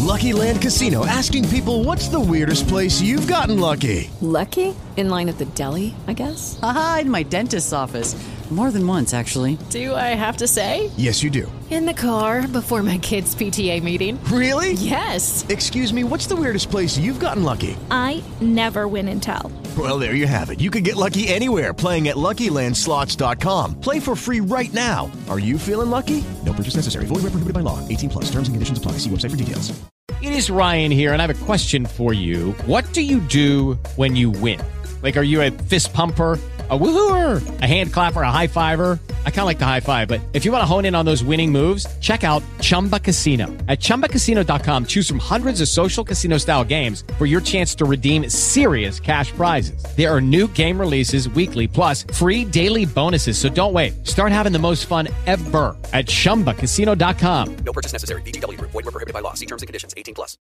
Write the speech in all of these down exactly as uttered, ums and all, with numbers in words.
Lucky Land Casino, asking people, what's the weirdest place you've gotten lucky? Lucky? In line at the deli, I guess? Aha, in my dentist's office. More than once, actually. Do I have to say? Yes, you do. In the car before my kids' P T A meeting. Really? Yes. Excuse me, what's the weirdest place you've gotten lucky? I never win and tell. Well, there you have it. You can get lucky anywhere, playing at Lucky Land Slots dot com. Play for free right now. Are you feeling lucky? No purchase necessary. Void where prohibited by law. eighteen plus. Terms and conditions apply. See website for details. It is Ryan here, and I have a question for you. What do you do when you win? Like, are you a fist pumper, a woohooer, a hand clapper, a high fiver? I kind of like the high five, but if you want to hone in on those winning moves, check out Chumba Casino. At Chumba Casino dot com, choose from hundreds of social casino-style games for your chance to redeem serious cash prizes. There are new game releases weekly, plus free daily bonuses, so don't wait. Start having the most fun ever at Chumba Casino dot com. No purchase necessary. V G W. Void where prohibited by law. See terms and conditions. eighteen plus.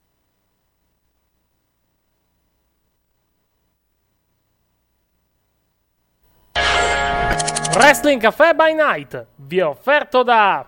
Wrestling Café by Night vi è offerto da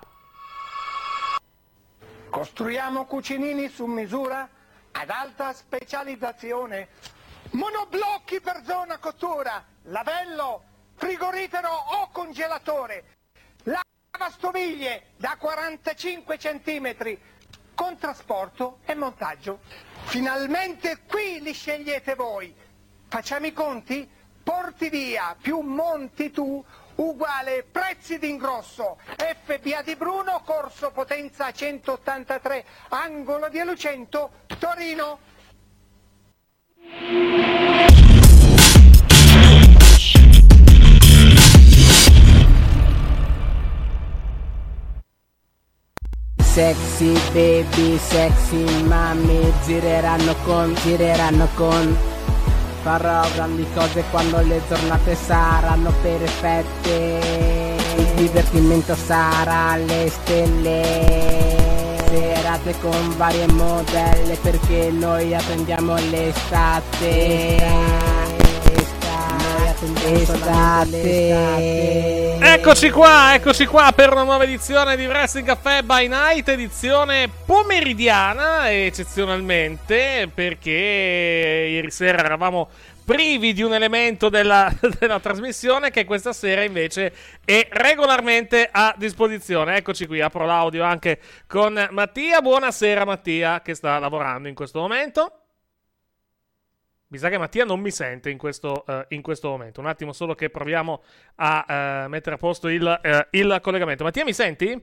Costruiamo cucinini su misura ad alta specializzazione, monoblocchi per zona cottura, lavello, frigorifero o congelatore, lavastoviglie da quarantacinque centimetri con trasporto e montaggio. Finalmente qui li scegliete voi. Facciamo i conti? Porti via più monti tu uguale prezzi d'ingrosso. F B A di Bruno, corso Potenza centottantatré, angolo di Lucento, Torino. Sexy baby, sexy mami, gireranno con, gireranno con. Farò grandi cose quando le giornate saranno perfette. Il divertimento sarà alle stelle. Serate con varie modelle perché noi attendiamo l'estate. Estate. Eccoci qua, eccoci qua per una nuova edizione di Wrestling Café by Night, edizione pomeridiana eccezionalmente, perché ieri sera eravamo privi di un elemento della, della trasmissione che questa sera invece è regolarmente a disposizione. Eccoci qui, apro l'audio anche con Mattia. Buonasera Mattia, che sta lavorando in questo momento. Mi sa che Mattia non mi sente in questo, uh, in questo momento. Un attimo solo che proviamo a uh, mettere a posto il, uh, il collegamento. Mattia, mi senti?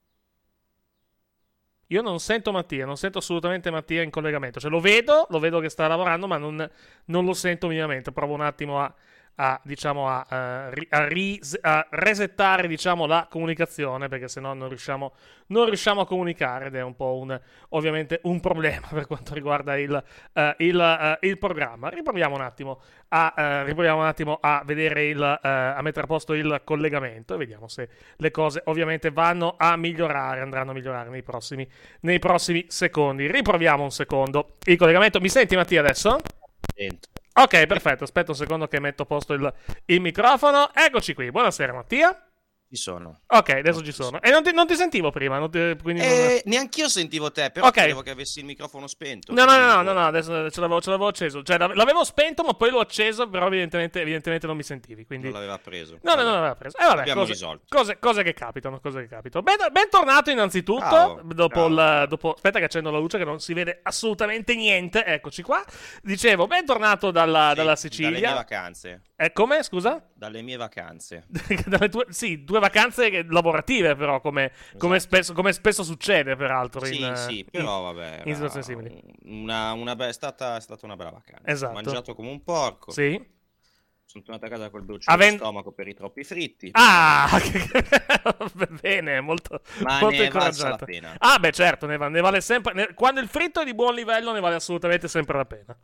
Io non sento Mattia, non sento assolutamente Mattia in collegamento. Cioè lo vedo, lo vedo che sta lavorando, ma non, non lo sento minimamente. Provo un attimo a, a diciamo, a, a, a, ris- a resettare, diciamo, la comunicazione, perché sennò non riusciamo, non riusciamo a comunicare, ed è un po' un, ovviamente un problema per quanto riguarda il, uh, il, uh, il programma. Riproviamo un attimo a, uh, riproviamo un attimo a vedere il, uh, a mettere a posto il collegamento e vediamo se le cose ovviamente vanno a migliorare, andranno a migliorare nei prossimi, nei prossimi secondi. Riproviamo un secondo il collegamento. Mi senti Mattia adesso? Sento. Ok, perfetto, aspetta un secondo che metto a posto il, il microfono. Eccoci qui, buonasera Mattia. Ci sono. Ok, adesso ci sono. E non ti, non ti sentivo prima, non ti, quindi eh, non... neanch'io sentivo te, però okay. credevo che avessi il microfono spento. No, no, no, no, no, no, adesso ce l'avevo, ce l'avevo acceso. Cioè, l'avevo spento, ma poi l'ho acceso, però evidentemente, evidentemente non mi sentivi, quindi... Non l'aveva preso. No, no, non l'aveva preso. Eh, vabbè, abbiamo cose, risolto. Cose, cose che capitano, cose che capitano. Ben, bentornato innanzitutto, Ciao. dopo Ciao. il... Dopo, aspetta che accendo la luce che non si vede assolutamente niente, eccoci qua. Dicevo, bentornato dalla, Sì, dalla Sicilia. Dalle mie vacanze. Eh, come, scusa? Dalle mie vacanze. Dalle tue, sì, due vacanze che, lavorative però, come, esatto. come, spesso, come spesso succede peraltro. Sì, in, sì, però vabbè. In situazioni simili. Una, una be- è, stata, è stata una bella vacanza. Esatto. Ho mangiato come un porco. Sì. Sono tornato a casa col bruciore Aven... di stomaco per i troppi fritti. Ah, bene, molto, Ma molto ne valsa incoraggiato. la pena. Ah, beh, certo, ne, va, ne vale sempre. Ne, quando il fritto è di buon livello, ne vale assolutamente sempre la pena.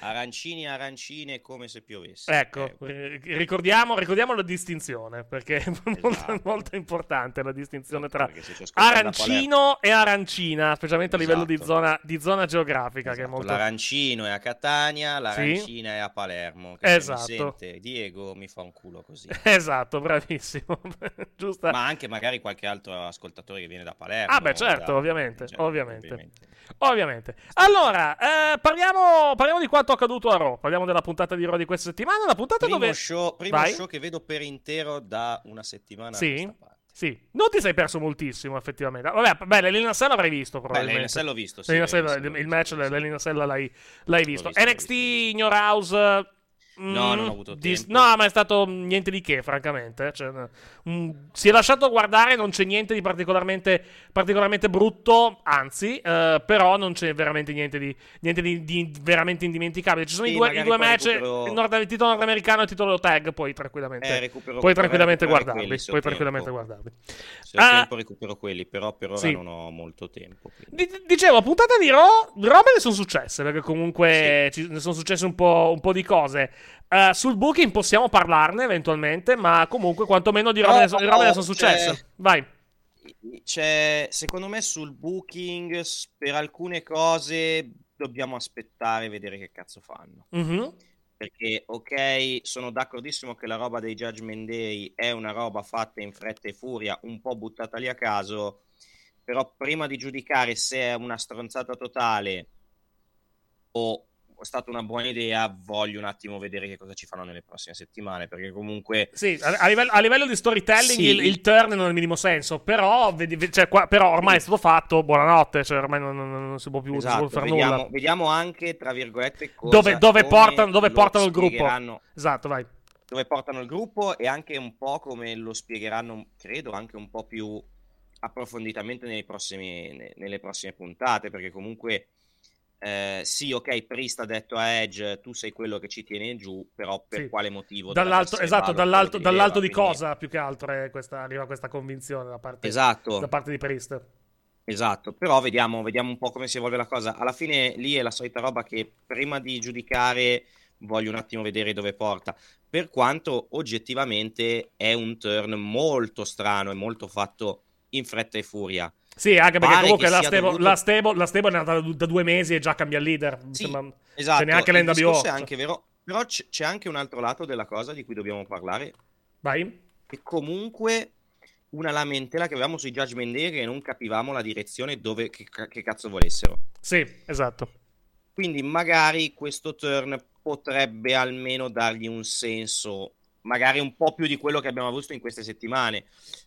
Arancini, arancine, come se piovesse. Ecco, Eh, ricordiamo, ricordiamo la distinzione, perché è molto, Esatto. molto importante la distinzione tra perché se ci ascoltano da arancino e arancina, specialmente a livello di Esatto. zona, di zona geografica, che è Esatto, molto... l'arancino è a Catania, l'arancina è a Palermo. Che Esatto. se mi sente Diego mi fa un culo così. Esatto, bravissimo. Giusta. Ma anche magari qualche altro ascoltatore che viene da Palermo. Ah beh, certo, da- ovviamente, cioè, ovviamente. Ovviamente. Allora, eh, parliamo, parliamo di quanto accaduto a Raw. Parliamo della puntata di Raw di questa settimana. La puntata Primo, dove... show, primo Vai. show che vedo per intero da una settimana a Sì, questa parte. sì. Non ti sei perso moltissimo, effettivamente. Vabbè, beh, l'Elina Sella l'avrai visto, Beh, probabilmente. l'Elina Sella l'ho visto, sì, L'Elina l'Elina Sella- Sella l'ho il visto, match sì, dell'Elina Sella l'hai, l'hai visto. visto, l'ho N X T in Your House... No, mm, non ho avuto di- tempo. No, ma è stato niente di che, francamente. Cioè, mm, si è lasciato guardare, non c'è niente di particolarmente, particolarmente brutto, anzi, eh, però non c'è veramente niente di, niente di, di veramente indimenticabile. Ci sono Sì, i due, i magari due poi match, recupero- il, nord- il titolo nordamericano e il titolo tag, puoi tranquillamente, Eh, recupero- puoi tranquillamente recuperare guardarli. quelli, se ho Puoi tempo. tranquillamente guardarli. Se ho Ah, tempo recupero quelli, però per ora sì. non ho molto tempo. quindi. Di- Dicevo, puntata di Raw, robe ne sono successe, perché comunque ci, ne sono successe un po', un po' di cose. Eh, sul booking possiamo parlarne eventualmente, ma comunque quantomeno di robe, No, ne, so- di robe ne sono c'è- successe. Vai. C'è, secondo me, sul booking, s- per alcune cose dobbiamo aspettare e vedere che cazzo fanno. Mhm. Perché, ok, sono d'accordissimo che la roba dei Judgment Day è una roba fatta in fretta e furia, un po' buttata lì a caso, però prima di giudicare se è una stronzata totale o è stata una buona idea, voglio un attimo vedere che cosa ci fanno nelle prossime settimane, perché comunque... Sì, a, a livello, a livello di storytelling Sì. il, il turn non ha il minimo senso, però, vedi- ve- cioè, qua- però ormai è stato fatto, buonanotte, cioè ormai non, non- non si può più, non si può Esatto, fare vediamo, nulla. vediamo anche, tra virgolette, cosa, Dove, dove come portano, dove lo portano il gruppo. spiegheranno- Esatto, vai. dove portano il gruppo e anche un po' come lo spiegheranno, credo, anche un po' più approfonditamente nei prossimi, ne- nelle prossime puntate, perché comunque eh, sì, ok, Priest ha detto a Edge tu sei quello che ci tiene giù, però per Sì. quale motivo? Dall'alto, dovrebbe essere esatto, Balor dall'alto, quello che dall'alto di rileva, quindi- cosa più che altro è questa, arriva questa convinzione da parte, Esatto. da parte di Priest. Esatto, però vediamo, vediamo un po' come si evolve la cosa. Alla fine lì è la solita roba che prima di giudicare voglio un attimo vedere dove porta, per quanto oggettivamente è un turn molto strano e molto fatto in fretta e furia. Sì, anche perché Pare comunque che la sia stable, dovuto- la, stable, la stable è nata da, da due mesi e già cambia il leader. Mi Sì, sembra- esatto, Cioè, neanche il l'N W O. discorso è cioè. anche vero, però c- c'è anche un altro lato della cosa di cui dobbiamo parlare, Vai. che comunque una lamentela che avevamo sui Judgment Day che non capivamo la direzione dove che, che cazzo volessero. Sì, esatto. Quindi magari questo turn potrebbe almeno dargli un senso, magari un po' più di quello che abbiamo avuto in queste settimane.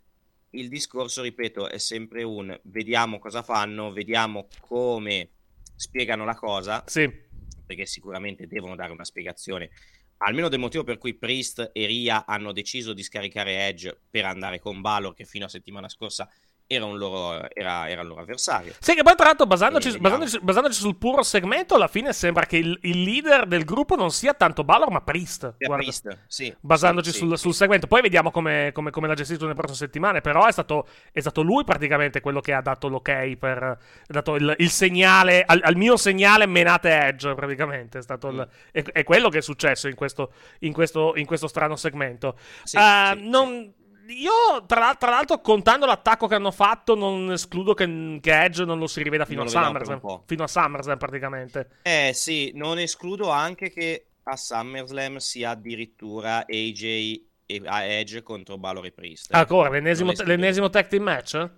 Il discorso, ripeto, è sempre un vediamo cosa fanno, vediamo come spiegano la cosa, Sì. perché sicuramente devono dare una spiegazione, almeno del motivo per cui Priest e Rhea hanno deciso di scaricare Edge per andare con Balor, che fino a settimana scorsa era un loro, era, era il loro avversario. Sì, che poi tra l'altro basandoci, Eh, vediamo. basandoci, basandoci sul puro segmento, alla fine sembra che il, il leader del gruppo non sia tanto Balor, ma Priest. Per Guarda. Priest, sì, Basandoci sì, sul, sì. sul segmento. Poi vediamo come, come, come l'ha gestito nelle prossime settimane. Però è stato, è stato lui praticamente quello che ha dato l'ok per. Ha dato il, il segnale. Al, al mio segnale menate Edge. Praticamente. È stato il, è, è quello che è successo in questo, in questo, in questo strano segmento. Sì, Uh, sì, non. Io, tra, l'al- tra l'altro, contando l'attacco che hanno fatto, non escludo che, che Edge non lo si riveda fino Non a lo vediamo per SummerSlam. un po'. Fino a SummerSlam, praticamente. Eh sì, non escludo anche che a SummerSlam sia addirittura A J e a Edge contro Balor e Priest. Ancora, l'ennesimo, Non escludo. l'ennesimo tag team match?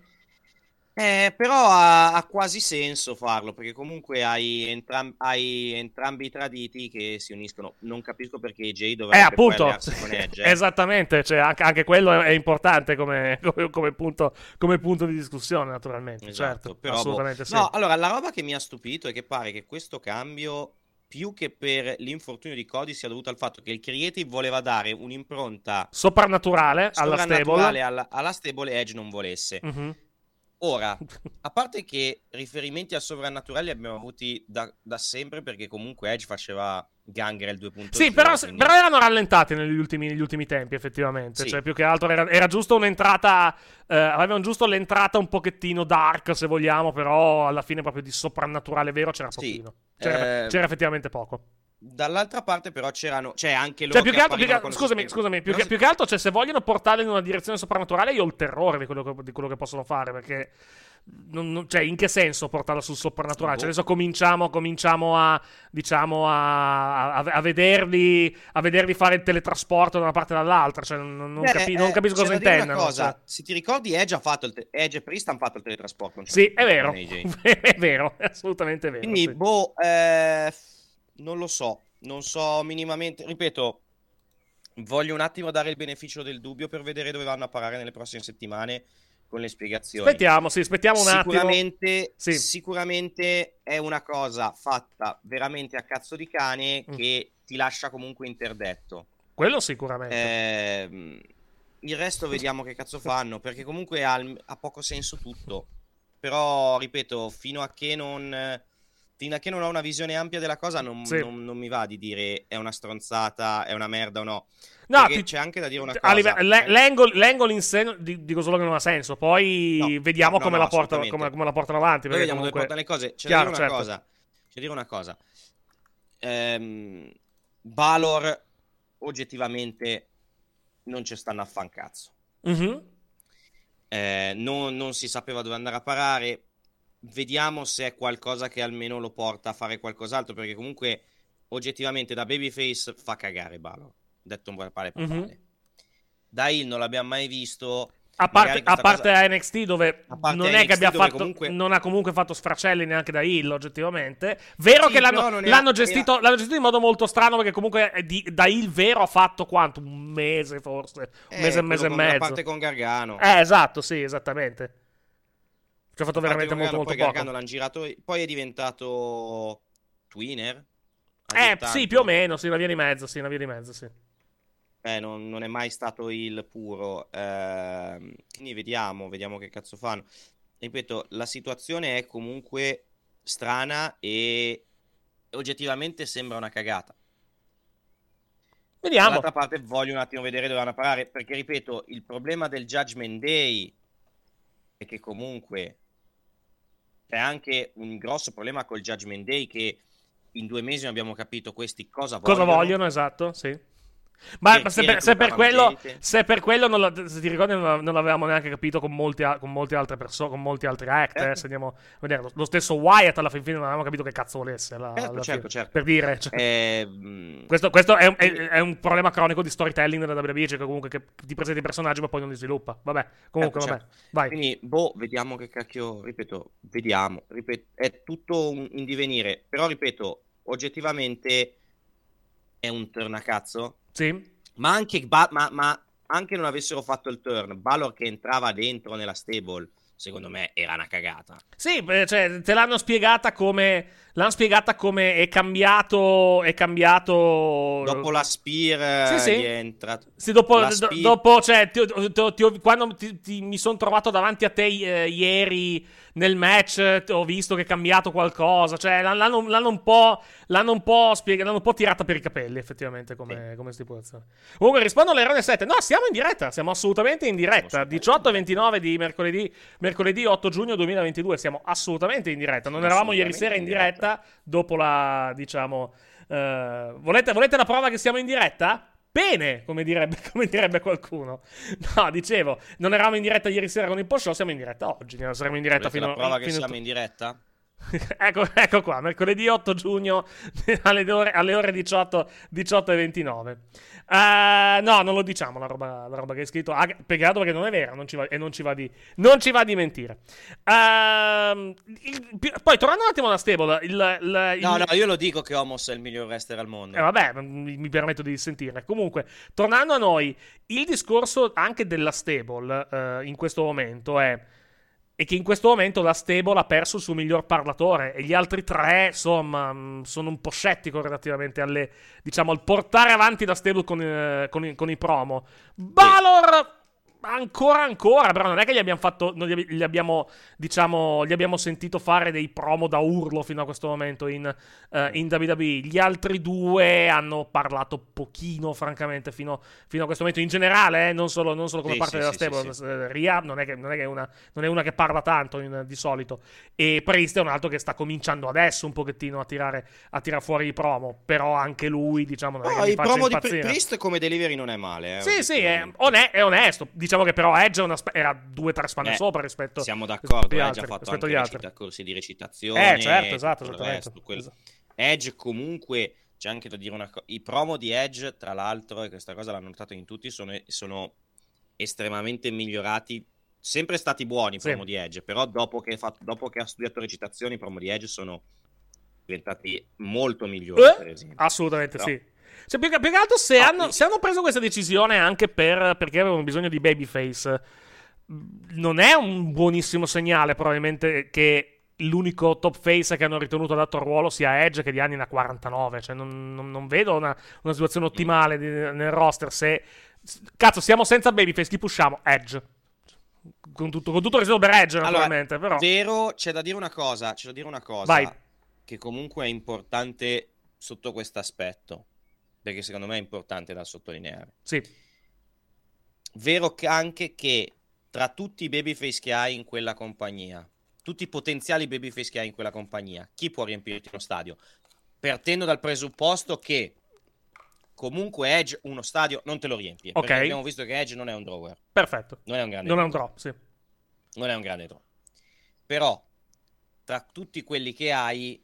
Eh, però ha, ha quasi senso farlo, perché comunque hai, entram- hai entrambi i traditi che si uniscono. Non capisco perché A J dovrebbe Eh, poi appunto, allearsi con Edge. eh. esattamente, cioè anche, anche quello è, è importante come, come, come punto, come punto di discussione, naturalmente. Esatto, Certo, però, boh. assolutamente sì. No, allora, la roba che mi ha stupito è che pare che questo cambio, più che per l'infortunio di Cody, sia dovuto al fatto che il creative voleva dare un'impronta Soprannaturale alla sovrannaturale stable. alla, alla stable e Edge non volesse. Mhm. Ora, a parte che riferimenti al sovrannaturale li abbiamo avuti da, da sempre, perché comunque Edge faceva Gangrel due punto zero. Sì, però, quindi- però erano rallentati negli ultimi, negli ultimi tempi, effettivamente. Sì. Cioè, più che altro era, era giusto un'entrata. Eh, avevano giusto l'entrata un pochettino dark, se vogliamo, però alla fine proprio di soprannaturale vero c'era Sì, pochino. C'era, eh, c'era effettivamente poco. Dall'altra parte però c'erano, c'è anche loro cioè, più che che altro, più che, apparivano con scusami, sistemi. scusami, più Però che, più che altro, cioè, se vogliono portarli in una direzione soprannaturale, io ho il terrore di quello che, di quello che possono fare, perché non, non- cioè, in che senso portarla sul soprannaturale? Cioè, adesso cominciamo, cominciamo a, diciamo, a, a, a vederli, a vederli fare il teletrasporto da una parte e dall'altra, cioè, non, non, Beh, capi- non eh, capisco c'è cosa da dire intendano. una cosa, cioè. se ti ricordi Edge ha fatto il te- Edge e Priest hanno fatto il teletrasporto. a un certo Sì, punto è vero, con A J. è vero, è assolutamente vero. Quindi, sì. boh, eh, non lo so, non so minimamente, ripeto, voglio un attimo dare il beneficio del dubbio per vedere dove vanno a parare nelle prossime settimane con le spiegazioni. Aspettiamo, sì, aspettiamo un Sicuramente, attimo. Sì. sicuramente è una cosa fatta veramente a cazzo di cane Mm. che ti lascia comunque interdetto. Quello sicuramente. Ehm, il resto vediamo che cazzo fanno, perché comunque ha, ha poco senso tutto. Però, ripeto, fino a che non... Fino a che non ho una visione ampia della cosa, non, Sì. non- non mi va di dire è una stronzata, è una merda o no. No, Perché ti- c'è anche da dire una a cosa. live- l'e- l'angle, l'angle in sé di- dico solo che non ha senso. Poi No, vediamo no, no, come, no, la portano, assolutamente. come, come la portano avanti. Noi Perché vediamo dove comunque... portano le cose. C'è Chiaro, da dire una certo. cosa. C'è da dire una cosa. Ehm, Balor oggettivamente non ci stanno a fan cazzo. Mhm. Eh, non, non si sapeva dove andare a parare. Vediamo se è qualcosa che almeno lo porta a fare qualcos'altro, perché comunque oggettivamente da babyface fa cagare Balor, detto un po' pale papale. Mhm. Da heel non l'abbiamo mai visto. A parte, Magari a questa parte cosa- a N X T dove A parte non N è X T che abbia dove fatto, comunque- non ha comunque fatto sfracelli neanche da heel oggettivamente. Vero Sì, che l'hanno, però non era- l'hanno gestito, era- l'hanno gestito in modo molto strano, perché comunque è di- da heel vero ha fatto quanto? Un mese forse, un Eh, mese e quello mese e con- la mezzo. parte con Gargano. Eh, esatto, sì, esattamente. Ci ha fatto La parte veramente con molto Gargano, molto poi poco. Gargano l'hanno girato, poi è diventato Twinner. Eh, sì, più o meno, sì, una via di mezzo, sì, una via di mezzo, sì. Eh, non, non è mai stato il puro. Ehm, quindi vediamo, vediamo che cazzo fanno. Ripeto, la situazione è comunque strana e oggettivamente sembra una cagata. Vediamo. Dall'altra parte voglio un attimo vedere dove vanno a parare, perché ripeto, il problema del Judgment Day è che comunque c'è anche un grosso problema col Judgment Day, che in due mesi non abbiamo capito questi cosa vogliono. Cosa vogliono, esatto, sì. Ma, ma se, per, se per quello, gente. se per quello non la- se ti ricordi, non, non l'avevamo neanche capito con molti, a- con molte altre persone, con molti altri act. Eh, Certo. se andiamo a vedere, lo, lo stesso Wyatt alla fin fine non avevamo capito che cazzo volesse. alla- Certo, alla certo, fine. certo. Per dire, cioè, Eh, mh, questo, questo è, un, è- è un problema cronico di storytelling della W W E, cioè che comunque che ti presenti i personaggi ma poi non li sviluppa. Vabbè, comunque, certo, vabbè, certo. vai. Quindi, boh, vediamo che cacchio, ripeto, vediamo, ripeto, è tutto un- in divenire, però ripeto, oggettivamente è un turn a cazzo, Sì. ma anche, ba- ma, ma anche non avessero fatto il turn, Balor che entrava dentro nella stable, secondo me era una cagata. Sì, beh, cioè, te l'hanno spiegata come. L'hanno spiegata come è cambiato. È cambiato. Dopo la Spear Sì, eh, sì. gli è entrato. Sì, dopo, La do- Spear- dopo cioè, ti- ti- ti ho- quando ti- ti- mi sono trovato davanti a te eh, ieri nel match, eh, ho visto che è cambiato qualcosa. Cioè, l'hanno, l'hanno- l'hanno un po'. L'hanno un po' spiega- l'hanno un po' tirata per i capelli, effettivamente, come, come stipulazione. Comunque, rispondo all'errore sette. No, siamo in diretta. Siamo assolutamente in diretta. diciotto e ventinove di mercoledì, mercoledì otto giugno duemilaventidue. Siamo assolutamente in diretta. Non eravamo ieri sera in diretta. Dopo la, diciamo, eh, volete, volete la prova che siamo in diretta? Bene, come direbbe, come direbbe qualcuno. No, dicevo, non eravamo in diretta ieri sera con il post show, siamo in diretta oggi. Saremo in diretta Volete fino la prova a che siamo in diretta? ecco, ecco qua, mercoledì otto giugno alle ore, alle ore diciotto, diciotto e ventinove. Uh, no, non lo diciamo la roba, la roba che hai scritto. Ah, peccato perché non è vera, non ci va, e non ci va di, non ci va di mentire. Uh, il, poi tornando un attimo alla stable, il, il, il, No, no, io lo dico che Omos è il miglior wrestler al mondo. eh, vabbè, mi, mi permetto di sentire. Comunque, tornando a noi, il discorso anche della stable eh, in questo momento è, è che in questo momento la stable ha perso il suo miglior parlatore e gli altri tre, insomma, mh, sono un po' scettico relativamente alle, diciamo, al portare avanti la stable con, eh, con, i, con i promo. Balor Ancora ancora, però non è che gli abbiamo fatto, non gli, gli abbiamo, diciamo, gli abbiamo sentito fare dei promo da urlo fino a questo momento in, uh, in W W E. Gli altri due hanno parlato pochino, francamente, fino, fino a questo momento. In generale, eh, non, solo, non solo come sì, parte sì, della sì, stable. sì, sì. Rhea non è che, non è, che una, non è una che parla tanto in, di solito. E Priest è un altro che sta cominciando adesso un pochettino a tirare, a tirare fuori i promo. Però anche lui, diciamo, non è No, che mi il faccia promo impazzire. di Priest come delivery non è male. Eh, sì, sì, è, one- è onesto. Diciamo che però Edge è una sp- era due o tre spanne eh, sopra rispetto siamo d'accordo, agli Edge altri, ha fatto rispetto anche agli altri. recita- corsi di recitazione. Eh, certo, esatto, tutto il esattamente. resto, quel- Esatto. Edge comunque, c'è anche da dire una cosa, i promo di Edge, tra l'altro, e questa cosa l'hanno notato in tutti, sono, sono estremamente migliorati, sempre stati buoni i promo Sì. di Edge, però dopo che, fatto, dopo che ha studiato recitazione i promo di Edge sono diventati molto migliori, Eh, per esempio. assolutamente Però- sì. Cioè, più, che, più che altro se, No, hanno, io- se hanno preso questa decisione anche per, perché avevano bisogno di babyface, non è un buonissimo segnale probabilmente che l'unico top face che hanno ritenuto adatto al ruolo sia Edge, che di anni ne ha quarantanove. Cioè non, non- non vedo una, una situazione ottimale di- nel roster. Se cazzo siamo senza babyface, chi pushiamo? Edge. Con tutto, con tutto il rispetto per Edge, naturalmente. Allora, però vero, c'è da dire una cosa, c'è da dire una cosa Vai. che comunque è importante sotto questo aspetto, perché secondo me è importante da sottolineare. sì, Vero che anche che tra tutti i babyface che hai in quella compagnia, tutti i potenziali babyface che hai in quella compagnia, chi può riempirti uno stadio? Partendo dal presupposto che comunque Edge uno stadio non te lo riempie, Ok. perché abbiamo visto che Edge non è un drawer, perfetto. non è un grande Non è un drawer. drop, sì. non è un grande draw. Però tra tutti quelli che hai,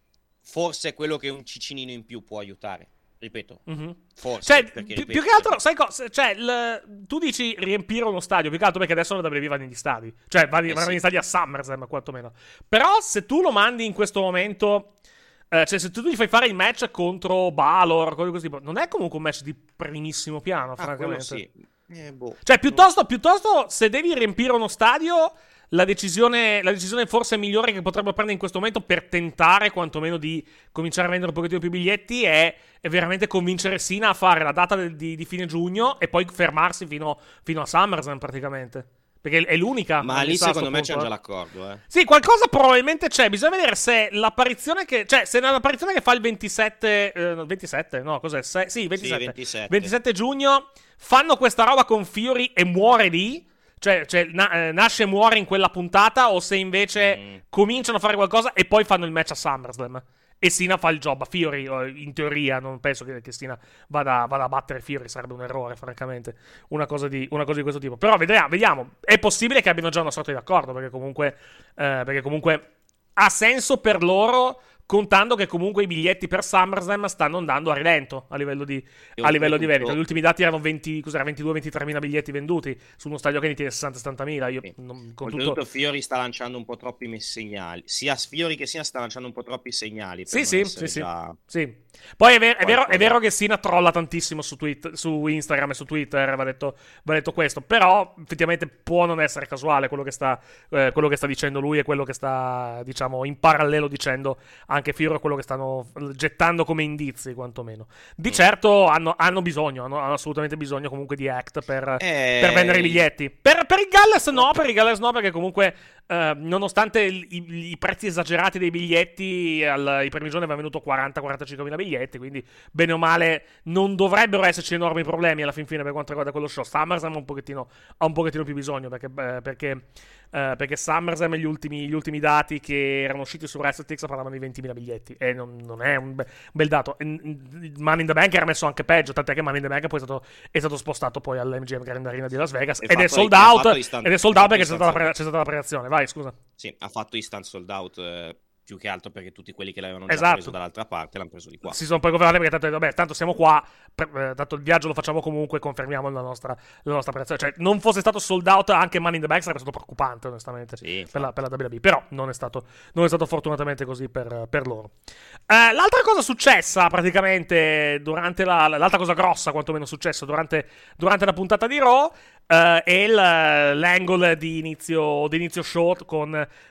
forse è quello che un cicinino in più può aiutare. Ripeto, Mhm. forse. Cioè, perché, più, ripeto, più che altro, sai cosa? Cioè, il- tu dici riempire uno stadio, più che altro perché adesso la W W E va negli stadi. Cioè, va, Eh va sì. negli stadi a SummerSlam, quantomeno. Però, se tu lo mandi in questo momento, eh, cioè, se tu gli fai fare il match contro Balor, cose così, non è comunque un match di primissimo piano, Ah, quello francamente. sì. Eh, boh. Cioè, piuttosto, piuttosto, se devi riempire uno stadio, la decisione, la decisione forse migliore che potrebbero prendere in questo momento per tentare quantomeno di cominciare a vendere un pochettino più biglietti è, è veramente convincere Cena a fare la data del- di, di fine giugno e poi fermarsi fino, fino a SummerSlam praticamente. Perché è l'unica. Ma lì sta a secondo sto me c'è punto, già eh. l'accordo, eh. Sì, qualcosa probabilmente c'è. Bisogna vedere se l'apparizione che. Cioè, se l'apparizione che fa il ventisette. Eh, no, ventisette? No, cos'è? Se- sì, ventisette. Sì, ventisette. ventisette giugno. Fanno questa roba con Fury e muore lì. Cioè, cioè na- eh, nasce e muore in quella puntata. O se invece Mm. cominciano a fare qualcosa e poi fanno il match a SummerSlam. E Cena fa il job a Fury. o In teoria, non penso che, che Cena vada, vada a battere Fury. Sarebbe un errore, francamente. Una cosa di, una cosa di questo tipo. Però vediamo, vediamo. È possibile che abbiano già una sorta di accordo. Perché comunque, eh, perché comunque ha senso per loro. Contando che comunque i biglietti per SummerSlam stanno andando a rilento a livello di, a livello di vendita. Gli ultimi dati erano venti, cos'era, ventidue ventitré mila biglietti venduti su uno stadio che ne tiene sessanta settant mila. Io, Sì. non, con Oltretutto tutto... Fiori sta lanciando un po' troppi mes- segnali. Sia Fiori che sia sta lanciando un po' troppi segnali. Per Sì, non sì, essere sì, sì, già- sì. Poi è, ver- è vero, è Qualcosa. vero che Cena trolla tantissimo su, tweet, su Instagram e su Twitter, va detto, va detto questo, però effettivamente può non essere casuale quello che sta, eh, quello che sta dicendo lui e quello che sta, diciamo, in parallelo dicendo anche Fiori e quello che stanno gettando come indizi, quantomeno. Di Mm. certo hanno, hanno bisogno, hanno, hanno assolutamente bisogno comunque di Act per, Eh, per vendere i biglietti. Per, per i Galles no, per i Galles no, perché comunque eh, nonostante il- i, i prezzi esagerati dei biglietti, al, i primi giorni aveva venuto quaranta quarantacinque mila biglietti, quindi bene o male non dovrebbero esserci enormi problemi alla fin fine per quanto riguarda quello show. SummerSlam ha un pochettino, ha un pochettino più bisogno, perché, eh, perché, eh, perché SummerSlam, gli ultimi, gli ultimi dati che erano usciti su WrestleTix parlavano di ventimila biglietti, e non, non è un be- bel dato. E, mm, Money in the Bank era messo anche peggio, tant'è che Money in the Bank poi è stato, è stato spostato poi all'M G M Grand Arena di Las Vegas, E ed è fatto- sold e ha out, fatto instant- ed è sold out ha fatto perché c'è stata, la instant- pre- c'è stata la premiazione. Vai, scusa. Sì, ha fatto instant sold out, eh, più che altro perché tutti quelli che l'avevano già Esatto. preso dall'altra parte l'hanno preso di qua. Si sono poi confermati perché tanto, vabbè, tanto siamo qua, per- eh, tanto il viaggio lo facciamo comunque, confermiamo la nostra, la nostra prezzazione. Cioè, non fosse stato sold out anche Money in the Bank sarebbe stato preoccupante, onestamente, Sì, per, la, per la W W E. Però non è stato, non è stato fortunatamente così per, per loro. Eh, l'altra cosa successa praticamente durante la, l'altra cosa grossa, quantomeno successa durante, durante la puntata di Raw, eh, è il, l'angle di inizio, di inizio show con,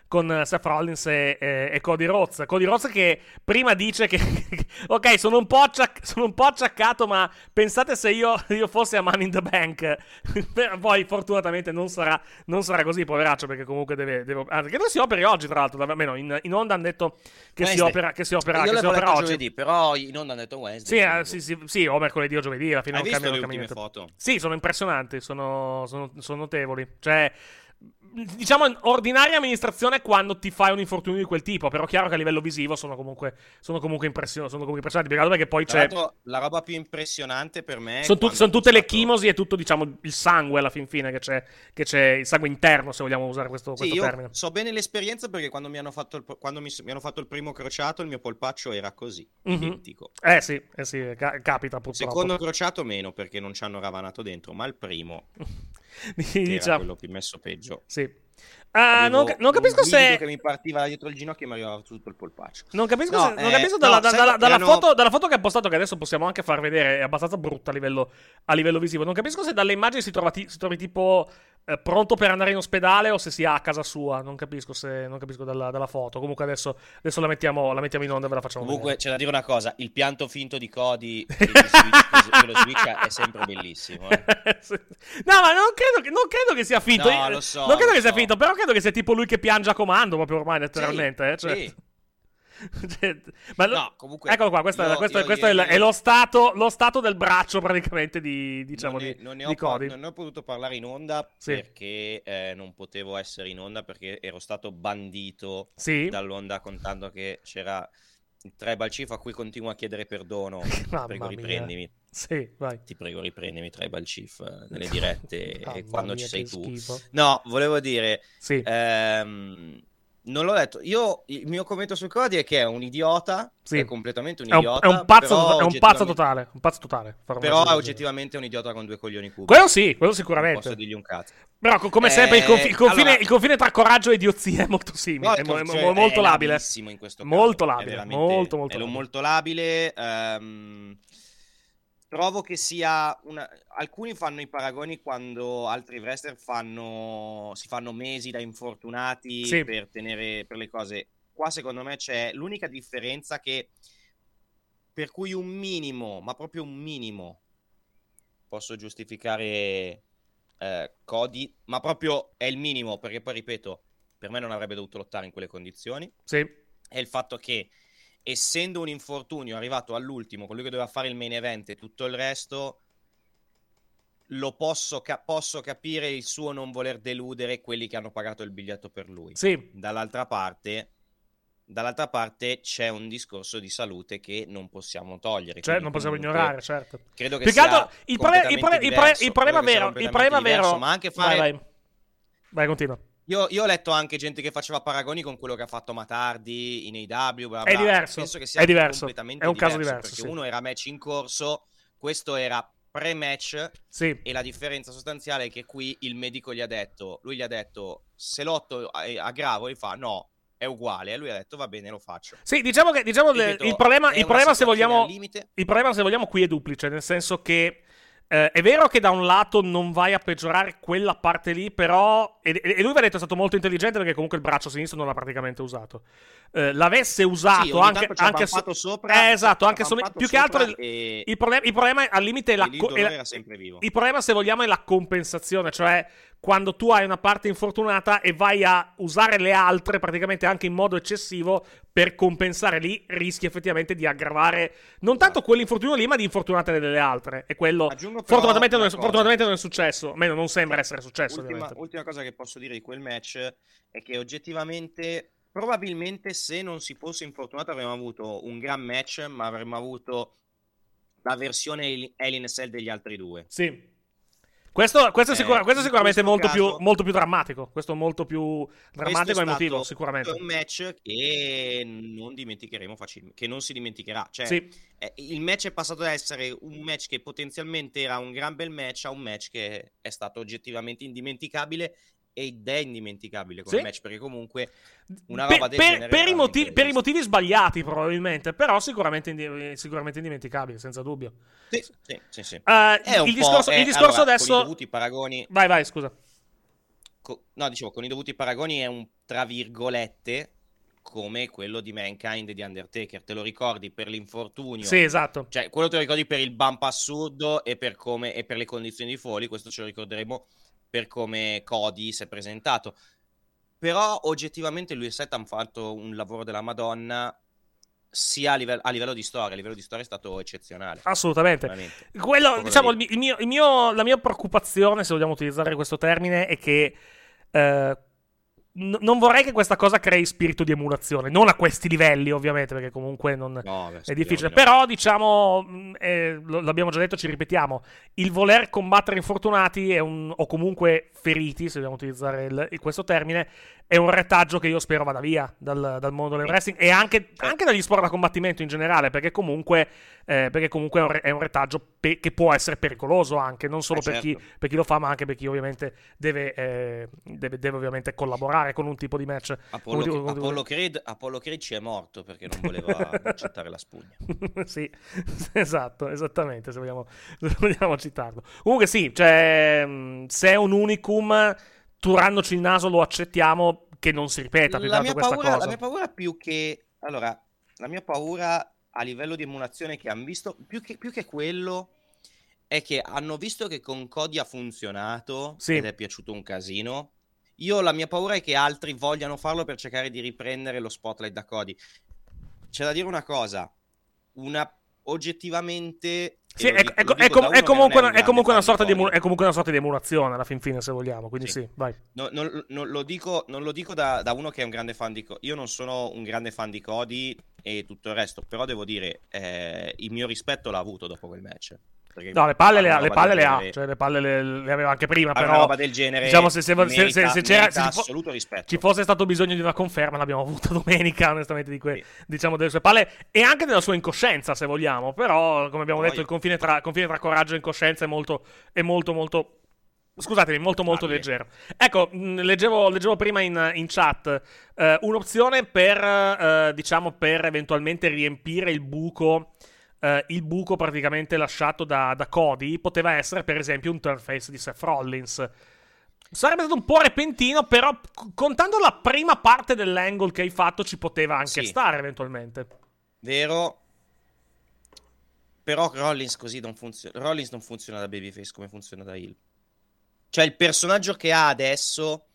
con Seth Rollins e, e, e Cody Rhodes. Cody Rhodes che prima dice che ok, sono un po' acciac- sono un po' acciaccato, ma pensate se io, io fossi a Money in the Bank. Poi fortunatamente non sarà, non sarà così, poveraccio, perché comunque deve, deve ah, credo si operi oggi, tra l'altro, almeno in, in onda hanno detto che Wednesday. si opera, che si opera, Io che si l'avevo opera letto oggi. giovedì, però in onda hanno detto Wednesday. Sì, eh, sì, sì, sì, o mercoledì o giovedì, alla fine Hai non visto cambiano le ultime camminate. foto? Sì, sono impressionanti, sono, sono, sono notevoli. Cioè, diciamo, ordinaria amministrazione quando ti fai un infortunio di quel tipo, però chiaro che a livello visivo sono comunque, sono comunque, impression- sono comunque impressionanti. Peccato perché poi Tra c'è... l'altro, la roba più impressionante per me... Sono, tut- quando sono tutte le passato... chimosi e tutto, diciamo, il sangue alla fin fine che c'è, che c'è il sangue interno, se vogliamo usare questo, Sì, questo io termine. so bene l'esperienza perché quando mi hanno fatto il, quando mi, mi hanno fatto il primo crociato, il mio polpaccio era così, Mhm. identico. Eh sì, eh sì, ca- capita purtroppo. Secondo crociato meno perché non ci hanno ravanato dentro, ma il primo, che era Diciamo, quello più messo peggio. sì. Ah, non, Avevo non capisco un livido se... che mi partiva da dietro il ginocchio e mi arrivava tutto il polpaccio. Non capisco, No, se- non eh, capisco no, dalla, da- sai dalla- che dalla erano- foto, dalla foto che ha postato, che adesso possiamo anche far vedere, è abbastanza brutta a livello, a livello visivo. Non capisco se dalle immagini si, trova ti- si trovi tipo eh, pronto per andare in ospedale o se sia a casa sua. Non capisco, se, non capisco dalla, dalla foto. Comunque adesso, adesso la, mettiamo, la mettiamo in onda e ve la facciamo Comunque vedere. c'è da dire una cosa, il pianto finto di Cody che gli switch- che lo switch è sempre bellissimo. eh. No, ma non credo, che, non credo che sia finto. No, Io- lo so, non credo lo che sia so. finto, però credo che sia tipo lui che piange a comando, proprio ormai letteralmente. eh, cioè- sì. Cioè, ma lo- No, comunque eccolo qua, questo, io- questo- io questo è, il- ieri- è lo, stato, lo stato del braccio praticamente di, diciamo, non, ne, di, non ne ho di pa- Cody. non ne ho potuto parlare in onda Sì. perché eh, non potevo essere in onda perché ero stato bandito Sì. dall'onda contando che c'era il Tribal Chief a cui continuo a chiedere perdono. Ti Mamma prego mia. riprendimi. Sì, vai. Ti prego riprendimi Tribal Chief eh, nelle dirette Mamma e quando mia, ci sei che tu. schifo. No, volevo dire Sì. ehm, non l'ho detto. Io il mio commento su Cody è che è un idiota, Sì. è completamente un È un, idiota, è un pazzo, però è un pazzo oggettivamente- totale. Un pazzo totale. fare una Però cosa è del oggettivamente un idiota con due coglioni cubi. genere. Quello sì, quello Non sicuramente. posso dirgli un cazzo. Però, co- come sempre, il, confi- il Eh, confine, allora- il confine tra coraggio e idiozia è molto simile. No, è, mo- è cioè, mo- molto è labile. labilissimo in questo caso. Molto È labile. veramente- Molto, molto è lo labile. molto labile. ehm, trovo che sia una... Alcuni fanno i paragoni quando altri wrestler fanno... si fanno mesi da infortunati Sì. per tenere per le cose. Qua secondo me c'è l'unica differenza che per cui un minimo, ma proprio un minimo, posso giustificare eh, Cody, ma proprio è il minimo, perché poi ripeto, per me non avrebbe dovuto lottare in quelle condizioni, Sì. è il fatto che essendo un infortunio arrivato all'ultimo, colui che doveva fare il main event e tutto il resto, lo posso, ca- posso capire il suo non voler deludere quelli che hanno pagato il biglietto per lui. Sì. Dall'altra parte, dall'altra parte c'è un discorso di salute che non possiamo togliere. Cioè, quindi non possiamo comunque ignorare, certo. Credo che Più che sia altro, il, pro- il, pro- completamente il pro- diverso, il problema credo che sia vero, il completamente problema vero, diverso, ma anche fare... vai, vai. Vai, continua. Io, io ho letto anche gente che faceva paragoni con quello che ha fatto Matardi in A E W, bla bla. È diverso, Penso che sia è diverso, completamente è un caso diverso, diverso, perché sì. uno era match in corso, questo era pre-match, Sì. e la differenza sostanziale è che qui il medico gli ha detto, lui gli ha detto se lotto a, a gravo, e fa no, è uguale, e lui ha detto va bene, lo faccio. Sì, diciamo che diciamo le- Ripeto, il problema, è il una problema se situazione vogliamo al limite. il problema se vogliamo qui è duplice, nel senso che eh, è vero che da un lato non vai a peggiorare quella parte lì, però e, e lui va detto è stato molto intelligente perché comunque il braccio sinistro non l'ha praticamente usato. Eh, l'avesse usato Sì, ogni anche tanto ci ha anche vampato su- sopra, eh, esatto, ci ha anche su- vampato più che altro sopra il, e- il problema, il problema al limite è la, e lì il co- dolore è la- era sempre vivo. il problema se vogliamo è la compensazione, cioè quando tu hai una parte infortunata e vai a usare le altre praticamente anche in modo eccessivo per compensare, lì rischi effettivamente di aggravare non tanto quell'infortunio lì ma di infortunate delle altre, e quello Aggiungo però fortunatamente non, è, una cosa. fortunatamente non è successo, almeno non sembra essere successo Ultima, ovviamente. ultima cosa che posso dire di quel match è che oggettivamente, probabilmente se non si fosse infortunato avremmo avuto un gran match, ma avremmo avuto la versione Hell in a Cell degli altri due. Sì. Questo, questo, è, Eh, sicura- questo è in sicuramente questo molto, caso- più, molto più drammatico. Questo è molto più drammatico Questo e è emotivo, stato sicuramente. un match che non dimenticheremo facilmente, che non si dimenticherà. Cioè, Sì. eh, il match è passato da essere un match che potenzialmente era un gran bel match a un match che è stato oggettivamente indimenticabile ed è indimenticabile come Sì. match, perché comunque una Per, roba del per- genere per i veramente motivi, per i esiste. motivi sbagliati, probabilmente, però sicuramente, indi- sicuramente indimenticabile, senza dubbio. Sì, sì, sì, sì. Eh, È un il po'- discorso, è- il discorso allora, adesso. con i dovuti paragoni, Vai, vai, scusa. co- no, dicevo, con i dovuti paragoni è un tra virgolette, come quello di Mankind e di Undertaker. Te lo ricordi per l'infortunio? Sì, esatto. Cioè, quello te lo ricordi per il bump assurdo e per come e per le condizioni di Foley. Questo ce lo ricorderemo per come Cody si è presentato. Però oggettivamente lui e Seth hanno fatto un lavoro della Madonna, sia a livello, a livello di storia. A livello di storia è stato eccezionale. Assolutamente. Veramente. Quello, Poco diciamo, da il mio, il mio- la mia preoccupazione, se vogliamo utilizzare questo termine, è che eh, n- non vorrei che questa cosa crei spirito di emulazione. Non a questi livelli, ovviamente, perché comunque non No, beh, è difficile. speriamo di no. Però, diciamo, mh, eh, lo- l'abbiamo già detto, ci ripetiamo, il voler combattere infortunati è un, o comunque feriti, se vogliamo utilizzare il- il- questo termine, è un retaggio che io spero vada via dal, dal mondo del wrestling e anche, anche dagli sport da combattimento in generale, perché comunque, eh, perché comunque è un, re- è un retaggio pe- che può essere pericoloso anche, non solo Eh, per, chi, certo. per chi lo fa, ma anche per chi ovviamente deve, eh, deve, deve ovviamente collaborare con un tipo di match. Apollo, con un tipo- con un tipo di- Apollo Creed, Apollo Creed ci è morto perché non voleva accettare la spugna. Sì, esatto, esattamente, se vogliamo, se vogliamo citarlo. Comunque sì, cioè, mh, se è un unicum, turandoci il naso lo accettiamo che non si ripeta più La tanto mia, questa paura, cosa. la mia paura più che... Allora, la mia paura a livello di emulazione che hanno visto, più che, più che quello, è che hanno visto che con Cody ha funzionato Sì. ed è piaciuto un casino. Io la mia paura è che altri vogliano farlo per cercare di riprendere lo spotlight da Cody. C'è da dire una cosa, una oggettivamente... Sì, e lo è, dico- è- lo è dico com- da è uno che comunque, non una, è, comunque una un grande sorta di fan emu- è comunque una sorta di emulazione alla fin fine, se vogliamo. Quindi sì, Sì. vai. No, non, non lo dico, non lo dico da, da uno che è un grande fan di Cody. Io non sono un grande fan di Cody e tutto il resto, però devo dire, eh, il mio rispetto l'ha avuto dopo quel match. Perché No, le palle le ha, fare le, una roba palle del le ha, genere- cioè le palle le, le aveva anche prima, fare però una roba del genere diciamo se, se, se- se- merita- se c'era merita se ci fo- assoluto rispetto. ci fosse stato bisogno di una conferma, l'abbiamo avuta domenica, onestamente, di que- Sì. diciamo delle sue palle e anche della sua incoscienza, se vogliamo, però come abbiamo Poi- detto il confine tra, confine tra coraggio e incoscienza è molto è molto molto scusatemi, molto molto Stabile. leggero. Ecco, mh, leggevo, leggevo prima in, in chat eh, un'opzione per eh, diciamo per eventualmente riempire il buco eh, il buco praticamente lasciato da, da Cody poteva essere per esempio un turn face di Seth Rollins. Sarebbe stato un po' repentino, però c- contando la prima parte dell'angle che hai fatto ci poteva anche Sì. stare eventualmente. Vero, però Rollins così non funziona. Rollins non funziona da babyface come funziona da heel. Cioè il personaggio che ha adesso,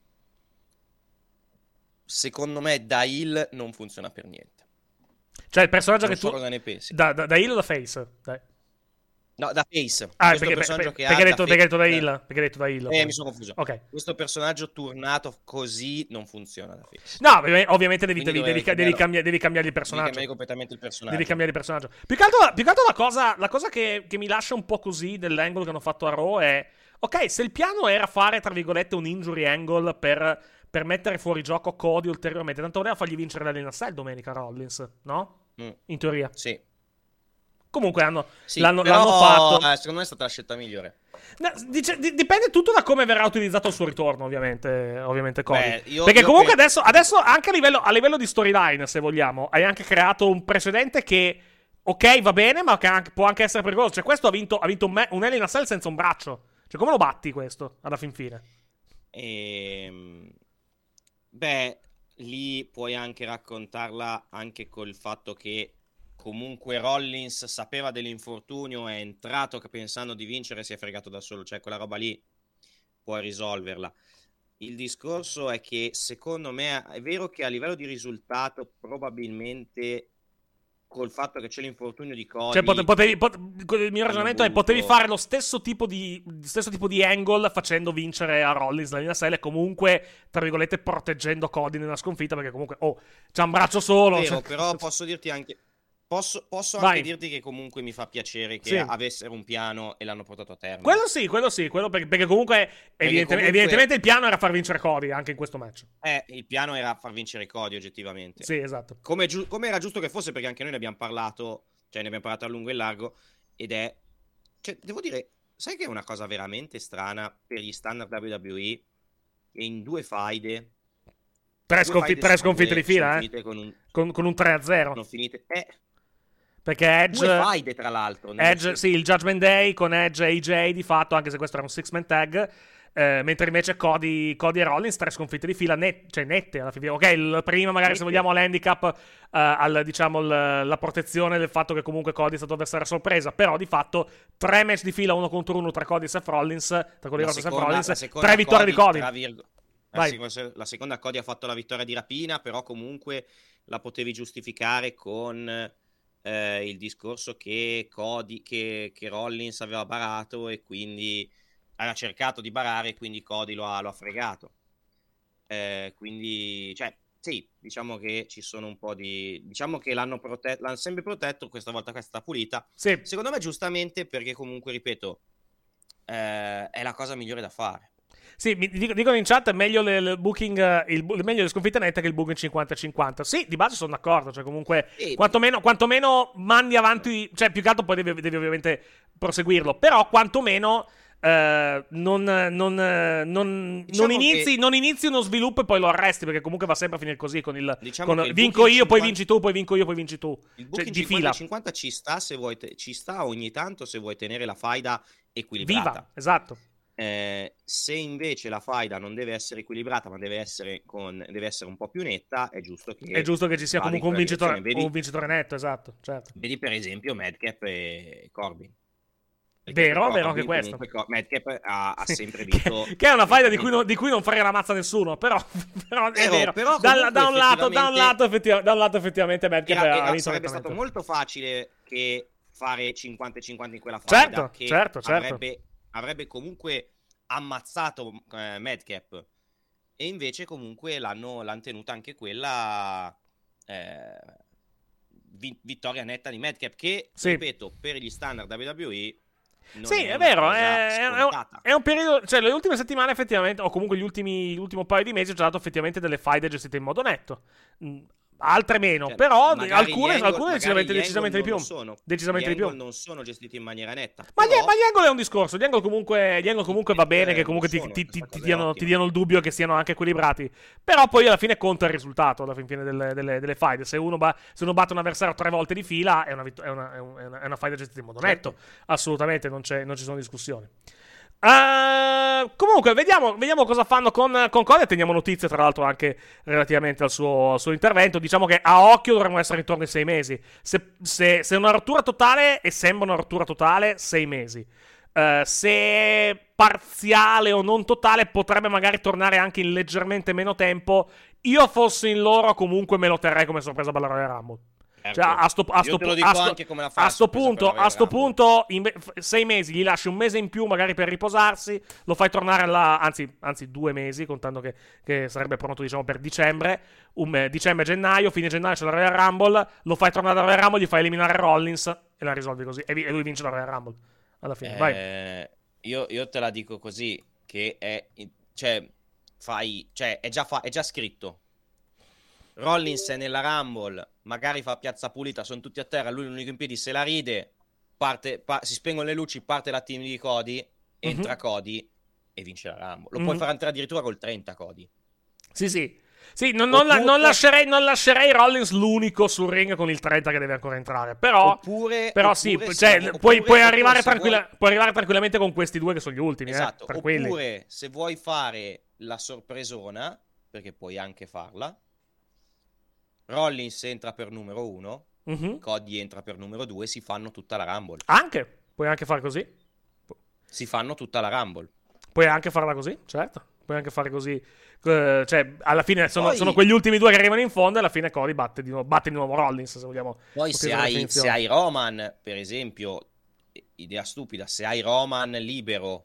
secondo me da heel non funziona per niente. Cioè il personaggio Non che so tu cosa ne pensi. da, da, da heel o da face? Dai. No, da face. Ah, Questo perché, personaggio perché, che perché ha hai detto, da perché hai detto da face- heel? Perché hai detto da heel? Eh, poi. mi sono confuso. Ok. Questo personaggio turnato così non funziona da face. No, ovvi- ovviamente devi, Quindi devi, devi, dovevi devi, cambiarlo. cambiare, devi cambiare il Devi personaggio. cambiare completamente il personaggio. Devi cambiare il personaggio. Più che altro, più che altro la cosa, la cosa che, che mi lascia un po' così dell'angle che hanno fatto a Raw è... Ok, se il piano era fare, tra virgolette, un injury angle per, per mettere fuori gioco Cody ulteriormente, tanto voleva fargli vincere la Hell in a Cell domenica Rollins, no? Mm, In teoria. sì. Comunque hanno, Sì, l'hanno, però, l'hanno fatto. eh, secondo me è stata la scelta migliore. No, dice- di- dipende tutto da come verrà utilizzato il suo ritorno, ovviamente, ovviamente Cody. Beh, io- Perché io comunque pe- adesso, adesso anche a livello, a livello di storyline, se vogliamo, hai anche creato un precedente che, ok, va bene, ma che anche- può anche essere pericoloso. Cioè, questo ha vinto, ha vinto un, me- un Hell in a Cell senza un braccio. Cioè, come lo batti questo, alla fin fine? Ehm, Beh, lì puoi anche raccontarla anche col fatto che comunque Rollins sapeva dell'infortunio, è entrato che pensando di vincere e si è fregato da solo, cioè quella roba lì puoi risolverla. Il discorso è che secondo me è vero che a livello di risultato probabilmente col fatto che c'è l'infortunio di Cody, Cioè, pote- potevi, pot- il mio ragionamento è voluto- potevi fare lo stesso tipo di stesso tipo di angle facendo vincere a Rollins la Hell in a Cell e comunque, tra virgolette, proteggendo Cody nella sconfitta, perché comunque, oh, c'ha un braccio solo. vero, cioè- però posso dirti anche posso, posso Vai. anche dirti che comunque mi fa piacere che Sì. avessero un piano e l'hanno portato a termine. Quello sì, quello sì, quello perché, perché comunque, evidente- comunque- evidentemente il piano era far vincere Cody anche in questo match. Eh, il piano era far vincere Cody oggettivamente. Sì, esatto. Come, giu- come era giusto che fosse, perché anche noi ne abbiamo parlato, cioè ne abbiamo parlato a lungo e largo, ed è, cioè, devo dire, sai che è una cosa veramente strana per gli standard W W E, che in due faide, Tre, due sconfi- faide tre sono sconfitte di finite- fila, sono eh. finite con un, Con, con un tre a zero. sono finite, eh, Perché Edge... due faide tra l'altro. nello Edge, stesso- sì, il Judgment Day con Edge e A J di fatto, anche se questo era un six-man tag. Eh, mentre invece Cody, Cody e Rollins tre sconfitte di fila net, cioè nette alla fine. Ok, il prima magari se vogliamo l'handicap uh, al, diciamo l, la protezione del fatto che comunque Cody è stato avversario a sorpresa, però di fatto tre match di fila uno contro uno tra Cody e Seth Rollins, tra Cody Rhodes e Seth Rollins, tre vittorie di Cody. Virgo- la, seconda, la seconda Cody ha fatto la vittoria di rapina, però comunque la potevi giustificare con eh, il discorso che Cody che, che Rollins aveva barato e quindi aveva cercato di barare e quindi Cody lo ha, lo ha fregato. Eh, quindi, cioè, sì, diciamo che ci sono un po' di... Diciamo che l'hanno, protet- l'hanno sempre protetto, questa volta questa è stata pulita. Sì. Secondo me giustamente, perché comunque, ripeto, eh, è la cosa migliore da fare. Sì, mi dico, dicono in chat meglio le, le booking, il, meglio le sconfitte nette che il booking cinquanta cinquanta. Sì, di base sono d'accordo, cioè comunque sì. quantomeno, quantomeno mandi avanti, cioè più che altro poi devi, devi ovviamente proseguirlo, però quantomeno Uh, non, non, non, diciamo non, inizi, che... non inizi uno sviluppo e poi lo arresti, perché comunque va sempre a finire così con il, diciamo con il vinco io cinquanta... poi vinci tu, poi vinco io poi vinci tu, il cioè, di cinquanta fila cinquanta ci sta se vuoi te... ci sta ogni tanto se vuoi tenere la faida equilibrata. Viva, esatto. Eh, se invece la faida non deve essere equilibrata ma deve essere, con... deve essere un po' più netta, è giusto che, è giusto che ci sia comunque un vincitore, vedi... un vincitore netto, esatto, certo. Vedi per esempio Madcap e Corbin. Vero, vero anche questo. Madcap ha, ha sempre vinto. Che, che è una faida di cui, non, di cui non frega la mazza nessuno. Però, però è però, vero. Però da, da, un lato, da, un lato, effettivamente, da un lato, effettivamente, Madcap era, ha era, vinto. Sarebbe stato molto facile che fare cinquanta cinquanta in quella faida. Certo, che certo, certo. Avrebbe, avrebbe comunque ammazzato eh, Madcap. E invece, comunque, l'hanno, l'hanno tenuta anche quella. Eh, vi, vittoria netta di Madcap. Che, sì. ripeto, per gli standard W W E. Non sì, è, è vero, è, è, un, è un periodo, cioè le ultime settimane effettivamente, o comunque gli ultimi, l'ultimo paio di mesi, ho già dato effettivamente delle faide gestite in modo netto. Altre meno, cioè, però alcune, angle, alcune decisamente, decisamente di più. Sono. Decisamente gli di più. non sono gestiti in maniera netta. Ma, però... gli, ma gli angle è un discorso. Gli angle comunque, gli angle comunque va bene, che comunque ti, sono, ti, ti, ti, diano, ti diano il dubbio che siano anche equilibrati. Però poi alla fine conta il risultato, alla fine delle, delle, delle faide. Se uno, ba, se uno batte un avversario tre volte di fila, è una, è una, è una, è una faida gestita in modo certo. netto. Assolutamente, non, c'è, non ci sono discussioni. Uh, comunque vediamo, vediamo cosa fanno con, con Cody. Teniamo notizie tra l'altro anche relativamente al suo, al suo intervento. Diciamo che a occhio dovremmo essere intorno ai sei mesi. Se, se, se è una rottura totale, e sembra una rottura totale, sei mesi. Uh, se parziale o non totale, potrebbe magari tornare anche in leggermente meno tempo. Io fossi in loro, comunque me lo terrei come sorpresa per la Royal Rumble. Cioè, a sto, a sto, a sto, a sto punto, a sto punto in sei mesi gli lasci un mese in più magari per riposarsi, lo fai tornare alla, anzi, anzi due mesi, contando che, che sarebbe pronto diciamo per dicembre, un, dicembre, gennaio, fine gennaio c'è la Royal Rumble, lo fai tornare alla Royal Rumble, gli fai eliminare Rollins e la risolvi così, e, e lui vince la Royal Rumble alla fine. Eh, vai. Io, io te la dico così, che è, cioè, fai, cioè, è già, fa, è già scritto. Rollins è nella Rumble, magari fa piazza pulita, sono tutti a terra, lui l'unico in piedi, se la ride, parte, pa- si spengono le luci, parte la team di Cody, entra mm-hmm. Cody e vince la Rumble. Lo mm-hmm. puoi far entrare addirittura col trenta Cody. Sì, sì. Sì, non, non, oppure, non, lascerei, non lascerei Rollins l'unico sul ring con il trenta che deve ancora entrare. Però, oppure, però oppure, sì, cioè, oppure, puoi, oppure, puoi, arrivare tranquilla, vuoi... puoi arrivare tranquillamente con questi due che sono gli ultimi. Esatto, eh, tranquilli. Oppure se vuoi fare la sorpresona, perché puoi anche farla, Rollins entra per numero uno, mm-hmm. Cody entra per numero due, si fanno tutta la Rumble. Anche, puoi anche fare così. Si fanno tutta la Rumble. Puoi anche farla così, certo. Puoi anche fare così. Uh, cioè, alla fine sono, poi, sono quegli ultimi due che arrivano in fondo e alla fine Cody batte di nuovo, batte di nuovo Rollins, se vogliamo. Poi se hai, se hai Roman, per esempio, idea stupida, se hai Roman libero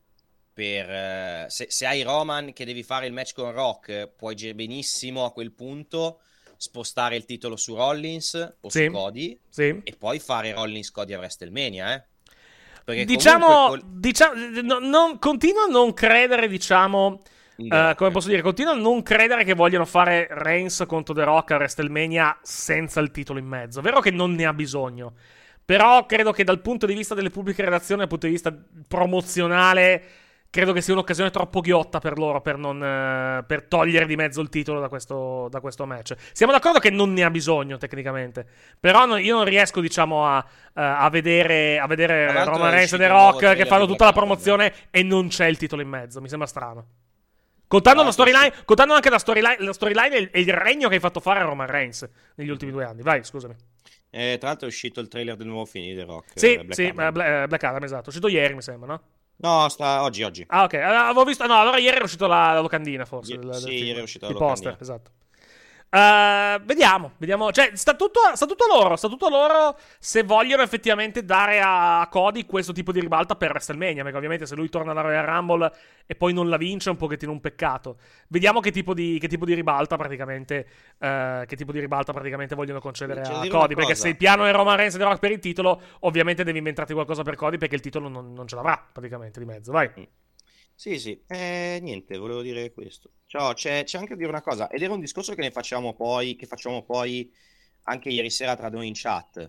per... Se, se hai Roman che devi fare il match con Rock, puoi benissimo a quel punto spostare il titolo su Rollins o sì, su Cody sì. e poi fare Rollins-Cody a WrestleMania, eh? Perché diciamo, col... diciamo no, non, continuo a non credere, diciamo, uh, come posso dire, continuo a non credere che vogliano fare Reigns contro The Rock a WrestleMania senza il titolo in mezzo. Vero che non ne ha bisogno, però credo che dal punto di vista delle pubbliche relazioni, dal punto di vista promozionale, credo che sia un'occasione troppo ghiotta per loro per, non, eh, per togliere di mezzo il titolo da questo, da questo match. Siamo d'accordo che non ne ha bisogno tecnicamente, però no, io non riesco, diciamo, a, a vedere, a vedere Roman Reigns e The Rock che fanno tutta la promozione e non c'è il titolo in mezzo. Mi sembra strano. Contando, la storyline, contando anche la storyline, la storyline e il regno che hai fatto fare a Roman Reigns negli ultimi due anni. Vai, scusami. Eh, tra l'altro è uscito il trailer del nuovo film di The Rock. Sì, Black sì, Adam. Black, Black Adam, esatto. È uscito ieri, mi sembra, no? No, sta oggi, oggi. Ah, ok. Avevo visto. No, allora ieri era uscita la, la locandina, forse. Ye- del, sì, del ieri film. è uscita il la poster, locandina. esatto. Uh, vediamo, vediamo. Cioè, sta tutto, sta tutto a loro. Sta tutto a loro se vogliono effettivamente dare a Cody questo tipo di ribalta per WrestleMania. Perché ovviamente se lui torna alla Royal Rumble e poi non la vince è un pochettino un peccato. Vediamo che tipo di, che tipo di ribalta praticamente. Uh, che tipo di ribalta praticamente vogliono concedere C'è da a dire Cody. una Perché cosa. se il piano è Roman Reigns e The Rock per il titolo, ovviamente devi inventarti qualcosa per Cody. Perché il titolo non, non ce l'avrà praticamente di mezzo. Vai. Sì, sì, eh, niente, volevo dire questo. Ciao, c'è, c'è anche da dire una cosa, ed era un discorso che ne facevamo poi, che facciamo poi anche ieri sera tra noi in chat.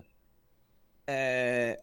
Eh,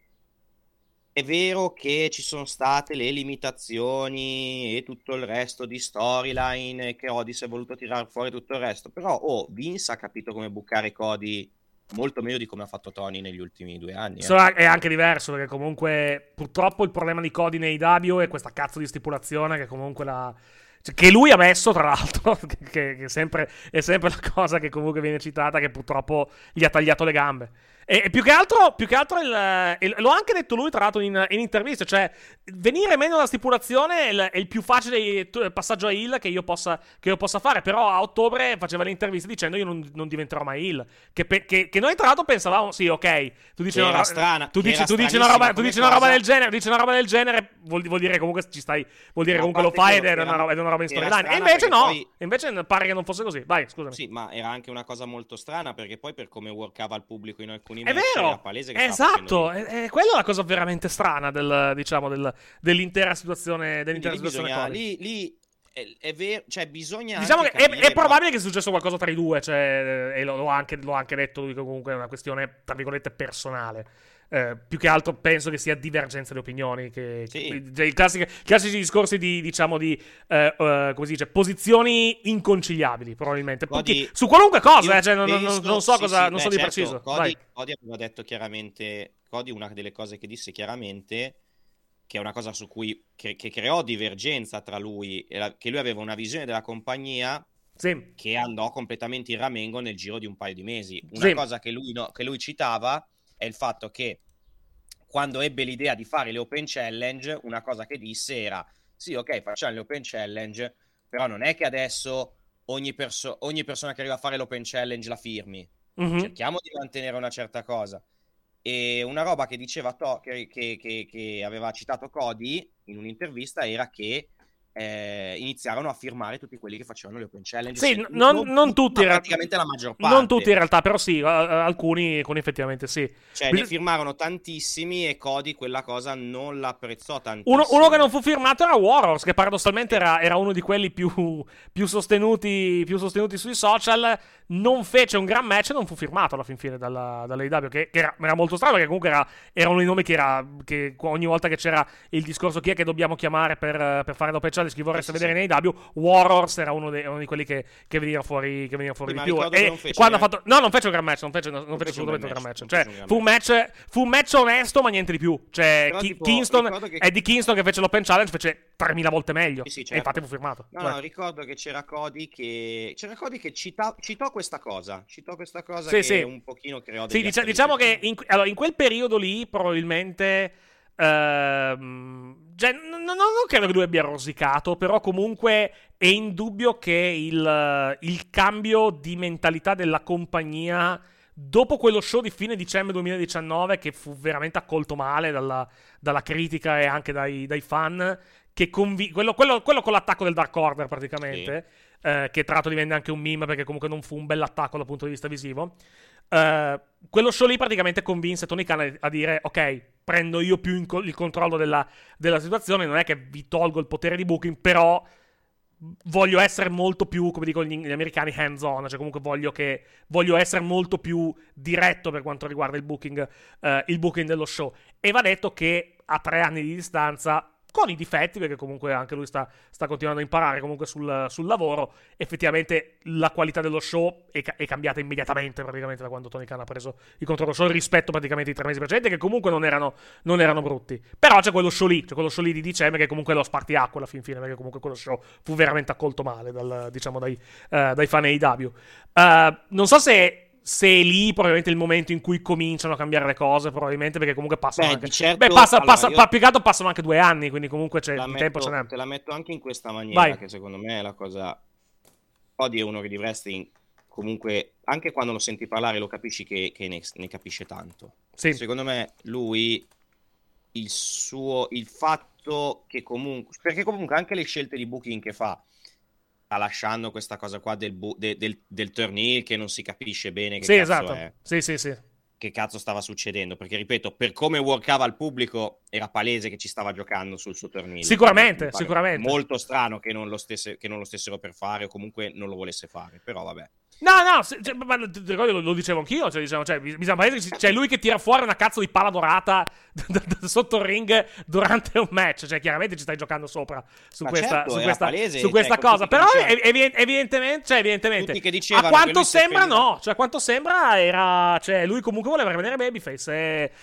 è vero che ci sono state le limitazioni e tutto il resto di storyline, e che Cody si è voluto tirare fuori tutto il resto, però oh, Vince ha capito come bucare Cody molto meglio di come ha fatto Tony negli ultimi due anni. Eh. Sarà- È anche diverso perché comunque purtroppo il problema di Cody nei W è questa cazzo di stipulazione che comunque la... cioè, che lui ha messo tra l'altro che, che- che sempre, è sempre la cosa che comunque viene citata, che purtroppo gli ha tagliato le gambe. E, e più che altro, più che altro il, il- l'ho anche detto lui tra l'altro in, in interviste, cioè venire meno alla stipulazione è il, è il più facile t- passaggio a heel che io possa, che io possa fare. Però a ottobre faceva le interviste dicendo io non, non diventerò mai heel, che, pe- che- che noi tra l'altro pensavamo sì, ok, tu dici Che una era ro- strana- tu che dici, era tu dici una stranissima roba, tu come dici una roba cosa. del genere, dici una roba del genere vuol, vuol dire comunque ci stai, vuol dire Ma a comunque lo parte fai ed quello è che una era- roba, ed è una roba in che era storyline. E strana invece perché no, poi- invece pare che non fosse così. Vai, scusami. Sì, ma era anche una cosa molto strana perché poi per come workava il pubblico in alcuni È match era vero, palese che stava esatto, facendo è, è quella la cosa veramente strana del, diciamo, del- dell'intera situazione, Quindi dell'intera lì situazione bisogna, Cody. lì, lì è, è vero, cioè bisogna Diciamo che anche è, capire, è probabile ma- che sia successo qualcosa tra i due, cioè, e lo, l'ho anche, l'ho anche detto lui, che comunque è una questione, tra virgolette, personale. Eh, più che altro penso che sia divergenza di opinioni, che, Sì. che- i classici, classici discorsi di, diciamo, di, eh, eh, come si dice, posizioni inconciliabili, probabilmente. Cody- Tutti- su qualunque cosa, Io eh, cioè, non, non- penso- non so sì, cosa, sì, non beh, so di certo, preciso. Cody, Vai. Cody aveva detto chiaramente, Cody una delle cose che disse chiaramente, che è una cosa su cui che, che creò divergenza tra lui e la- che lui aveva una visione della compagnia Sì. che andò completamente in ramengo nel giro di un paio di mesi. Una Sì. cosa che lui, no- che lui citava è il fatto che quando ebbe l'idea di fare le Open Challenge, una cosa che disse era sì, ok, facciamo le Open Challenge, però non è che adesso ogni, perso- ogni persona che arriva a fare l'Open Challenge la firmi. Mhm. Cerchiamo di mantenere una certa cosa. E una roba che diceva To- che, che- che- che aveva citato Cody in un'intervista era che eh, iniziarono a firmare tutti quelli che facevano le Open Challenge. Sì, Se- non, non tutti, ma in realtà- praticamente la maggior parte. non tutti in realtà, però sì, a- a- alcuni, alcuni effettivamente sì. Cioè, Bis- ne firmarono tantissimi e Cody quella cosa non l'apprezzò tantissimo. Uno, uno che non fu firmato era Warhorse, che paradossalmente era, era uno di quelli più, più, sostenuti, più sostenuti sui social. Non fece un gran match e non fu firmato alla fin fine dalla, dall'A E W, che, che era, era molto strano, perché comunque era, era uno dei nomi che, era, che ogni volta che c'era il discorso chi è che dobbiamo chiamare per, per fare l'Open Challenge, chi vorreste Sì, sì, vedere in A E W, Warhorse era uno, dei, uno di quelli che, che veniva fuori, che veniva fuori Sì, di ma più. ricordo che E non fece quando ha neanche- fatto... No, non fece un gran match, non fece, non, non fece fece un assolutamente un gran gran match. match, Cioè, non fece un fu un match, fu un match onesto, ma niente di più. Cioè, Però, Ki- tipo, Kingston, ricordo che- Eddie Kingston che fece l'Open Challenge fece tremila volte meglio. Sì, sì, E certo. infatti fu firmato. No, Vai. no, ricordo che c'era Cody che c'era Cody che cita- citò questa cosa, citò questa cosa Sì, che sì. un pochino creò Sì, degli dicia- attriti. diciamo che in, allora, in quel periodo lì probabilmente ehm, cioè, n- n- non credo che lui abbia rosicato, però comunque è indubbio che il, il cambio di mentalità della compagnia dopo quello show di fine dicembre duemiladiciannove, che fu veramente accolto male dalla, dalla critica e anche dai, dai fan, che convi- quello, quello- quello con l'attacco del Dark Order praticamente, eh, che tra l'altro divenne anche un meme perché comunque non fu un bell'attacco dal punto di vista visivo. Eh, quello show lì praticamente convinse Tony Khan a, a dire ok, prendo io più in co- il controllo della, della situazione, non è che vi tolgo il potere di booking, però voglio essere molto più, come dicono gli, gli americani, hands on, cioè comunque voglio che voglio essere molto più diretto per quanto riguarda il booking, eh, il booking dello show. E va detto che a tre anni di distanza con i difetti, perché comunque anche lui sta, sta continuando a imparare comunque sul, sul lavoro. Effettivamente la qualità dello show è, è cambiata immediatamente praticamente da quando Tony Khan ha preso il controllo show rispetto praticamente ai tre mesi precedenti, che comunque non erano, non erano brutti. Però c'è quello show lì, c'è quello show lì di dicembre che comunque è lo spartiacque alla fin fine, perché comunque quello show fu veramente accolto male dal, diciamo dai, uh, dai fan A E W. Uh, non so se se è lì probabilmente il momento in cui cominciano a cambiare le cose, probabilmente, perché comunque passano Beh, anche certo, beh passa, allora, passa, io... più che altro passano anche due anni, quindi comunque c'è il metto, tempo ce n'è. te la metto anche in questa maniera. Vai. Che secondo me è la cosa. Cody è uno che di wrestling comunque anche quando lo senti parlare lo capisci che, che ne, ne capisce tanto. Sì. Secondo me lui il suo il fatto che comunque, perché comunque anche le scelte di booking che fa, lasciando questa cosa qua del, bu- de- del, del turn heel che non si capisce bene che sì, cazzo esatto. è. Sì, sì, sì. Che cazzo stava succedendo, perché ripeto, per come workava il pubblico era palese che ci stava giocando sul suo turn heel. Sicuramente, sicuramente. Molto strano che non, lo stesse, che non lo stessero per fare o comunque non lo volesse fare, però vabbè. No, no, se, cioè, ma, lo, lo dicevo anch'io, cioè, diciamo, cioè, bisogna che c'è lui che tira fuori una cazzo di palla dorata sotto il ring durante un match, cioè chiaramente ci stai giocando sopra su ma questa, certo, su questa, palese, su questa cioè, cosa, però dicevano, evi- evidentemente, cioè, evidentemente a quanto sembra no, cioè a quanto sembra era, cioè lui comunque voleva rimanere babyface e...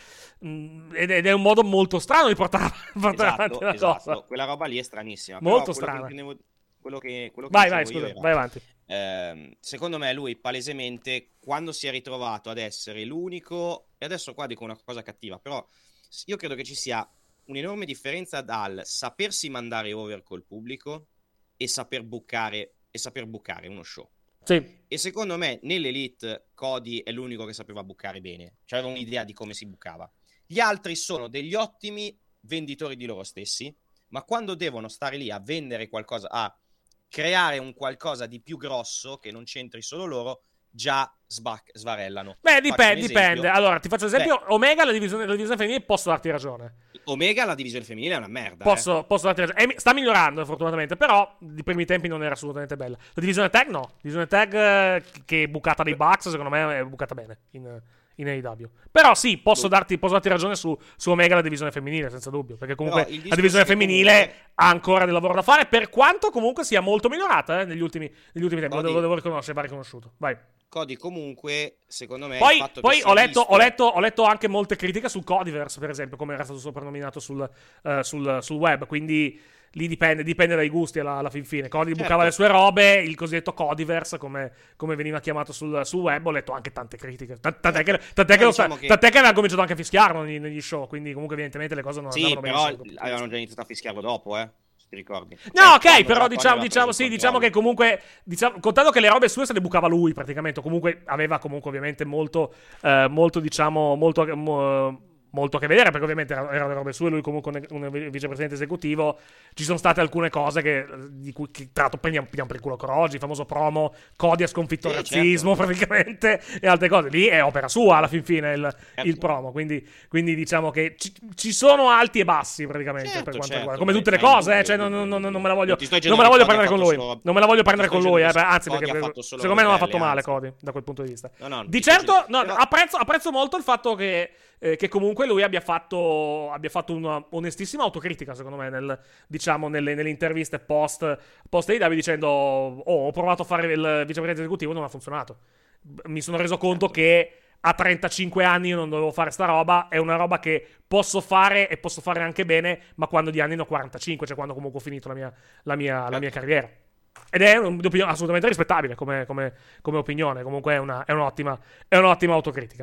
ed è un modo molto strano di portare, portare esatto, avanti la esatto. cosa. Quella roba lì è stranissima. Molto però quello strana. Che intendevo, quello che, quello che vai, vai, dicevo scusa, io era, vai avanti. Ehm, secondo me lui palesemente quando si è ritrovato ad essere l'unico, e adesso qua dico una cosa cattiva, però io credo che ci sia un'enorme differenza dal sapersi mandare over col pubblico e saper buccare e saper buccare uno show. Sì. E secondo me nell'Elite Cody è l'unico che sapeva buccare bene, cioè aveva un'idea di come si buccava. Gli altri sono degli ottimi venditori di loro stessi, ma quando devono stare lì a vendere qualcosa, a creare un qualcosa di più grosso che non c'entri solo loro, già sbac- svarellano. Beh, dipende, dipende. Allora, ti faccio l'esempio, Beh, Omega, la divisione, la divisione femminile, posso darti ragione. Omega, la divisione femminile è una merda. Posso, eh. posso darti ragione. Sta migliorando, fortunatamente, però di primi tempi non era assolutamente bella. La divisione tag no. La divisione tag che è bucata dai Bucks, secondo me è bucata bene in, in A E W. Però sì, posso darti, posso darti ragione su, su Omega, la divisione femminile, senza dubbio. Perché comunque la divisione femminile comunque... ha ancora del lavoro da fare, per quanto comunque sia molto migliorata eh, negli, ultimi, negli ultimi tempi. Lo devo, lo devo riconoscere, va riconosciuto. Vai. Cody comunque, secondo me... Poi, il fatto poi che ho, letto, visto... ho, letto, ho letto anche molte critiche sul Codyverse, per esempio, come era stato soprannominato sul, uh, sul, sul web, quindi lì dipende, dipende dai gusti alla, alla fin fine. Cody certo. bucava le sue robe, il cosiddetto Codyverse, come, come veniva chiamato sul, sul web, ho letto anche tante critiche. Tant'è che, tant'è che, diciamo sta, che... tant'è che aveva cominciato anche a fischiarlo negli, negli show, quindi comunque evidentemente le cose non sì, andavano bene. Sì, però avevano già iniziato a fischiarlo dopo, eh. Ti ricordi? No, cioè, ok, però diciamo, diciamo, sì, diciamo che comunque, diciamo, contando che le robe sue se le bucava lui praticamente, comunque aveva comunque ovviamente molto, eh, molto diciamo, molto, mo, molto a che vedere, perché ovviamente erano era le robe sue, lui comunque un, un vicepresidente esecutivo. Ci sono state alcune cose che, di cui che, tra l'altro prendiamo, prendiamo per il culo Crogi, il famoso promo, Cody ha sconfitto il sì, razzismo certo. praticamente, e altre cose. Lì è opera sua alla fin fine il, certo. il promo, quindi, quindi diciamo che ci, ci sono alti e bassi praticamente certo, per quanto certo, riguarda, come tutte le cose, eh, cioè non, non, non, non me la voglio, non me la voglio prendere con lui, solo, non me la voglio prendere con lui, eh, anzi perché secondo me non ha fatto male Cody da quel punto di vista. No, no, di certo, no, però... apprezzo, apprezzo molto il fatto che Eh, che comunque lui abbia fatto abbia fatto una onestissima autocritica, secondo me, nel, diciamo nelle, nelle interviste post post A E W, dicendo oh, ho provato a fare il vicepresidente esecutivo, non ha funzionato, mi sono reso conto che a trentacinque anni io non dovevo fare sta roba, è una roba che posso fare e posso fare anche bene, ma quando di anni ne ho quarantacinque, cioè quando comunque ho finito la mia, la mia, la mia carriera. Ed è un'opinione assolutamente rispettabile come, come, come opinione, comunque è, una, è, un'ottima, è un'ottima autocritica.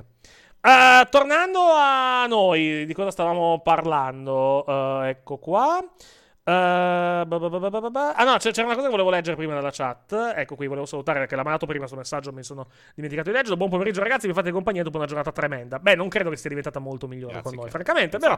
Uh, tornando a noi, di cosa stavamo parlando? Uh, ecco qua. Uh, bah bah bah bah bah. Ah no, c'era una cosa che volevo leggere prima dalla chat. Ecco qui, volevo salutare perché l'ha mandato prima sul messaggio, mi sono dimenticato di leggerlo. Buon pomeriggio ragazzi, mi fate compagnia dopo una giornata tremenda. Beh, non credo che sia diventata molto migliore Grazie con noi, francamente, però...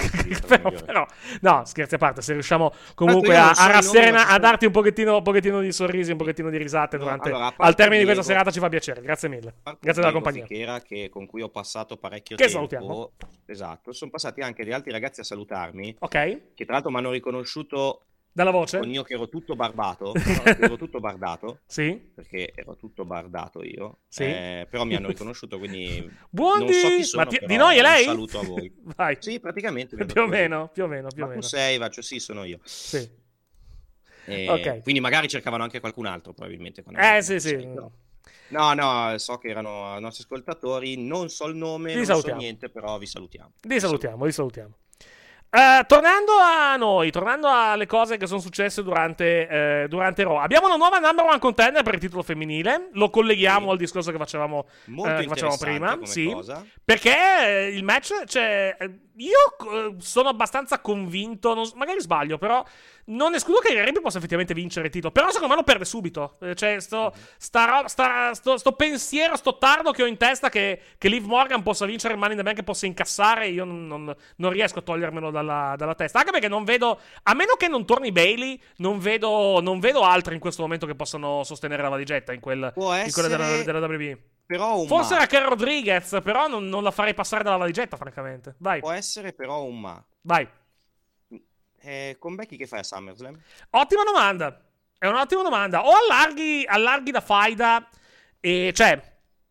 però, però no, scherzi a parte, se riusciamo comunque a, a rasserena, a darti un pochettino, un pochettino di sorrisi, un pochettino di risate no, durante allora, al termine Diego, di questa serata, ci fa piacere. Grazie mille. Grazie della compagnia. Fichera, che con cui ho passato parecchio che tempo. Salutiamo. Esatto, sono passati anche degli altri ragazzi a salutarmi. Ok. Che tra l'altro mi hanno riconosciuto Dalla voce? Con io che ero tutto barbato, no, ero tutto bardato. Sì. Perché ero tutto bardato io. Sì. Eh, però mi hanno riconosciuto, quindi Buondì! non so chi sono, Ma ti- però di noi è lei? un saluto a voi. Vai. Sì, praticamente. Più o meno, più o meno, più o Ma meno. tu sei, faccio sì, sono io. Sì. Eh, Ok. Quindi magari cercavano anche qualcun altro, probabilmente. quando Eh, hanno sì, detto sì. sei, però. No, no, so che erano i nostri ascoltatori, non so il nome, Vi non salutiamo. so niente, però vi salutiamo. Vi salutiamo, vi salutiamo. Eh, tornando a noi, tornando alle cose che sono successe durante, eh, durante Raw, abbiamo una nuova number one contender per il titolo femminile. Lo colleghiamo Sì. al discorso che facevamo, Molto eh, che facevamo interessante prima. come Sì, cosa. perché eh, il match, cioè, eh, io eh, sono abbastanza convinto, non s- magari sbaglio, però non escludo che Rhea Ripley possa effettivamente vincere il titolo. Però secondo me lo perde subito. Eh, Cioè, sto, sta ro- sta- sto, sto pensiero, sto tardo che ho in testa che, che Liv Morgan possa vincere il Money in the Bank e possa incassare, io non, non- non riesco a togliermelo dalla, dalla testa. Anche perché non vedo, a meno che non torni Bailey, non vedo, non vedo altri in questo momento che possano sostenere la valigetta in, quel, Può in quella della, essere, della W W E. Però un Forse ma. Raquel Rodriguez, però non, non la farei passare dalla valigetta, francamente. Vai, Può essere però un ma. vai. Eh, con Becky che fai a SummerSlam? Ottima domanda. È un'ottima domanda. O allarghi, allarghi la faida e, cioè,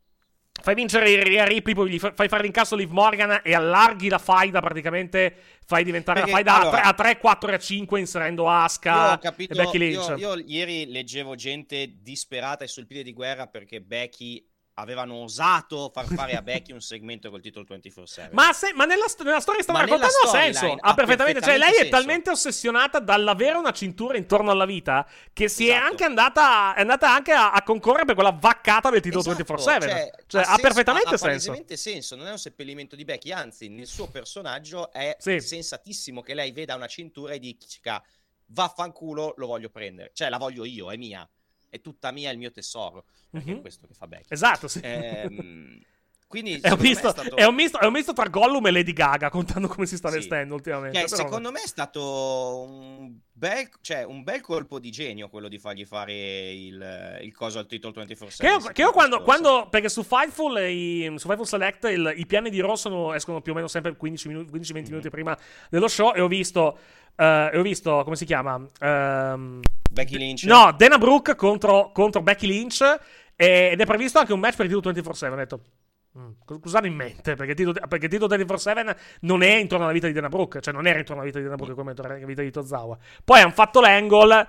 fai vincere Rhea Ripley, poi gli fa- fai fare l'incasso Liv Morgan e allarghi la faida, praticamente fai diventare Perché, la faida allora, a tre, quattro e a cinque inserendo Io Asuka ho capito, e Becky Lynch. io, io ieri leggevo gente disperata e sul piede di guerra perché Becky avevano osato far fare a Becky un segmento col titolo ventiquattro sette. Ma, se, ma nella, st- nella storia che stiamo Ma nella raccontando ha storyline senso. ha Ha perfettamente. Cioè, lei è perfettamente talmente ossessionata dall'avere una cintura intorno alla vita che si è Esatto. anche andata, è andata anche a, a concorrere per quella vaccata del titolo Esatto, ventiquattro sette. cioè, Cioè, ha, senso- perfettamente ha, ha senso. palesemente senso, non è un seppellimento di Becky, anzi, nel suo personaggio è Sì. sensatissimo che lei veda una cintura e dica vaffanculo, lo voglio prendere. Cioè, la voglio io, è mia. È tutta mia, è il mio tesoro. Perché Mhm. è questo che fa Becky. Esatto, sì. Ehm, quindi, È un, secondo me misto, è stato... è, un misto, è un misto tra Gollum e Lady Gaga, contando come si sta Sì. vestendo ultimamente. Cioè, però- secondo me è stato un bel, cioè, un bel colpo di genio quello di fargli fare il, il coso al titolo ventiquattro Che io, sette. che io quando, quando. Perché su Fightful, e i, su Fightful Select il- i piani di Raw sono- escono più o meno sempre quindici venti minuti prima dello show. E ho visto. eh, e ho visto. Come si chiama? Ehm, Becky Lynch. no, Dana Brooke contro, contro Becky Lynch. e- ed è previsto anche un match per il titolo ventiquattro sette. Ho detto. Mm, cosa cosa hanno in mente? Perché il titolo, perché il titolo ventiquattro sette non è intorno alla vita di Dana Brooke, cioè non era intorno alla vita di Dana Brooke come intorno alla vita di Tozawa. Poi hanno fatto l'angle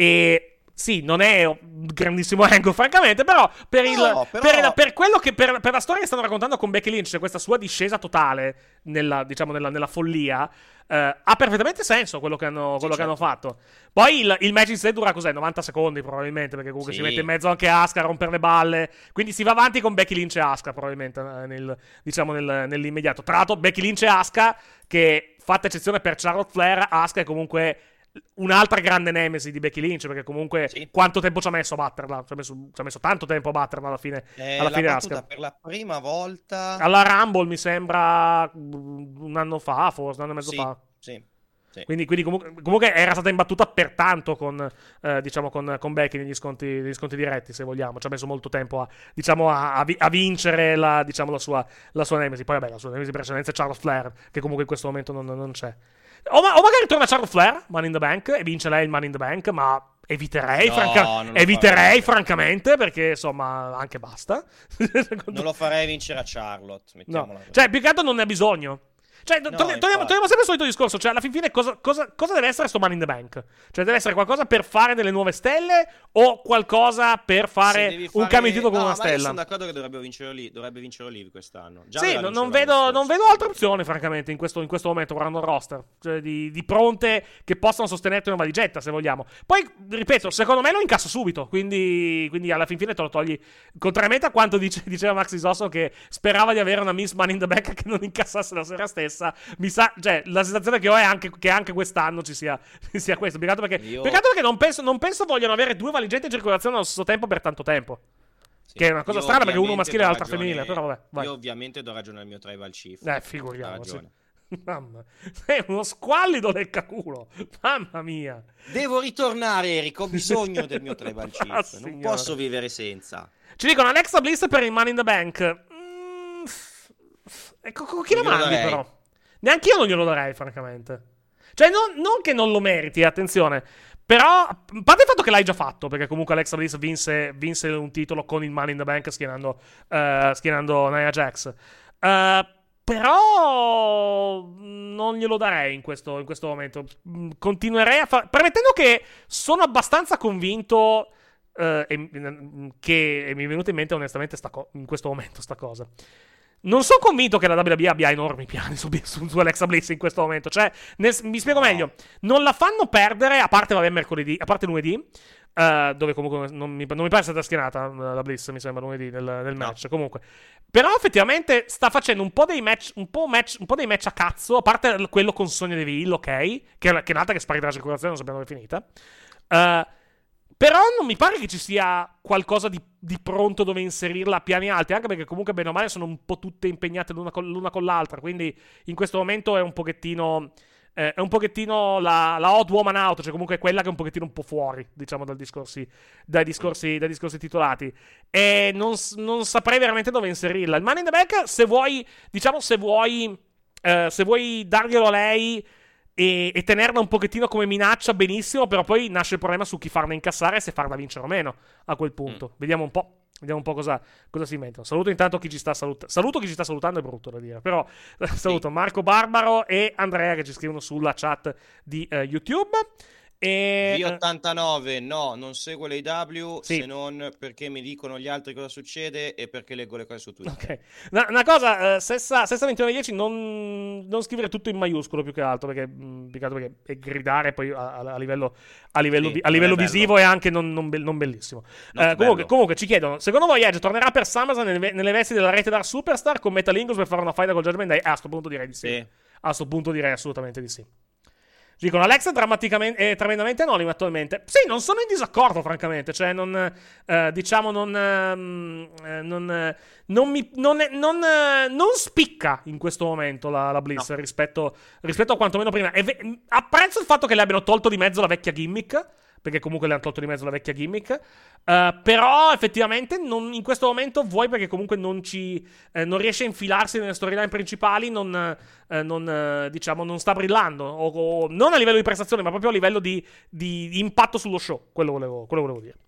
e sì, non è un grandissimo angle francamente, però per, il, No, però- per, il- per quello che per, per la storia che stanno raccontando con Becky Lynch, cioè questa sua discesa totale nella, diciamo, nella, nella follia, eh, ha perfettamente senso quello che hanno, quello Sì, che hanno certo. fatto. Poi il, il match in sé dura cos'è? novanta secondi probabilmente, perché comunque Sì. si mette in mezzo anche Asuka a rompere le balle, quindi si va avanti con Becky Lynch e Asuka probabilmente eh, nel, diciamo nel- nell'immediato. Tra l'altro Becky Lynch e Asuka, che fatta eccezione per Charlotte Flair, Asuka è comunque un'altra grande nemesi di Becky Lynch, perché comunque Sì. quanto tempo ci ha messo a batterla? Ci ha messo, ci ha messo tanto tempo a batterla alla fine, Eh, alla l'ha fine battuta Asuka. per la prima volta. Alla Rumble mi sembra mm, un anno fa, forse un anno e mezzo Sì, fa. sì, sì. Quindi, quindi comunque, comunque era stata imbattuta per tanto con, eh, diciamo con, con Becky negli sconti, negli sconti diretti, se vogliamo. Ci ha messo molto tempo a, diciamo, a, a vi- a vincere la, diciamo, la sua, la sua nemesi. Poi vabbè, la sua nemesi precedente è Charlotte Flair, che comunque in questo momento non, non c'è. O, ma- o magari torna Charlotte Flair, Money in the Bank, e vince lei il Money in the Bank, ma eviterei, No, franca- non lo eviterei farei. francamente, perché insomma anche basta. Non lo farei vincere a Charlotte. No, Mettiamola così. cioè più che altro non ne ha bisogno. Cioè, No, torni- torniamo, infatti. torniamo sempre al solito discorso. Cioè, alla fin fine, cosa, cosa, cosa deve essere sto Money in the Bank? Cioè, deve essere qualcosa per fare delle nuove stelle o qualcosa per Se fare devi un fare- cambio di titolo con No, una ma io stella? sono d'accordo che dovrebbe vincere lì, dovrebbe vincere lì quest'anno. Già Sì, aveva non, vinto non l'anno vedo, scorso. non vedo altre opzioni, francamente, in questo, in questo momento, guardando il roster. Cioè, di, di pronte che possano sostenerti una valigetta, se vogliamo. Poi, ripeto, secondo me lo incassa subito. Quindi, quindi alla fin fine te lo togli. Contrariamente a quanto dice- diceva Max Isosso, che sperava di avere una Miss Money in the Bank che non incassasse la sera stessa. Mi sa, cioè, la sensazione che ho è anche, che anche quest'anno ci sia, ci sia questo. Peccato perché, Io- peccato perché non penso, non penso vogliano avere due valigette in circolazione allo stesso tempo per tanto tempo. Sì. Che è una cosa Io strana perché uno ovviamente maschile e do l'altra ragione- femminile. Però vabbè, vai. Io ovviamente do ragione al mio tribal chief. Eh, Ha figuriamoci. ragione. Mamma, sei uno squallido leccaculo. Mamma mia. Devo ritornare, Eric. Ho bisogno del mio tribal chief. Ah, Non signore. posso vivere senza. Ci dicono Alexa Bliss per il Money in the Bank. Mm, ecco, con chi la Non glielo mandi darei. però? Neanche io non glielo darei, francamente. Cioè, non, non che non lo meriti, attenzione. Però, a parte il fatto che l'hai già fatto, perché comunque Alexa Bliss vinse, vinse un titolo con il Money in the Bank schienando, uh, schienando Nia Jax. Uh, però non glielo darei in questo, in questo momento. Continuerei a fare... Premettendo che sono abbastanza convinto uh, e, che e mi è venuta in mente onestamente sta co- in questo momento sta cosa. Non sono convinto che la W W E abbia enormi piani su, su, su Alexa Bliss in questo momento. Cioè, nel, mi spiego meglio. Non la fanno perdere, a parte vabbè, mercoledì, a parte lunedì, uh, dove comunque non mi, non mi pare stata schienata la Bliss, mi sembra lunedì nel, nel match. No. Comunque, però effettivamente sta facendo un po' dei match, un po' match, un po' dei match a cazzo, a parte quello con Sonya Deville, ok, che, che è un'altra che sparita dalla circolazione, non sappiamo dove è finita. Uh, Però non mi pare che ci sia qualcosa di, di pronto dove inserirla a piani alti, anche perché comunque bene o male sono un po' tutte impegnate l'una con, l'una con l'altra, quindi in questo momento è un pochettino eh, è un pochettino la, la odd woman out, cioè comunque quella che è un pochettino un po' fuori, diciamo, dal discorsi, dai, discorsi, dai discorsi titolati, e non, non saprei veramente dove inserirla. Il Money in the Bank, se vuoi, diciamo, se vuoi eh, se vuoi darglielo a lei E, e tenerla un pochettino come minaccia, benissimo, però poi nasce il problema su chi farla incassare e se farla vincere o meno a quel punto. Mm. Vediamo un po', vediamo un po' cosa, cosa si inventano. Saluto intanto chi ci sta salutando. Saluto chi ci sta salutando, è brutto da dire, però saluto sì. Marco Barbaro e Andrea che ci scrivono sulla chat di uh, YouTube. E... V ottantanove, no, non seguo l'A E W sì. se non perché mi dicono gli altri cosa succede e perché leggo le cose su Twitter. Ok, una, una cosa, uh, Sessa, Sessa ventuno dieci, non, non scrivere tutto in maiuscolo più che altro, perché, mh, più che altro perché è gridare poi a, a, a livello, a livello, sì, vi, a livello visivo è anche non, non, be- non bellissimo. Non uh, comunque, comunque ci chiedono, secondo voi Edge tornerà per SummerSlam nelle, nelle vesti della Rete Dark Superstar con Metalingus per fare una fight col Judgment Day? Eh, a sto punto direi di sì. sì. A sto punto direi assolutamente di sì. Dicono Alexa è drammaticamente è tremendamente anonimo attualmente. Sì, non sono in disaccordo, francamente. Cioè, non eh, diciamo, non, eh, non, eh, non mi non, non, eh, non spicca in questo momento la, la Bliss no. rispetto, rispetto a quantomeno prima. E ve- apprezzo il fatto che le abbiano tolto di mezzo la vecchia gimmick, perché comunque le hanno tolto di mezzo la vecchia gimmick. Uh, però effettivamente non, in questo momento vuoi perché comunque non ci eh, non riesce a infilarsi nelle storyline principali, non, eh, non eh, diciamo non sta brillando o, o non a livello di prestazione ma proprio a livello di, di, di impatto sullo show. Quello volevo, quello volevo dire.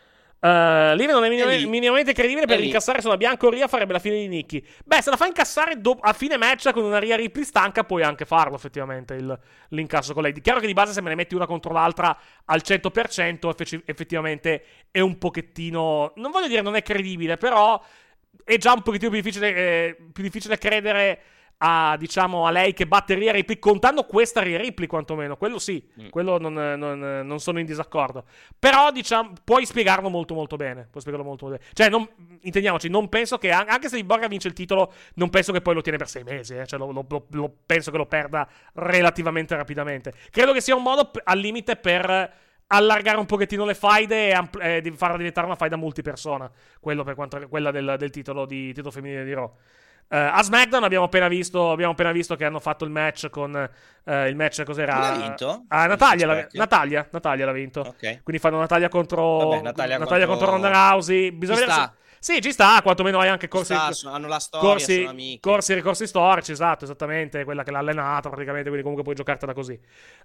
Uh, Live non è minim- minimamente credibile per incassare sulla Bianca o Rhea farebbe la fine di Nikki. Beh, se la fa incassare do- a fine match con una Rhea Ripley stanca puoi anche farlo effettivamente il, l'incasso con lei. Chiaro che di base se me ne metti una contro l'altra al cento per cento effe- effettivamente è un pochettino, non voglio dire non è credibile, però è già un pochettino più difficile, eh, più difficile credere a, diciamo, a lei che batte Rhea Ripley, contando questa Rhea Ripley quantomeno, quello sì, mm. quello non, non, non sono in disaccordo, però diciamo puoi spiegarlo molto molto bene, puoi spiegarlo molto, molto bene. Cioè non, intendiamoci, non penso che anche se Borga vince il titolo non penso che poi lo tiene per sei mesi, eh. Cioè lo, lo, lo, penso che lo perda relativamente rapidamente. Credo che sia un modo p- al limite per allargare un pochettino le faide e ampl- eh, farla diventare una faida multipersona, quello per quanto quella del, del titolo di titolo femminile di Raw. Uh, a SmackDown abbiamo appena visto abbiamo appena visto che hanno fatto il match con uh, il match cos'era? Chi l'ha vinto? Ah, Natalia, la, Natalia, Natalia l'ha vinto. Okay. Quindi fanno Natalia contro Vabbè, Natalia, Natalia contro... contro Ronda Rousey. Bisogna vedere se... Sì, ci sta, quantomeno hai anche corsi, sta, hanno la storia, corsi, sono amiche. corsi ricorsi storici, esatto, esattamente, quella che l'ha allenato praticamente, quindi comunque puoi giocartela così.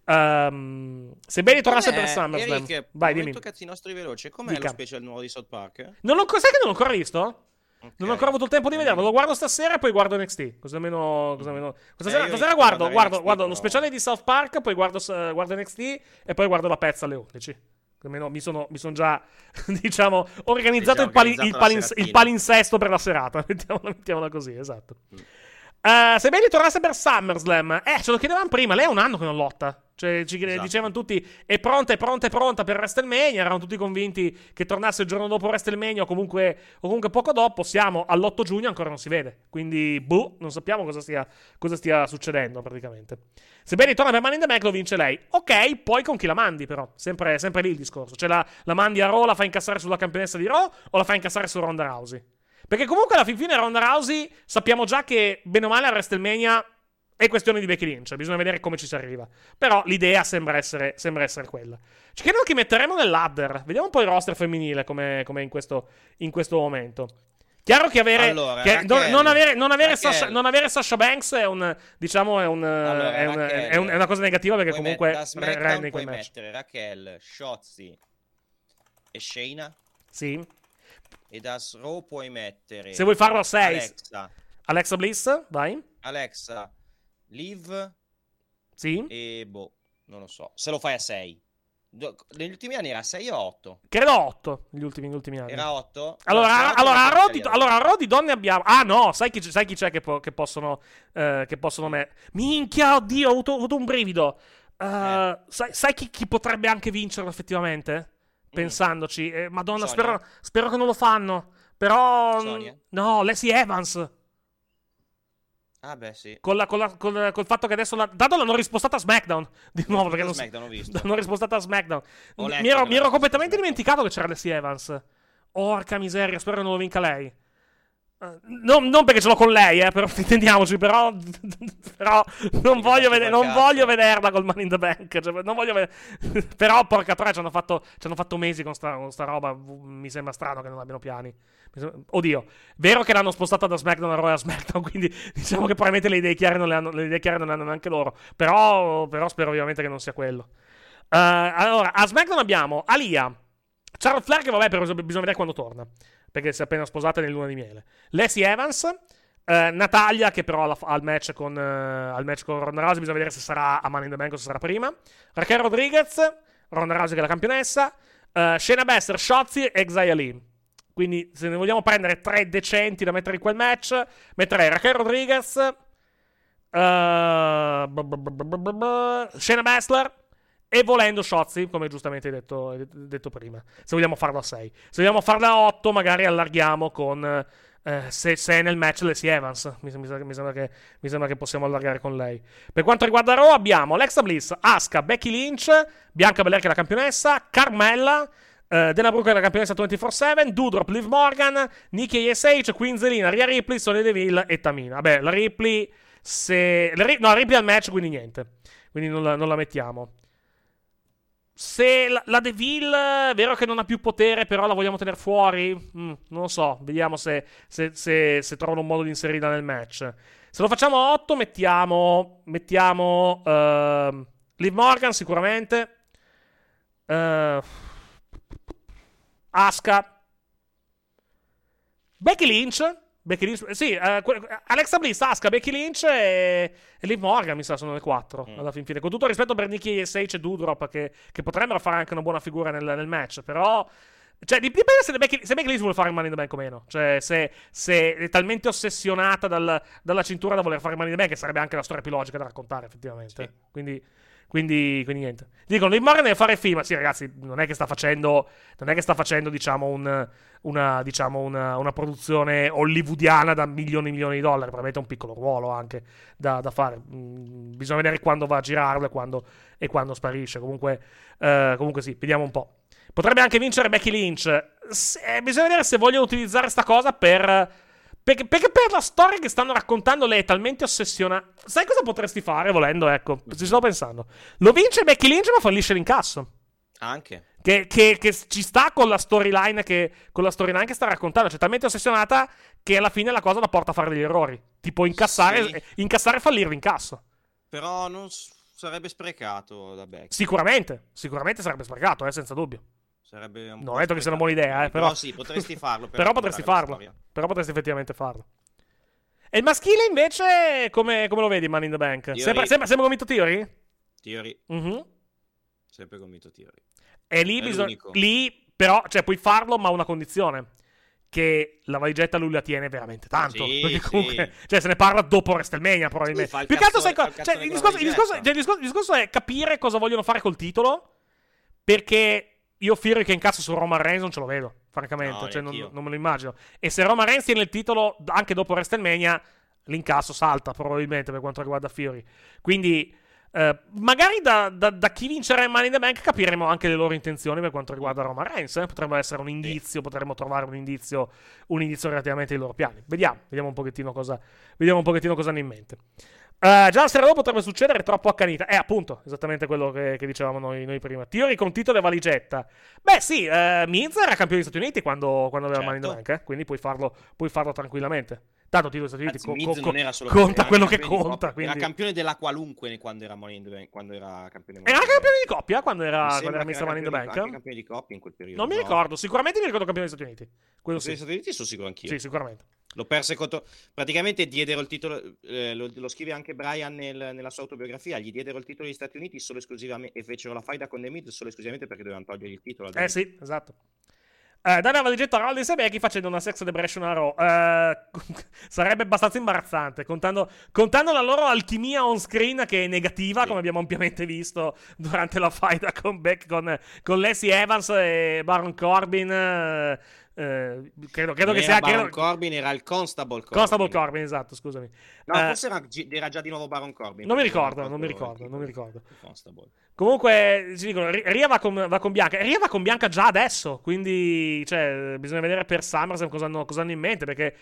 Um, sebbene tornasse per SummerSlam. Eric, vai, dimmi. Cazzi nostri veloci, com'è Dica. lo special nuovo di South Park? Non lo sai che non l'ho ancora visto? Okay. Non ho ancora avuto il tempo di vederlo. Lo guardo stasera e poi guardo N X T. Così almeno. Così almeno... Questa sera, eh, stasera guardo, guardo, N X T, guardo però... lo speciale di South Park. Poi guardo, uh, guardo N X T e poi guardo la pezza alle undici. Almeno mi sono, mi sono già, diciamo, organizzato, già il, pali, il, palins- il palinsesto per la serata. Mettiamola, mettiamola così, esatto. Mm. Uh, se Bayley tornasse per SummerSlam, eh, ce lo chiedevamo prima. Lei è un anno che non lotta. Cioè, ci esatto. dicevano tutti è pronta, è pronta, è pronta per WrestleMania. Erano tutti convinti che tornasse il giorno dopo WrestleMania o comunque, o comunque poco dopo. Siamo all'otto giugno, ancora non si vede. Quindi, boh, non sappiamo cosa stia, cosa stia succedendo praticamente. Se Bayley torna per Money in the Bank, lo vince lei. Ok, poi con chi la mandi, però? Sempre, sempre lì il discorso. Cioè, la, la mandi a Raw, la fa incassare sulla campionessa di Raw o la fa incassare su Ronda Rousey? Perché comunque alla fin fine Ronda Rousey sappiamo già che bene o male a WrestleMania è questione di Becky Lynch, bisogna vedere come ci si arriva. Però l'idea sembra essere, sembra essere quella. Ci chiedono chi metteremo nel ladder. Vediamo un po' il roster femminile come in questo, in questo momento. Chiaro che avere, allora, che Raquel, non, non avere, non avere, Raquel. Sasha, non avere Sasha Banks è un, diciamo, è, un, Allora, è, un, Raquel, è, un, è una cosa negativa perché puoi comunque met- da SmackDown rende in puoi quel match. mettere Raquel, Shotzi e Shayna. Sì. E da Raw puoi mettere Se vuoi farlo a sei, Alexa, Alexa Bliss, vai. Alexa, Liv Sì. e boh, non lo so. Se lo fai a sei. Do- negli ultimi anni era sei o otto? Credo otto negli ultimi, negli ultimi anni. Era otto? Allora, allora, a Raw di, allora, a Raw di donne abbiamo. Ah, no, sai chi, sai chi c'è che, po- che possono. Eh, che possono. Me- Minchia, oddio, ho avuto, ho avuto un brivido. Uh, Eh. Sai, sai chi, chi potrebbe anche vincerlo effettivamente? Pensandoci, eh, Madonna, Sonia? spero, spero che non lo fanno. Però. Sonia? No, Lacey Evans. Ah, beh, sì. Con la, con la- col, col fatto che adesso la, dato l'hanno rispostata a SmackDown di nuovo perché non SmackDown, ho visto. l'hanno rispostata a SmackDown. Ho letto Mi ero, che mi ero l'hanno completamente rispostata. dimenticato che c'era Lacey Evans. Porca miseria, spero che non lo vinca lei. Eh, Non, non perché ce l'ho con lei, eh, però intendiamoci, però, però non, voglio, vede- non cazzo. voglio vederla col Money in the Bank. Cioè, non voglio ved- però, porca tre, ci hanno fatto, ci hanno fatto mesi con sta, con sta roba. Mi sembra strano che non abbiano piani. Mi sembra- Oddio, vero che l'hanno spostata da SmackDown a Raw a SmackDown, quindi diciamo che probabilmente le idee chiare non le hanno, le idee chiare non le hanno neanche loro. Però, però spero ovviamente che non sia quello. Eh, allora, a SmackDown abbiamo Alia, Charlotte Flair, che vabbè, però bisogna vedere quando torna, perché si è appena sposata nel luna di miele. Lacey Evans, eh, Natalia, che però alla- al match con eh, al match con Ronda Rousey, bisogna vedere se sarà a Money in the Bank o se sarà prima. Raquel Rodriguez, Ronda Rousey che è la campionessa, eh, Shayna Baszler, Shotzi e Xia Li. Quindi se ne vogliamo prendere tre decenti da mettere in quel match, metterei Raquel Rodriguez, eh, b- b- b- b- b- b- Shayna Baszler e volendo Shotzi, come giustamente hai detto, hai detto prima. Se vogliamo farlo a sei. Se vogliamo farlo a otto, magari allarghiamo con eh, se, se è nel match Lacey Evans. Mi, mi, mi, sembra che, mi sembra che possiamo allargare con lei. Per quanto riguarda Raw abbiamo Alexa Bliss, Asuka, Becky Lynch, Bianca Belair che è la campionessa, Carmella, Uh, Dana Brooke è la campionessa ventiquattro sette, Doudrop, Liv Morgan, Nikki S H, Queen Zelina, Rhea Ripley, Sonya Deville e Tamina. Vabbè, la Ripley se... La Ri... No, la Ripley al match, quindi niente. Quindi non la, non la mettiamo. Se la, la Deville, vero che non ha più potere, però la vogliamo tenere fuori? Mm, non lo so, vediamo se, se, se, se trovano un modo di inserirla nel match. Se lo facciamo a otto, mettiamo... Mettiamo... Uh, Liv Morgan, sicuramente. Uh... Asuka, Becky Lynch, Becky Lynch, sì, uh, Alexa Bliss, Asuka, Becky Lynch e, e Liv Morgan, mi sa, sono le quattro mm. alla fin fine. Con tutto il rispetto per Nikki S H e Doudrop, che, che potrebbero fare anche una buona figura nel, nel match, però... Cioè, dipende se Becky, se Becky Lynch vuole fare il Money in the Bank o meno. Cioè, se, se è talmente ossessionata dal, dalla cintura da voler fare il Money in the Bank, che sarebbe anche la storia più logica da raccontare, effettivamente. Sì. Quindi... Quindi, quindi niente. Dicono, Liv Morgan deve fare film. Ma sì, ragazzi, non è che sta facendo, non è che sta facendo, diciamo, un, una, diciamo una, una produzione hollywoodiana da milioni e milioni di dollari. Probabilmente un piccolo ruolo anche da, da fare. Mm, bisogna vedere quando va a girarlo e quando, e quando sparisce. Comunque, eh, comunque sì, vediamo un po'. Potrebbe anche vincere Becky Lynch. Se, bisogna vedere se vogliono utilizzare sta cosa per... Perché, perché per la storia che stanno raccontando lei è talmente ossessionata. Sai cosa potresti fare volendo? Ecco, ci sto pensando. Lo vince Becky Lynch ma fallisce l'incasso. Anche. Che, che, che ci sta con la storyline che, con la storyline che sta raccontando. Cioè talmente ossessionata che alla fine la cosa la porta a fare degli errori. Tipo incassare, sì. incassare e fallire l'incasso. Però non s- sarebbe sprecato da Becky. Sicuramente. Sicuramente sarebbe sprecato, eh, senza dubbio. Sarebbe un non ho detto che sia una buona idea, eh, però... però sì, potresti farlo. Per però potresti farlo. Però potresti effettivamente farlo. E il maschile invece, come, come lo vedi, Money in the Bank? Sempre, sempre, sempre convinto Theory? Theory. Mm-hmm. Sempre convinto Theory. E lì, bisogna, lì però, cioè, puoi farlo, ma a una condizione. Che la valigetta lui la tiene veramente tanto. Sì, perché comunque, sì. cioè, se ne parla dopo WrestleMania, probabilmente. Sì, più che altro, sai cazzone, cosa? Cioè, il discorso, il, discorso, valigetta. cioè, il, discorso, il discorso è capire cosa vogliono fare col titolo. Perché io Fury che incazzo su Roman Reigns non ce lo vedo, francamente. No, cioè, non, anch'io. non me lo immagino. E se Roman Reigns tiene il titolo anche dopo WrestleMania, l'incasso salta probabilmente per quanto riguarda Fury. Quindi, eh, magari da, da, da chi vincerà il Money in the Bank capiremo anche le loro intenzioni per quanto riguarda Roman Reigns. Eh? Potrebbe essere un indizio, sì. Potremmo trovare un indizio, un indizio relativamente ai loro piani. Vediamo, vediamo un pochettino cosa, vediamo un pochettino cosa hanno in mente. Uh, già la sera dopo potrebbe succedere troppo accanita. Eh, appunto, esattamente quello che, che dicevamo noi, noi prima. Theory con titolo e valigetta. Beh, sì, uh, Miz era campione degli Stati Uniti quando, quando aveva Certo. Money in the Bank, eh? Quindi puoi farlo, puoi farlo tranquillamente. Tanto titolo degli Stati Uniti Anzi, co- Miz co- non era solo conta era quello che campione di conta. coppia. Quindi... Era campione della qualunque quando era Money in the Bank, quando era campione Era campione di coppia quando era, Mi quando sembra era che mister Money in the campione di- Bank? anche campione di coppia in quel periodo. Non mi no? ricordo, sicuramente mi ricordo campione degli Stati Uniti. Quello Negli sì. Stati Uniti sono sicuro anch'io. Sì, sicuramente. Lo perse contro. Praticamente diedero il titolo. Eh, lo, lo scrive anche Brian nel- nella sua autobiografia. Gli diedero il titolo agli Stati Uniti solo esclusivamente. E fecero la faida con The Miz solo esclusivamente perché dovevano togliere il titolo. a The Eh Miz. sì, esatto. Eh, dare la valigetta a Rollins e Becky facendo una sex celebration a Raw. Eh, sarebbe abbastanza imbarazzante, contando, contando la loro alchimia on screen che è negativa, Sì. come abbiamo ampiamente visto durante la faida con Becky, con, con Lacey Evans e Baron Corbin. Eh, eh, credo, credo Non che era sia Baron credo- Corbin, era il Constable Corbin. Constable Corbin, esatto, scusami. No, Eh, forse era, era già di nuovo Baron Corbin. non mi perché ricordo, non non mi ricordo ricordo, il non mi titolo. ricordo. Il Constable. Comunque, ci dicono, Ri- Ria va con, va con Bianca. Ria va con Bianca già adesso. Quindi, cioè, bisogna vedere per SummerSlam cosa hanno, cosa hanno in mente. Perché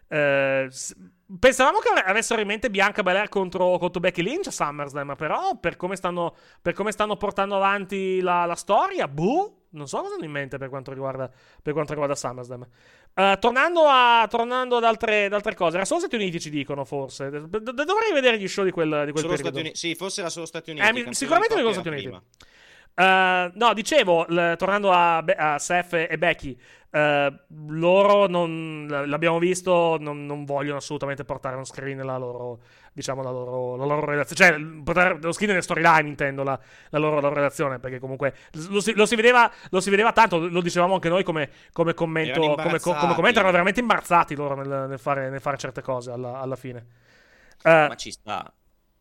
eh, s- pensavamo che ave- avessero in mente Bianca Belair contro, contro Becky Lynch a SummerSlam. Però, per come stanno, per come stanno portando avanti la, la storia, boh, non so cosa hanno in mente per quanto riguarda, per quanto riguarda SummerSlam. Eh, tornando, a, tornando ad, altre, ad altre cose, era solo Stati Uniti, ci dicono forse. D- d- dovrei vedere gli show di quel, di quel Solo periodo. Stati Uniti. Sì, forse era solo Stati Uniti. Eh, mi- campione sicuramente di mi coppia ricordo era Stati Uniti. prima. Uh, no, dicevo, l- tornando a, Be- a Seth e Becky, uh, loro non, l- l'abbiamo visto, non, non vogliono assolutamente portare on screen la loro, diciamo, la loro, la loro relazione, cioè l- portare lo screen nelle storyline, intendo, la, la loro, la loro relazione, perché comunque lo si, lo si vedeva, lo si vedeva tanto, lo dicevamo anche noi come, come commento, Erano come, co- imbarazzati. come commento, erano veramente imbarazzati loro nel, nel fare, nel fare certe cose alla, alla fine. Uh, Ma ci sta.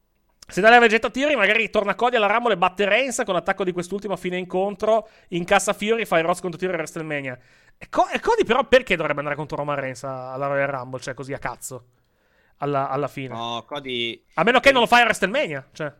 Se dà la Vegeta Theory, magari torna Cody alla Rumble e batte Reigns con l'attacco di quest'ultimo a fine incontro. Incassa Fury, fa i Ross contro Theory a WrestleMania. E, Co- e Cody, però, perché dovrebbe andare contro Roman Reigns a- alla Royal Rumble? Cioè, così a cazzo. Alla, alla fine. No, Cody. A meno che non lo fai a WrestleMania. Cioè.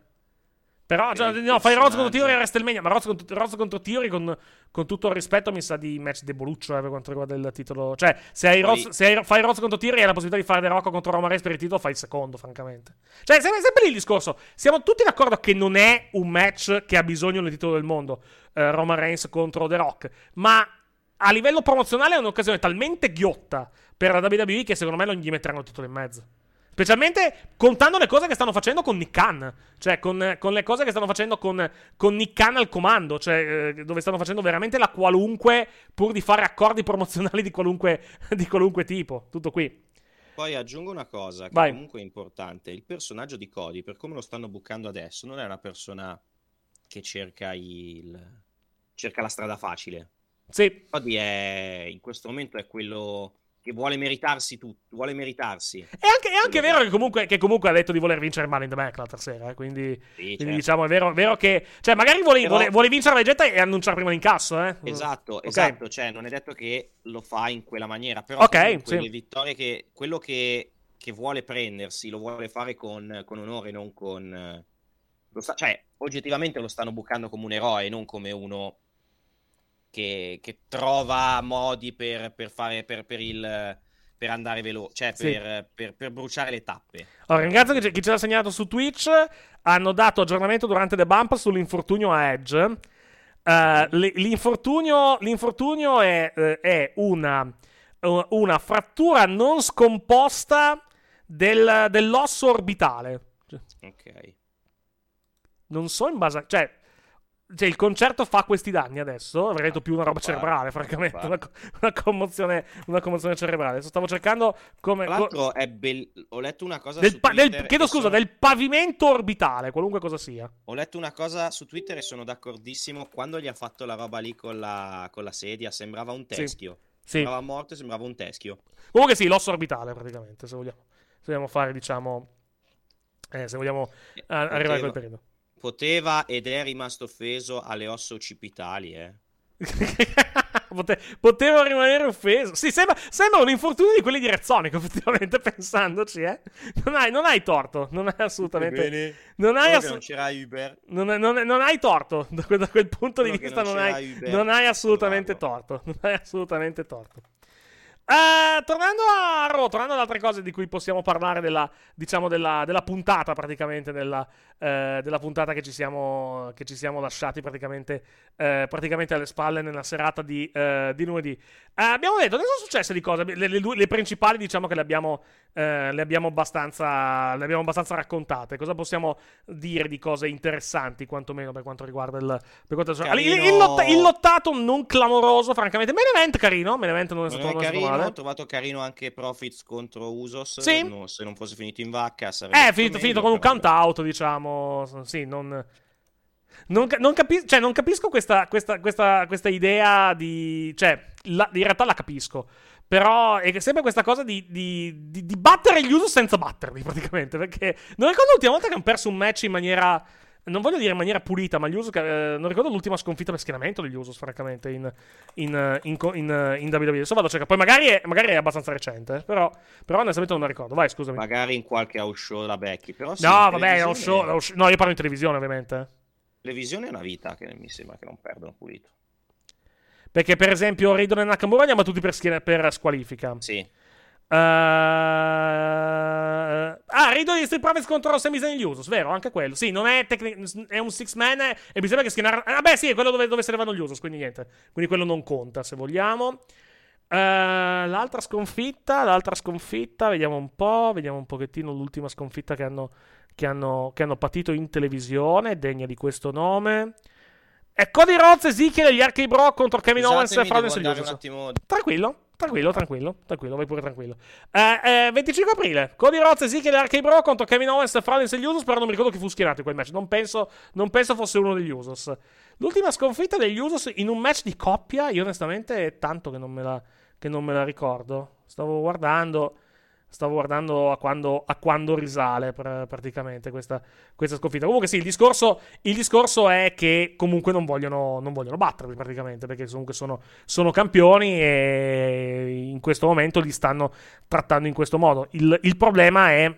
Però, cioè, il no, fai Ross contro personaggio. Theory a WrestleMania. Ma Ross contro, Ross contro Theory, con, con tutto il rispetto, mi sa di match deboluccio eh, per quanto riguarda il titolo. Cioè, se, hai Poi- Ross, se hai- fai Ross contro Theory e hai la possibilità di fare The Rock contro Roman Reigns per il titolo, fai il secondo, francamente. Cioè, sempre, sempre lì il discorso. Siamo tutti d'accordo che non è un match che ha bisogno del titolo del mondo. eh, Roman Reigns contro The Rock. Ma a livello promozionale è un'occasione talmente ghiotta per la W W E che secondo me non gli metteranno il titolo in mezzo. Specialmente contando le cose che stanno facendo con Nick Khan. Cioè, con, con le cose che stanno facendo con, con Nick Khan al comando. Cioè, eh, dove stanno facendo veramente la qualunque pur di fare accordi promozionali di qualunque, di qualunque tipo. Tutto qui. Poi aggiungo una cosa che Vai. comunque è importante. Il personaggio di Cody, per come lo stanno buccando adesso, non è una persona che cerca il cerca la strada facile. Sì. Cody è in questo momento è quello che vuole meritarsi tutto, vuole meritarsi. È anche, è anche vero che comunque, che comunque ha detto di voler vincere Money in the Bank l'altra sera. Eh, quindi, Sì, quindi certo. diciamo, è vero, vero che. Cioè, magari vuole, Però- vuole, vuole vincere la leggenda e annunciare prima l'incasso. Eh. Esatto, Ok. esatto, cioè non è detto che lo fa in quella maniera, però Ok, comunque sì. le vittorie che quello che, che vuole prendersi lo vuole fare con, con onore, non con eh, lo sta- cioè oggettivamente lo stanno bucando come un eroe, non come uno che, che trova modi per, per fare per, per il per andare veloce, cioè Sì. per, per, per bruciare le tappe. Allora, ringrazio chi, chi ce l'ha segnato su Twitch. Hanno dato aggiornamento durante The Bump sull'infortunio a Edge. Eh, l- l'infortunio, l'infortunio è, eh, è una, uh, una frattura non scomposta del- dell'osso orbitale. Ok. Non so in base a... Cioè, cioè, il concerto fa questi danni adesso. Avrei detto più una roba Può fare, cerebrale, può francamente. fare. Una, co- una commozione, una commozione cerebrale. Adesso stavo cercando come... Tra l'altro è bel- ho letto una cosa Del su pa- del- Twitter chiedo e scusa, sono- del pavimento orbitale, qualunque cosa sia. Ho letto una cosa su Twitter e sono d'accordissimo. Quando gli ha fatto la roba lì con la, con la sedia, sembrava un teschio. Sì. Sembrava morto e sembrava un teschio. Comunque sì, l'osso orbitale praticamente, se vogliamo, se vogliamo fare, diciamo, eh, se vogliamo eh, arrivare a quel periodo. Poteva ed è rimasto offeso alle ossa occipitali, eh. Pote- Potevo rimanere offeso. Sì, sembra, sembra un infortunio di quelli di Rezzonico, effettivamente, pensandoci, eh. Non hai, non hai torto, non hai assolutamente... Bene. Non hai Solo che assu- non c'era Uber. Non, non- non hai torto, da quel, da quel punto di Solo che vista non non c'era hai, Uber non hai a assolutamente salvarlo. torto. Non hai assolutamente torto. Uh, tornando a Raw, tornando ad altre cose di cui possiamo parlare della, diciamo, della, della puntata, praticamente, della, uh, della puntata che ci siamo, che ci siamo lasciati praticamente, uh, praticamente alle spalle nella serata di, uh, di lunedì. Uh, abbiamo detto, che sono successe di cose, le, le, le principali diciamo che le abbiamo, uh, le abbiamo abbastanza, le abbiamo abbastanza raccontate. Cosa possiamo dire di cose interessanti, quantomeno per quanto riguarda il, per quanto il, il, il, lotta, il lottato non clamoroso, francamente. Main event carino, main event non è stato, non è non è stato carino, male. Ho trovato carino anche Profits contro Usos. Sì. No, se non fosse finito in vacca sarebbe Eh, stato finito, meglio, finito con un però- count out, diciamo. Sì, non. Non, ca- non capisco, cioè, non capisco questa, questa, questa, questa idea di. Cioè, la- in realtà la capisco. Però è sempre questa cosa di, di, di, di battere gli Usos senza batterli, praticamente. Perché non ricordo l'ultima volta che hanno perso un match in maniera. Non voglio dire in maniera pulita, ma gli Usos. Eh, non ricordo l'ultima sconfitta per schieramento degli Usos, francamente, in, in, in, in, in, in W W E. Adesso vado a cercare. Poi magari è, magari è abbastanza recente, eh, però, però onestamente non me la ricordo. Vai, scusami. Magari in qualche house show la becchi. Però sì, No, in vabbè, è un televisione- show, è un show- no, io parlo in televisione, ovviamente. Televisione è una vita che mi sembra che non perdono pulito. Perché, per esempio, Riddle e Nakamura li hanno battuti per, schiena- per squalifica. Sì. Uh... Ah, Riddle e Street Profits contro Sami Zayn e gli Usos, vero? Anche quello. Sì, non è tecnic- è un six man e mi sembra che schienare. Ah, beh, sì, è quello dove, dove se ne vanno gli Usos, quindi niente. Quindi quello non conta, se vogliamo. Uh, l'altra sconfitta, l'altra sconfitta, vediamo un po', vediamo un pochettino l'ultima sconfitta che hanno, che hanno, che hanno patito in televisione, degna di questo nome. È Cody Rhodes, Ezekiel e gli Arcade Bro contro Kevin Owens e Scusatemi, Rollins e devo gli andare un Usos. attimo. Tranquillo, tranquillo, tranquillo, tranquillo, vai pure tranquillo. Eh, eh, venticinque aprile, Cody Rhodes, Ezekiel e Arcade Bro contro Kevin Owens, Rollins e gli Usos, però non mi ricordo chi fu schierato in quel match, non penso, non penso fosse uno degli Usos. L'ultima sconfitta degli Usos in un match di coppia, io onestamente è tanto che non me la, che non me la ricordo. Stavo guardando... Stavo guardando a quando, a quando risale pr- praticamente questa, questa sconfitta. Comunque sì, il discorso, il discorso è che comunque non vogliono, non vogliono batterli praticamente, perché comunque sono, sono campioni e in questo momento li stanno trattando in questo modo. Il, il problema è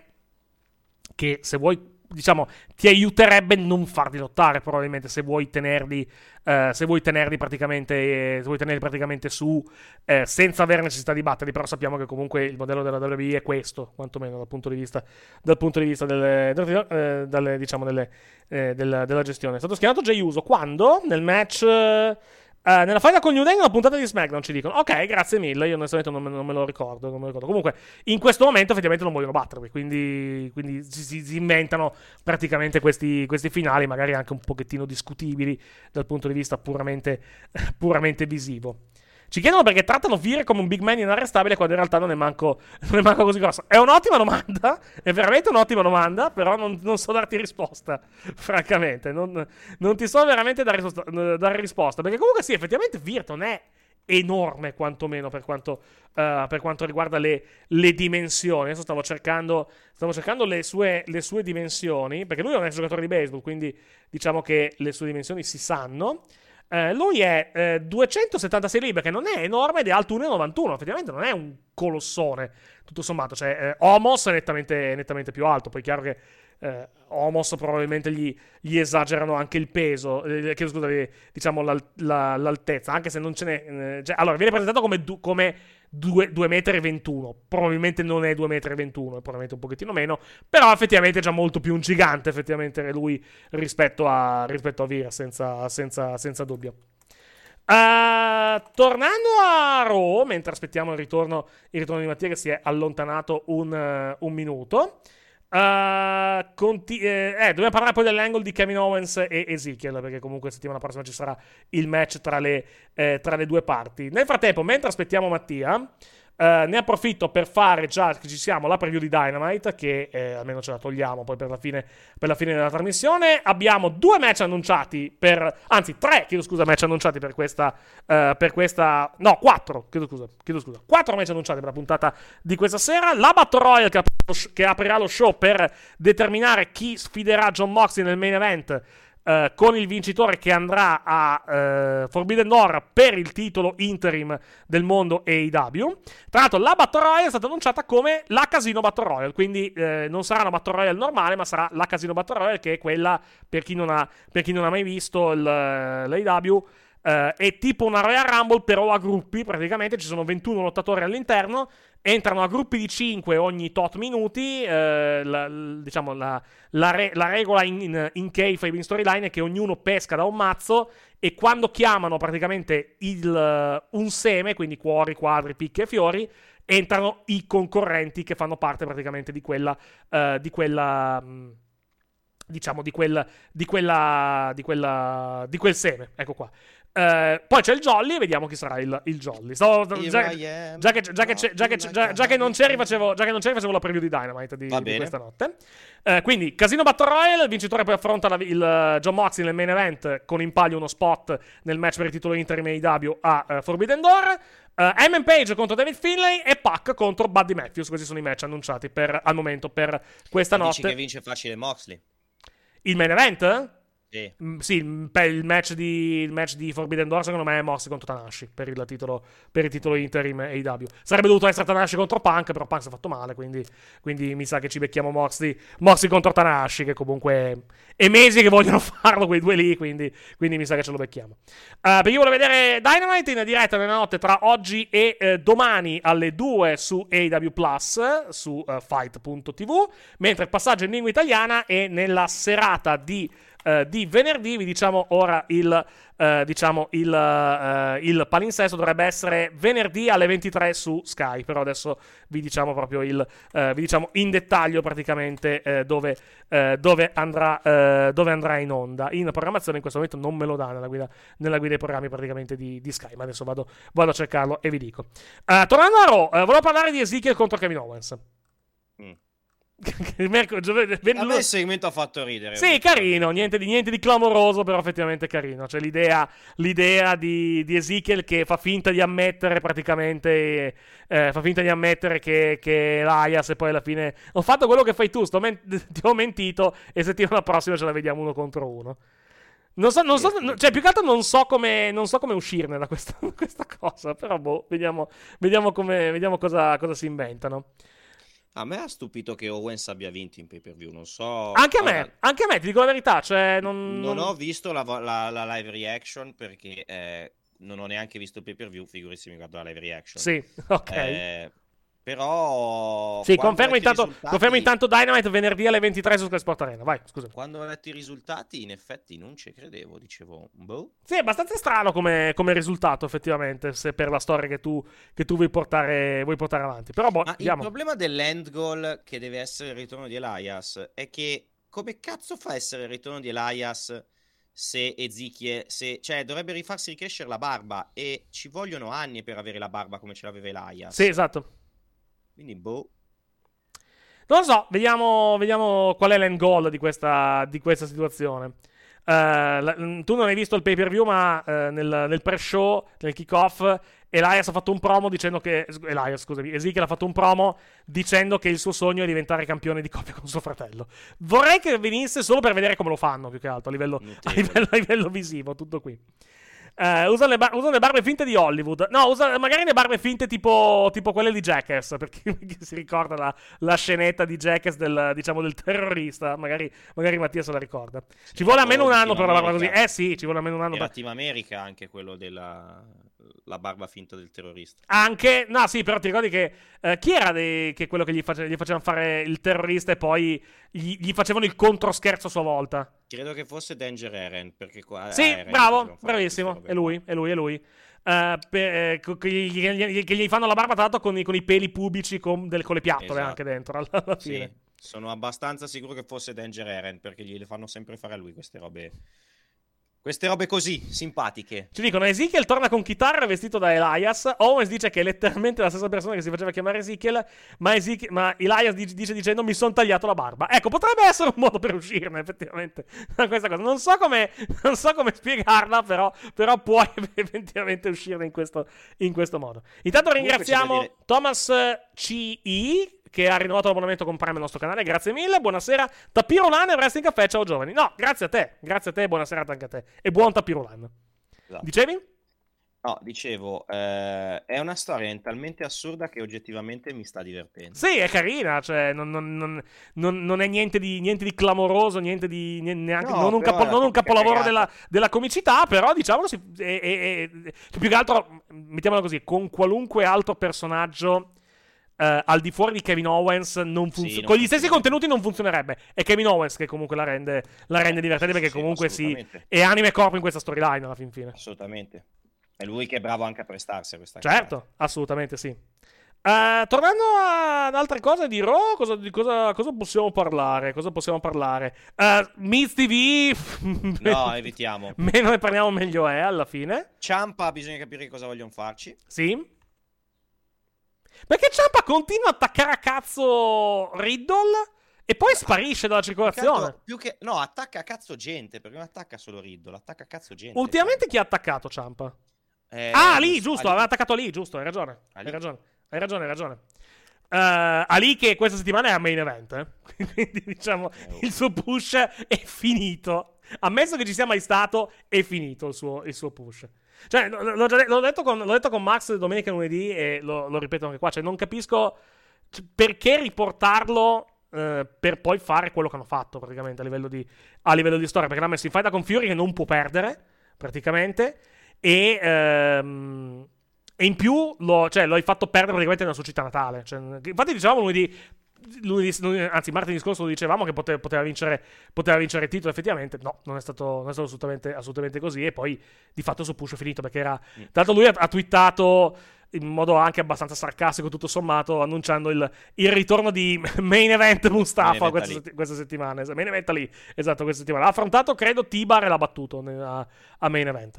che se vuoi, diciamo, ti aiuterebbe non farli lottare probabilmente se vuoi tenerli, eh, se vuoi tenerli praticamente, eh, se vuoi tenerli praticamente su eh, senza avere necessità di batterli. Però sappiamo che comunque il modello della W W E è questo, quantomeno dal punto di vista, dal punto di vista delle, delle, eh, dalle, diciamo delle, eh, della, della gestione. È stato schierato Jey Uso quando nel match eh, Uh, nella faida con New Day, nella puntata di SmackDown ci dicono ok, grazie mille, io onestamente non me, non me lo ricordo, non me lo ricordo. Comunque in questo momento effettivamente non vogliono batterli, quindi, quindi si, si, si inventano praticamente questi, questi finali, magari anche un pochettino discutibili dal punto di vista puramente, puramente visivo. Ci chiedono perché trattano Veer come un big man inarrestabile quando in realtà non è manco, non è manco così grosso. È un'ottima domanda, è veramente un'ottima domanda, però non, non so darti risposta, francamente. Non, non ti so veramente dare risposta, dare risposta, perché comunque sì, effettivamente Veer non è enorme, quantomeno per quanto, uh, per quanto riguarda le, le dimensioni. Adesso stavo cercando, stavo cercando le, sue, le sue dimensioni, perché lui è un ex giocatore di baseball, quindi diciamo che le sue dimensioni si sanno. Uh, lui è uh, duecentosettantasei libbre, che non è enorme, ed è alto uno virgola novantuno. Effettivamente non è un colossone, tutto sommato. Cioè, uh, Omos è nettamente, nettamente più alto. Poi è chiaro che uh, Omos probabilmente gli, gli esagerano anche il peso, eh, che, scusa, diciamo l'al- la, l'altezza, anche se non ce n'è. Eh, cioè, allora, viene presentato come, du- come due virgola ventuno metri. Probabilmente non è due virgola ventuno metri, è probabilmente un pochettino meno. Però effettivamente è già molto più un gigante, effettivamente, lui rispetto a, rispetto a Veer, senza, senza, senza dubbio. Uh, tornando a Raw, mentre aspettiamo il ritorno, il ritorno di Mattia, che si è allontanato un, uh, un minuto. Uh, conti- eh, eh, dobbiamo parlare poi dell'angle di Kevin Owens e Ezekiel, perché comunque settimana prossima ci sarà il match tra le, eh, tra le due parti. Nel frattempo, mentre aspettiamo Mattia, Uh, ne approfitto per fare, già che ci siamo, la preview di Dynamite, che eh, almeno ce la togliamo poi per la fine, per la fine della trasmissione. Abbiamo due match annunciati per, anzi tre, chiedo scusa, match annunciati per questa, uh, per questa, no, quattro, chiedo scusa, chiedo scusa, quattro match annunciati per la puntata di questa sera. La Battle Royale che, ap- che aprirà lo show per determinare chi sfiderà Jon Moxley nel main event, Uh, con il vincitore che andrà a uh, Forbidden Door per il titolo interim del mondo A E W. Tra l'altro la Battle Royale è stata annunciata come la Casino Battle Royale, quindi uh, non sarà una Battle Royale normale, ma sarà la Casino Battle Royale, che è quella, per chi non ha, per chi non ha mai visto il, l'A E W, Uh, è tipo una Royal Rumble però a gruppi, praticamente ci sono ventuno lottatori all'interno, entrano a gruppi di cinque ogni tot minuti. uh, la, l, diciamo la, la, re, la regola in, in, in kayfabe, in storyline, è che ognuno pesca da un mazzo e quando chiamano praticamente il, uh, un seme, quindi cuori, quadri, picche e fiori, entrano i concorrenti che fanno parte praticamente di quella uh, di quella mh, diciamo di quel di quella di quella di quel seme, ecco qua. Uh, poi c'è il Jolly, vediamo chi sarà il, il Jolly. Stavo, già, già, che, già, che, già, che, già, già che non c'eri facevo, già che non c'eri facevo la preview di Dynamite di, di questa notte. Uh, quindi Casino Battle Royale, il vincitore poi affronta la, il uh, John Moxley nel main event con in palio uno spot nel match per il titolo interim A E W a uh, Forbidden Door. Uh, Heyman Page contro David Finlay e Pac contro Buddy Matthews. Questi sono i match annunciati per, al momento per questa Dici notte. Che vince facile Moxley? Il main event? Sì, mm, sì per il match di il match di Forbidden Door secondo me è Moxley contro Tanahashi per il titolo per il titolo interim A E W. Sarebbe dovuto essere Tanahashi contro Punk, però Punk si è fatto male, quindi, quindi mi sa che ci becchiamo Moxley Moxley contro Tanahashi, che comunque è mesi che vogliono farlo quei due lì, quindi, quindi mi sa che ce lo becchiamo. Uh, per chi vuole vedere Dynamite in diretta nella notte tra oggi e eh, domani alle due su A E W Plus su uh, fight punto tv, mentre il passaggio in lingua italiana è nella serata di Uh, di venerdì. Vi diciamo ora il uh, diciamo il, uh, il palinsesto dovrebbe essere venerdì alle ventitré su Sky, però adesso vi diciamo proprio il uh, vi diciamo in dettaglio praticamente uh, dove, uh, dove andrà uh, dove andrà in onda. In programmazione in questo momento non me lo dà nella guida, nella guida dei programmi praticamente di, di Sky, ma adesso vado, vado a cercarlo e vi dico. Uh, tornando a Raw, uh, volevo parlare di Ezekiel contro Kevin Owens. mm. A me il segmento ha fatto ridere. Sì, carino, niente di, niente di clamoroso, però effettivamente carino. Cioè l'idea, l'idea di, di Ezekiel che fa finta di ammettere praticamente eh, fa finta di ammettere che, che Elias, e poi alla fine ho fatto quello che fai tu, sto men- ti ho mentito e settimana prossima ce la vediamo uno contro uno. Non so, non so, cioè più che altro non so come, non so come uscirne da questa, questa cosa, però boh, vediamo, vediamo come, vediamo cosa, cosa si inventano. A me ha stupito che Owens abbia vinto in pay-per-view, non so... Anche a me, allora, anche a me, ti dico la verità, cioè non... Non non... ho visto la, la, la live reaction perché eh, non ho neanche visto il pay-per-view, figurissimi mi guardo la live reaction. Sì, ok. Eh, però... Sì, confermo intanto, risultati... confermo intanto Dynamite venerdì alle ventitré su Sky Sport Arena, vai, scusa. Quando ho letto i risultati, in effetti non ci credevo, dicevo, boh. Sì, è abbastanza strano come, come risultato, effettivamente, se per la storia che tu, che tu vuoi, portare, vuoi portare avanti. Però, boh, Ma vediamo. Il problema dell'end goal, che deve essere il ritorno di Elias, è che come cazzo fa a essere il ritorno di Elias se Ezekiel... Se, cioè, dovrebbe rifarsi ricrescere la barba e ci vogliono anni per avere la barba come ce l'aveva Elias. Sì, esatto. Quindi, boh. Non lo so, vediamo, vediamo qual è l'end goal di questa, di questa situazione. Uh, la, tu non hai visto il pay per view, ma uh, nel, nel pre-show, nel kick-off, Elias ha fatto un promo dicendo che. Elias, scusami, Ezekiel ha fatto un promo dicendo che il suo sogno è diventare campione di coppia con suo fratello. Vorrei che venisse solo per vedere come lo fanno, più che altro, a livello, a livello, a livello visivo, tutto qui. Uh, usano, le bar- usano le barbe finte di Hollywood. No, usa magari le barbe finte tipo, tipo quelle di Jackass, perché si ricorda la, la scenetta di Jackass del, diciamo, del terrorista. Magari, magari Mattia se la ricorda. Ci vuole almeno un anno per la barba così. Eh sì, ci vuole almeno un anno. Era per... Team America anche quello della la barba finta del terrorista. Anche, no sì, però ti ricordi che eh, chi era de- che quello che gli, face- gli facevano fare il terrorista e poi gli, gli facevano il controscherzo a sua volta? Credo che fosse Danger Eren, perché qua sì, Eren bravo, bravissimo, è lui, è lui, è lui. Uh, per, eh, che, gli, gli, che gli fanno la barba tanto con i, con i peli pubici con, del, con le piattole, esatto, anche dentro alla, alla fine. Sì, sono abbastanza sicuro che fosse Danger Eren, perché gliele fanno sempre fare a lui queste robe. Queste robe così, simpatiche. Ci dicono, Ezekiel torna con chitarra vestito da Elias. Owens dice che è letteralmente la stessa persona che si faceva chiamare Ezekiel, ma, Ezekiel, ma Elias dice, dice dicendo mi sono tagliato la barba. Ecco, potrebbe essere un modo per uscirne, effettivamente, da questa cosa. Non so come, non so come spiegarla, però, però puoi effettivamente uscirne in questo, in questo modo. Intanto ringraziamo dire... Thomas C I, che ha rinnovato l'abbonamento con Prime al nostro canale, grazie mille, buonasera. Tapirulan e Wrestling Caffè, ciao giovani. No, grazie a te, grazie a te, buonasera anche a te. E buon Tapirulan. Esatto. Dicevi? No, dicevo, eh, è una storia talmente assurda che oggettivamente mi sta divertendo. Sì, è carina, cioè non, non, non, non, non è niente di, niente di clamoroso, niente di neanche, No, non, un però capo- è non un una capolavoro cagata. della, della comicità, però diciamolo, si, è, è- è- più che altro, mettiamola così, con qualunque altro personaggio eh, al di fuori di Kevin Owens non Sì, funziona. non Con gli stessi funzionerebbe. contenuti non funzionerebbe. È Kevin Owens che comunque la rende, la rende divertente perché sì, comunque si assolutamente. è anima e corpo in questa storyline alla fin fine. Assolutamente. È lui che è bravo anche a prestarsi a questa Certo, assolutamente sì. Eh, tornando ad altre cose di Raw, cosa, di cosa, cosa possiamo parlare? Cosa possiamo parlare? Uh, Miz T V, No, evitiamo. meno ne parliamo meglio è alla fine. Ciampa, bisogna capire cosa vogliono farci. Sì. Perché Ciampa continua a attaccare a cazzo Riddle e poi sparisce dalla circolazione. Tanto, più che no, attacca a cazzo gente, perché non attacca solo Riddle, attacca a cazzo gente. Ultimamente chi ha attaccato Ciampa? Eh, ah, lì, giusto, Ali. aveva attaccato lì, giusto, hai ragione. Ali. Hai ragione, hai ragione, hai ragione. Uh, Ali che questa settimana è a main event, eh? Quindi diciamo oh. il suo push è finito. Ammesso che ci sia mai stato, è finito il suo, il suo push. Cioè, l- l'ho, già de- l'ho, detto con, l'ho detto con Max domenica e lunedì e lo, lo ripeto anche qua. Cioè, non capisco c- perché riportarlo eh, per poi fare quello che hanno fatto praticamente a livello di, a livello di storia. Perché l'ha messo in fight con Fury che non può perdere praticamente. E, ehm, e in più lo, cioè, lo hai fatto perdere praticamente nella sua città natale. Cioè, infatti dicevamo lunedì, lunedì, lunedì anzi martedì scorso lo dicevamo che poteva, poteva vincere poteva vincere il titolo. Effettivamente no, non è stato, non è stato assolutamente, assolutamente così. E poi di fatto il suo push è finito perché era mm. tanto lui ha, ha twittato in modo anche abbastanza sarcastico tutto sommato annunciando il, il ritorno di main event Mustafa questa, setti- questa settimana. Main event lì, esatto, questa settimana ha affrontato credo T-Bar e l'ha battuto a, a main event.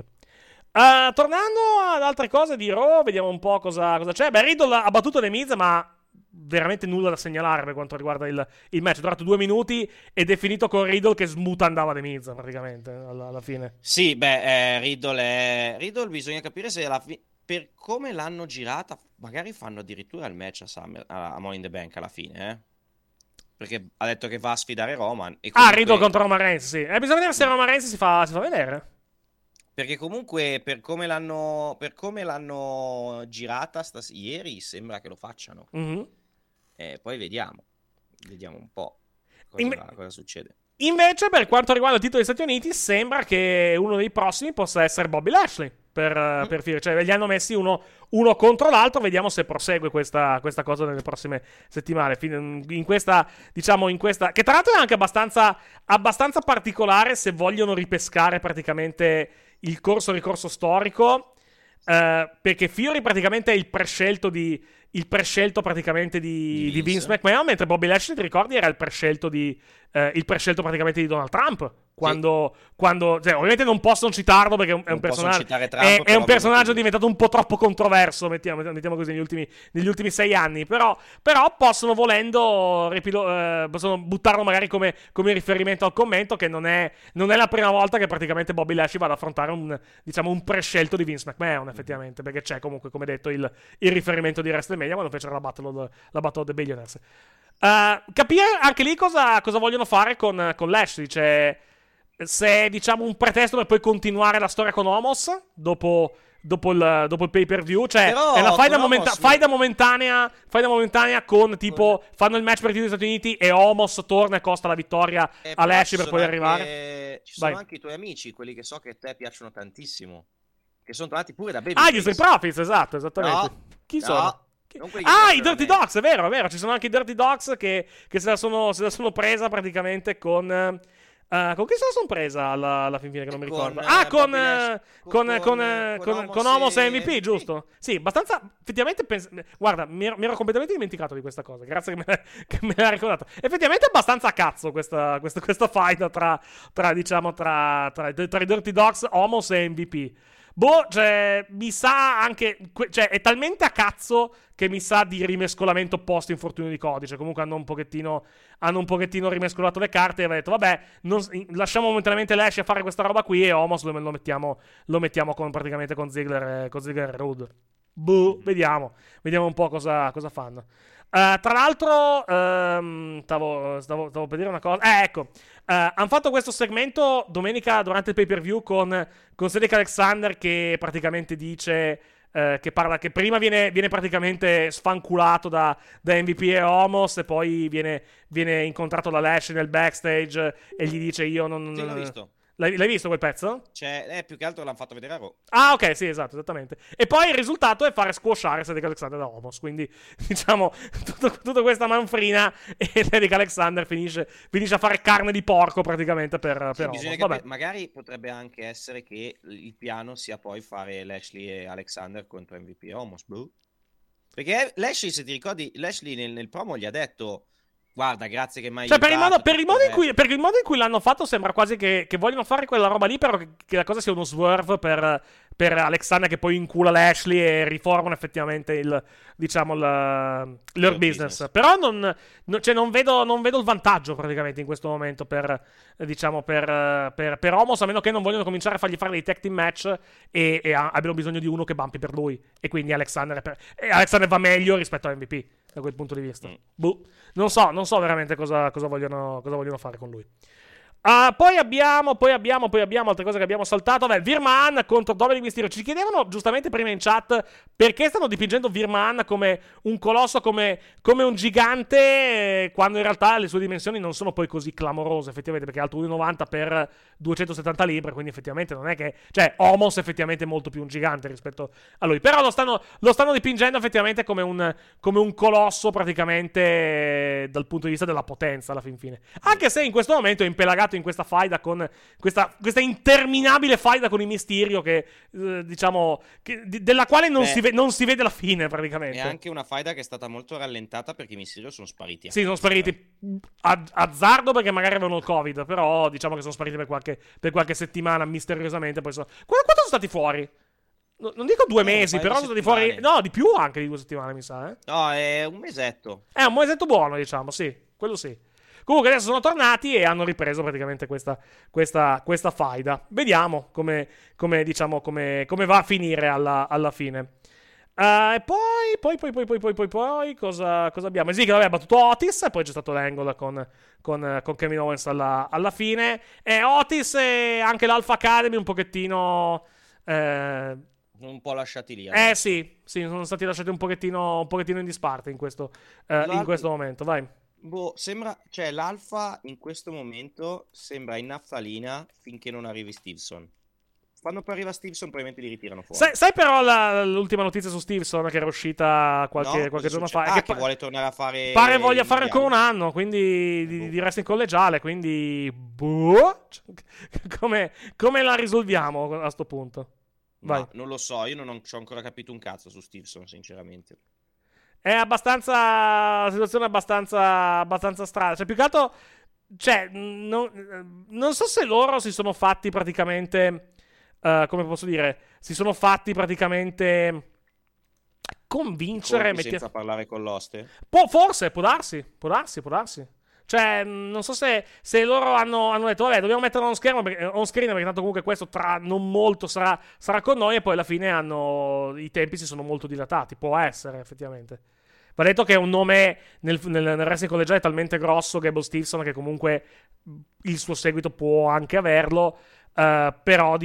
Uh, tornando ad altre cose di Raw, vediamo un po' cosa, cosa c'è. Beh, Riddle ha battuto The Miz, ma veramente nulla da segnalare per quanto riguarda il, il match. È durato due minuti ed è finito con Riddle che smutandava The Miz praticamente alla, alla fine. Sì, beh, eh, Riddle è... Riddle bisogna capire se alla fi... per come l'hanno girata, magari fanno addirittura il match a, Summer, a Money in the Bank alla fine, eh? Perché ha detto che va a sfidare Roman. E comunque... Ah, Riddle contro Roman Reigns, sì. Eh, bisogna vedere se Roman Reigns si fa, si fa vedere. Perché comunque per come l'hanno per come l'hanno girata stas- ieri sembra che lo facciano. Mm-hmm. Eh, poi vediamo. Vediamo un po' cosa, Inve- cosa succede. Invece, per quanto riguarda il titolo degli Stati Uniti, sembra che uno dei prossimi possa essere Bobby Lashley. Per, mm. per Fury. Cioè, li hanno messi uno, uno contro l'altro. Vediamo se prosegue questa, questa cosa nelle prossime settimane. In questa, diciamo, in questa. Che tra l'altro è anche abbastanza, abbastanza particolare se vogliono ripescare praticamente il corso-ricorso storico. Uh, perché Fury praticamente è il prescelto di il prescelto praticamente di, di, di Vince McMahon, mentre Bobby Lashley, ti ricordi, era il prescelto di uh, il prescelto praticamente di Donald Trump quando, sì. quando cioè, ovviamente non possono citarlo perché è un, è un personaggio Trump, è, è un personaggio diventato un po' troppo controverso, mettiamo, mettiamo così negli ultimi, negli ultimi sei anni, però, però possono volendo ripilo, uh, possono buttarlo magari come, come riferimento al commento che non è, non è la prima volta che praticamente Bobby Lashley va ad affrontare un, diciamo, un prescelto di Vince McMahon effettivamente, perché c'è comunque, come detto, il, il riferimento di WrestleMania quando fecero la Battle, la battle of the Billionaires. Uh, capire anche lì cosa, cosa vogliono fare con, con Lashley, cioè se è, diciamo, un pretesto per poi continuare la storia con Omos dopo, dopo, il, dopo il pay per view, cioè però è una faida, momenta- faida momentanea faida momentanea con tipo eh. fanno il match per il titolo degli Stati Uniti e Omos torna e costa la vittoria eh, a Lashley per poi anche, arrivare. Ci sono Vai. anche i tuoi amici, quelli che so che a te piacciono tantissimo, che sono tornati pure da Baby. Ah, gli Street Profits, esatto, esattamente. No, Chi no. sono? Ah, i Dirty me. Dogs, è vero, è vero. Ci sono anche i Dirty Dogs che, che se, la sono, se la sono presa praticamente con... Uh, con chi se la sono presa alla, alla fin fine che non mi ricordo? Con, ah, eh, con, Lash, con, con, con, con, con, con, con con Omos e M V P, M V P, giusto? Sì, abbastanza. Effettivamente, pens- guarda, mi ero, mi ero completamente dimenticato di questa cosa. Grazie che me, che me l'ha ricordato. Effettivamente è abbastanza a cazzo questa, questa, questa fight tra, tra, diciamo, tra, tra, tra i Dirty Dogs, Omos e M V P. Boh, cioè, mi sa anche... Cioè, è talmente a cazzo che mi sa di rimescolamento post infortunio di codice. Comunque hanno un pochettino hanno un pochettino rimescolato le carte e aveva detto, vabbè, non, lasciamo momentaneamente Lash a fare questa roba qui e Omos lo, lo mettiamo lo mettiamo con, praticamente con Ziggler, con Ziggler e Rude. Boh, vediamo. Vediamo un po' cosa, cosa fanno. Uh, tra l'altro, um, stavo, stavo, stavo per dire una cosa. Eh, ecco, uh, hanno fatto questo segmento domenica durante il pay-per-view con, con Cedric Alexander che praticamente dice... Uh, che parla che prima viene, viene praticamente sfanculato da, da M V P e Omos e poi viene, viene incontrato da Lashley nel backstage e gli dice io non... Sì, l'ho visto. L'hai, l'hai visto quel pezzo? Cioè, eh, più che altro l'hanno fatto vedere a Raw. Ah, ok, sì, esatto, esattamente. E poi il risultato è fare squashare Cedric Alexander da Omos. Quindi, diciamo, tutto, tutta questa manfrina e Cedric Alexander finisce, finisce a fare carne di porco praticamente per, Sì, per bisogna Omos. capire, Vabbè. magari potrebbe anche essere che il piano sia poi fare Lashley e Alexander contro M V P e Omos. Boh. Perché Lashley, se ti ricordi, Lashley nel, nel promo gli ha detto... Guarda, grazie che mai Cioè, per il, modo, per, il modo in in cui, per il modo in cui l'hanno fatto, sembra quasi che, che vogliono fare quella roba lì, però che, che la cosa sia uno swerve per, per Alexander che poi incula Lashley e riformano effettivamente il, diciamo, il, il loro business. business. Però non, non, cioè, non, vedo, non vedo il vantaggio praticamente in questo momento per, diciamo, per, per, per Omos, a meno che non vogliono cominciare a fargli fare dei tag team match e, e abbiano bisogno di uno che bumpi per lui. E quindi Alexander, per, e Alexander va meglio rispetto a M V P. Da quel punto di vista, mm. boh. non so, non so veramente cosa, cosa, vogliono, cosa vogliono fare con lui. Uh, poi abbiamo, poi abbiamo, poi abbiamo altre cose che abbiamo saltato. Beh, Virman contro Dominic Mysterio. Ci chiedevano giustamente prima in chat perché stanno dipingendo Virman come un colosso, come, come un gigante, eh, quando in realtà le sue dimensioni non sono poi così clamorose, effettivamente, perché è alto uno virgola novanta per duecentosettanta libbre, quindi effettivamente non è che... Cioè, Omos effettivamente è molto più un gigante rispetto a lui. Però lo stanno, lo stanno dipingendo effettivamente come un, come un colosso praticamente eh, dal punto di vista della potenza, alla fin fine. Anche se in questo momento è impelagato in questa faida con questa, questa interminabile faida con i Mysterio che eh, diciamo che, di, della quale non si, ve, non si vede la fine praticamente. È anche una faida che è stata molto rallentata perché i Mysterio sono spariti. Sì, sono spariti a, azzardo perché magari avevano il Covid, però diciamo che sono spariti per qualche, per qualche settimana misteriosamente. Poi sono... Quanto, quanto sono stati fuori? No, non dico due eh, mesi, però sono stati fuori... No, di più anche di due settimane mi sa, eh? No, è un mesetto. È un mesetto buono, diciamo, sì, quello sì. Comunque adesso sono tornati e hanno ripreso praticamente questa, questa, questa faida. Vediamo come, come, diciamo, come, come va a finire alla, alla fine. Uh, e poi, poi, poi, poi, poi, poi, poi, poi, cosa, cosa abbiamo? Sì, che aveva battuto Otis, e poi c'è stato l'angle con, con, con Kevin Owens alla, alla fine. E Otis e anche l'Alpha Academy un pochettino... Eh, un po' lasciati lì. Eh sì, sì, sono stati lasciati un pochettino, un pochettino in disparte in questo, eh, in questo momento, vai. Boh, sembra, cioè l'Alfa in questo momento sembra in naftalina finché non arrivi Stevenson. Quando poi arriva Stevenson probabilmente li ritirano fuori. Sai, sai però la, l'ultima notizia su Stevenson che era uscita qualche, no, qualche giorno succede? fa? Ah, che, che pa- vuole tornare a fare... Pare voglia fare ancora un anno, quindi di, di wrestling collegiale, quindi... Boh, come, come la risolviamo a sto punto? Vai. Ma non lo so, io non ho, ci ho ancora capito un cazzo su Stevenson, sinceramente. È abbastanza. Una situazione abbastanza. abbastanza strana. Cioè, più che altro. Cioè, non, non so se loro si sono fatti praticamente. Uh, come posso dire? Si sono fatti praticamente. Convincere. Metti... Senza parlare con l'oste? Può, forse, può darsi. Può darsi, può darsi. Cioè, non so se, se loro hanno, hanno detto, vabbè, dobbiamo metterlo on schermo perché, on screen perché tanto comunque questo tra non molto sarà, sarà con noi, e poi alla fine hanno i tempi si sono molto dilatati. Può essere, effettivamente. Va detto che è un nome nel, nel, nel wrestling collegiale talmente grosso, Gable Stevenson, che comunque il suo seguito può anche averlo, uh, però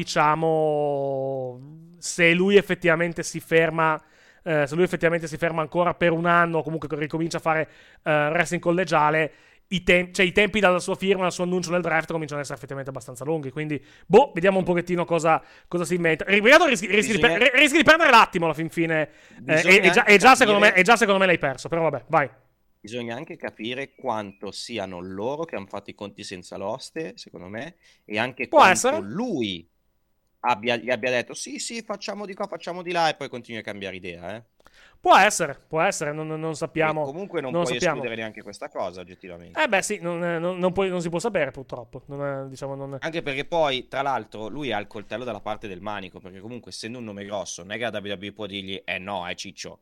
diciamo, se lui effettivamente si ferma... Uh, se lui effettivamente si ferma ancora per un anno, comunque ricomincia a fare uh, wrestling collegiale, I, te- cioè, i tempi dalla sua firma al suo annuncio nel draft cominciano ad essere effettivamente abbastanza lunghi. Quindi, boh, vediamo un pochettino cosa, cosa si inventa. Riccardo, rischi, rischi, Bisogna... di per- rischi di perdere l'attimo alla fin fine. Eh, e, e, già, e, già secondo me, e già secondo me l'hai perso. Però vabbè, vai. Bisogna anche capire quanto siano loro che hanno fatto i conti senza l'oste, secondo me, e anche Può quanto essere. lui abbia, gli abbia detto sì, sì, facciamo di qua, facciamo di là, e poi continui a cambiare idea, eh. Può essere, può essere, non, non sappiamo. E comunque non, non puoi sappiamo. escludere neanche questa cosa, oggettivamente. Eh beh sì, non, non, non, puoi, non si può sapere purtroppo. Non è, diciamo, non... Anche perché poi, tra l'altro, lui ha il coltello dalla parte del manico, perché comunque essendo un nome grosso, non è che la W W E può dirgli, eh no, è ciccio.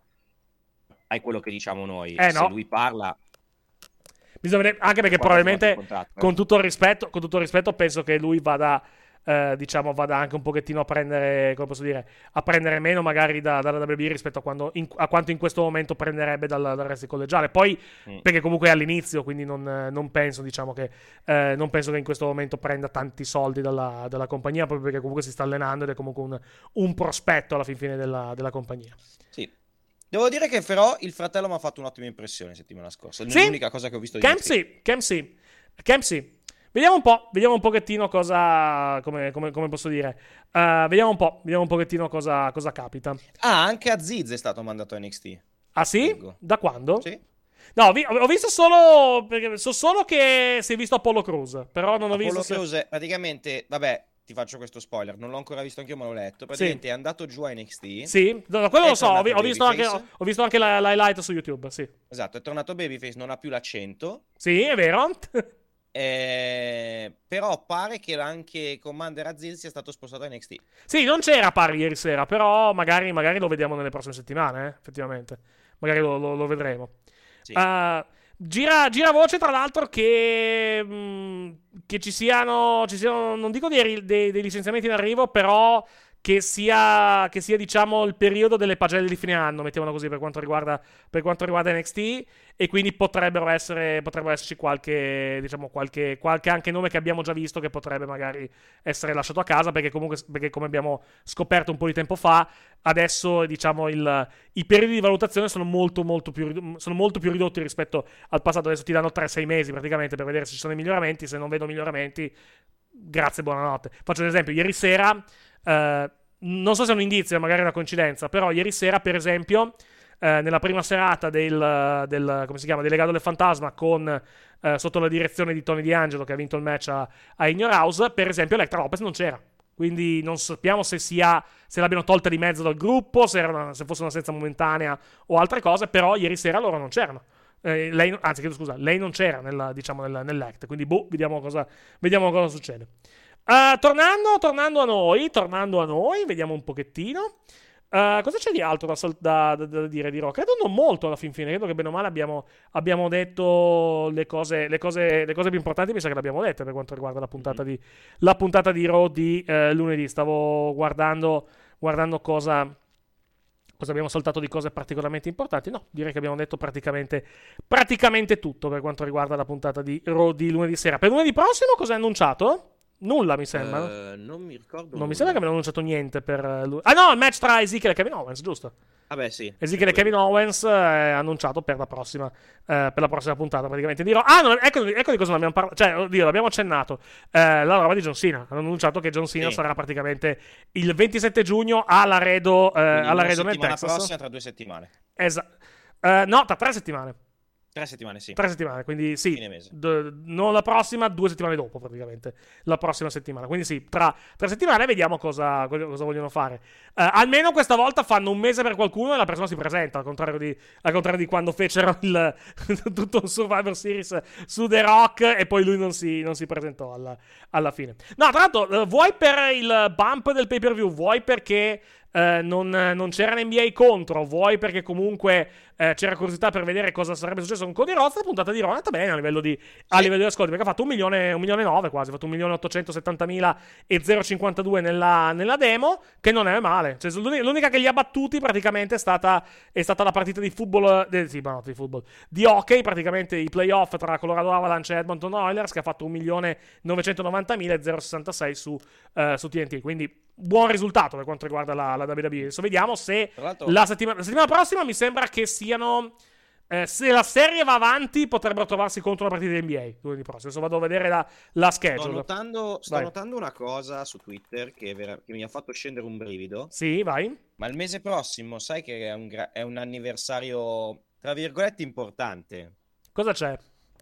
Hai quello che diciamo noi. Eh Se no. lui parla... Bisogna vedere, anche perché probabilmente, con tutto il rispetto, con tutto il rispetto, penso che lui vada... eh, diciamo vada anche un pochettino a prendere, come posso dire, a prendere meno magari da, dalla W W E rispetto a, quando, in, a quanto in questo momento prenderebbe dal, dal wrestling collegiale. Poi mm. perché comunque è all'inizio, quindi non, non penso diciamo che eh, non penso che in questo momento prenda tanti soldi dalla, dalla compagnia, proprio perché comunque si sta allenando ed è comunque un, un prospetto alla fin fine della, della compagnia. Sì. Devo dire che però il fratello mi ha fatto un'ottima impressione settimana scorsa. È sì? l'unica cosa che ho visto di Camp sì, Camp sì. Camp sì. Vediamo un po', vediamo un pochettino cosa, come, come, come posso dire, uh, vediamo un po', vediamo un pochettino cosa, cosa capita. Ah, anche Aziz è stato mandato a N X T. Ah sì? Leggo. Da quando? Sì. No, ho visto solo, perché so solo che si è visto Apollo Crews, però non ho Apollo visto... Crews se... praticamente, vabbè, ti faccio questo spoiler, non l'ho ancora visto anch'io ma l'ho letto, praticamente sì. È andato giù a N X T. Sì, no, quello lo so, ho, ho, visto anche, ho visto anche la, l'highlight su YouTube, sì. Esatto, è tornato Babyface, non ha più l'accento. Sì, è vero. Eh, però pare che anche Commander Aziz sia stato spostato a N X T. Sì, non c'era pari ieri sera, però magari, magari lo vediamo nelle prossime settimane, eh, effettivamente. Magari lo, lo, lo vedremo. Sì. Uh, gira, gira voce, tra l'altro, che, mh, che ci siano, ci siano, non dico dei, dei, dei licenziamenti in arrivo, però... Che sia, che sia, diciamo, il periodo delle pagelle di fine anno, mettiamola così, per quanto riguarda, per quanto riguarda N X T, e quindi potrebbero essere, potrebbero esserci qualche, diciamo, qualche, qualche anche nome che abbiamo già visto che potrebbe magari essere lasciato a casa, perché comunque, perché come abbiamo scoperto un po' di tempo fa, adesso, diciamo, il, i periodi di valutazione sono molto, molto più, sono molto più ridotti rispetto al passato. Adesso ti danno tre sei mesi praticamente per vedere se ci sono dei miglioramenti. Se non vedo miglioramenti, grazie, buonanotte. Faccio un esempio, ieri sera... Uh, non so se è un indizio, magari è una coincidenza, però ieri sera, per esempio, uh, nella prima serata del, del come si chiama, del Legado del Fantasma, con uh, sotto la direzione di Tony D'Angelo, che ha vinto il match a, a In Your House, per esempio Elektra Lopez non c'era, quindi non sappiamo se sia se l'abbiano tolta di mezzo dal gruppo, se, era una, se fosse un'assenza momentanea o altre cose, però ieri sera loro non c'erano. Eh, lei, anzi, chiedo scusa, lei non c'era nella, diciamo, nel, nell'act, quindi boh, vediamo cosa, vediamo cosa succede. Uh, tornando, tornando a noi, tornando a noi, vediamo un pochettino. Uh, cosa c'è di altro da, da, da, da dire di Raw? Credo non molto alla fin fine. Credo che bene o male abbiamo, abbiamo detto le cose, le, cose, le cose più importanti. Mi sa che le abbiamo dette per quanto riguarda la puntata di, la puntata di Raw di uh, lunedì. Stavo guardando, guardando cosa, cosa abbiamo saltato di cose particolarmente importanti. No, direi che abbiamo detto praticamente, praticamente tutto per quanto riguarda la puntata di Raw di lunedì sera. Per lunedì prossimo cosa è annunciato? Nulla mi sembra. Uh, non mi ricordo. Non nulla. Mi sembra che abbiano annunciato niente per lui. Ah no, il match tra Ezekiel e Kevin Owens, giusto? Vabbè, ah sì. Ezekiel e Kevin Owens è annunciato per la prossima eh, per la prossima puntata, praticamente. Dirò, ah, no, ecco, ecco di cosa non abbiamo parlato. Cioè, oddio, l'abbiamo accennato. Eh, la roba di John Cena. Hanno annunciato che John Cena sì. sarà praticamente il ventisette giugno all'Aredo, eh, all'Aredo nel Texas. La prossima tra due settimane. Esatto. Eh, no, tra tre settimane. Tre settimane, sì. Tre settimane, quindi sì. Fine mese. D- non la prossima, due settimane dopo, praticamente. La prossima settimana. Quindi sì, tra tre settimane vediamo cosa, cosa vogliono fare. Uh, almeno questa volta fanno un mese per qualcuno e la persona si presenta, al contrario di, al contrario di quando fecero il, tutto un Survivor Series su The Rock e poi lui non si, non si presentò alla, alla fine. No, tra l'altro, uh, vuoi per il bump del pay-per-view, vuoi perché... Uh, non, non c'era N B A contro, vuoi perché comunque uh, c'era curiosità per vedere cosa sarebbe successo con Cody Rhodes. La puntata di Raw è andata bene a livello di, sì. a livello di ascolti, perché ha fatto un milione, un milione e nove quasi, ha fatto un milione ottocentosettantamila e zero virgola cinquantadue nella, nella demo, che non è male. Cioè, l'unica che li ha battuti praticamente è stata, è stata la partita di football, eh, sì, ma no, di football, di hockey, praticamente i playoff tra Colorado Avalanche e Edmonton Oilers, che ha fatto un milione novecentonovantamila e zero virgola sessantasei su, uh, su T N T, quindi buon risultato per quanto riguarda la, la W W E. Adesso vediamo se la settimana, la settimana prossima mi sembra che siano eh, se la serie va avanti potrebbero trovarsi contro la partita di N B A lunedì prossimo. Adesso vado a vedere la, la schedule. Sto notando, sto notando una cosa su Twitter che, vera, che mi ha fatto scendere un brivido. Sì, vai. Ma il mese prossimo sai che è un, gra- è un anniversario tra virgolette importante. Cosa c'è?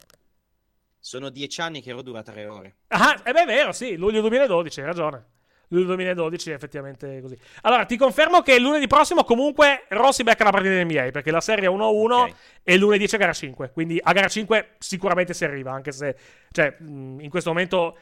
Sono dieci anni che Raw dura tre ore. Ah, e beh, è vero, sì, luglio duemiladodici, hai ragione. Luglio duemiladodici è effettivamente così. Allora, ti confermo che lunedì prossimo comunque Raw si becca la partita di N B A, perché la serie è uno a uno, okay. E lunedì c'è gara cinque. Quindi a gara cinque sicuramente si arriva, anche se, cioè, in questo momento,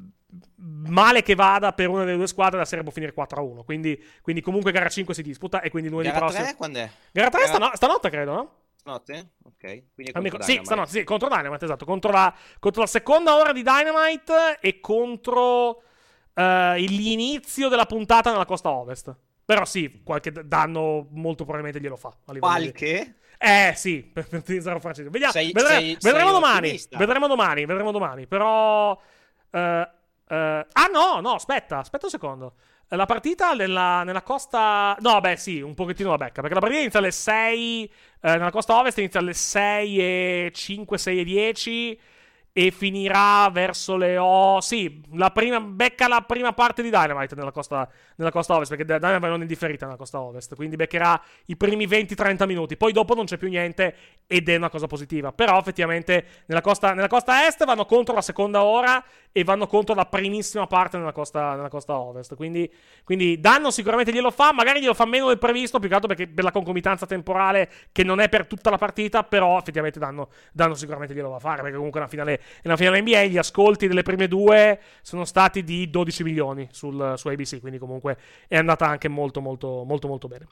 male che vada per una delle due squadre, la serie può finire quattro a uno. Quindi, quindi comunque gara cinque si disputa, e quindi lunedì gara prossimo... tre quando è? Gara tre gara... Stano- stanotte, credo, no? Stanotte? Ok. Quindi contro sì, stanotte, sì, contro Dynamite, esatto. Contro la, contro la seconda ora di Dynamite e contro... uh, l'inizio della puntata nella costa ovest. Però sì, qualche danno molto probabilmente glielo fa. Qualche? Di... Eh sì, per, per utilizzare un francese. Vediamo, sei, vedremo, sei, vedremo sei domani. ottimista. Vedremo domani, vedremo domani. Però... Uh, uh, ah no, no, aspetta, aspetta un secondo. La partita nella, nella costa... No, beh sì, un pochettino la becca. Perché la partita inizia alle sei... Eh, nella costa ovest inizia alle sei e cinque, sei e dieci... E finirà verso le O. Sì, la prima, becca la prima parte di Dynamite nella costa, nella costa ovest. Perché Dynamite non è indifferita nella costa ovest. Quindi beccherà i primi venti trenta minuti. Poi dopo non c'è più niente. Ed è una cosa positiva. Però effettivamente nella costa, nella costa est vanno contro la seconda ora. E vanno contro la primissima parte nella costa, nella costa ovest. Quindi, quindi danno sicuramente glielo fa. Magari glielo fa meno del previsto. Più che altro perché per la concomitanza temporale. Che non è per tutta la partita. Però effettivamente danno, danno sicuramente glielo va a fare. Perché comunque una finale. Nella finale N B A gli ascolti delle prime due sono stati di dodici milioni sul, su A B C, quindi comunque è andata anche molto molto molto molto bene.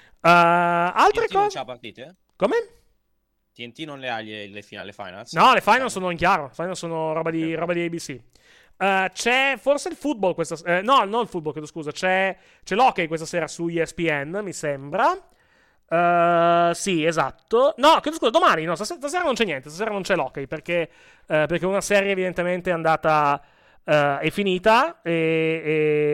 Uh, altre T N T cose? non c'ha partite? Come? T N T non le ha le, le, le finals? No, le final sono in chiaro, le final sono roba di, roba di A B C. Uh, c'è forse il football questa sera, eh, no, non il football, chiedo scusa, c'è, c'è l'hockey questa sera su E S P N, mi sembra. Uh, sì, esatto. No, chiedo scusa, domani. No, stasera, stasera non c'è niente. Stasera non c'è l'hockey perché, uh, perché una serie evidentemente è andata. Uh, è finita. E, e,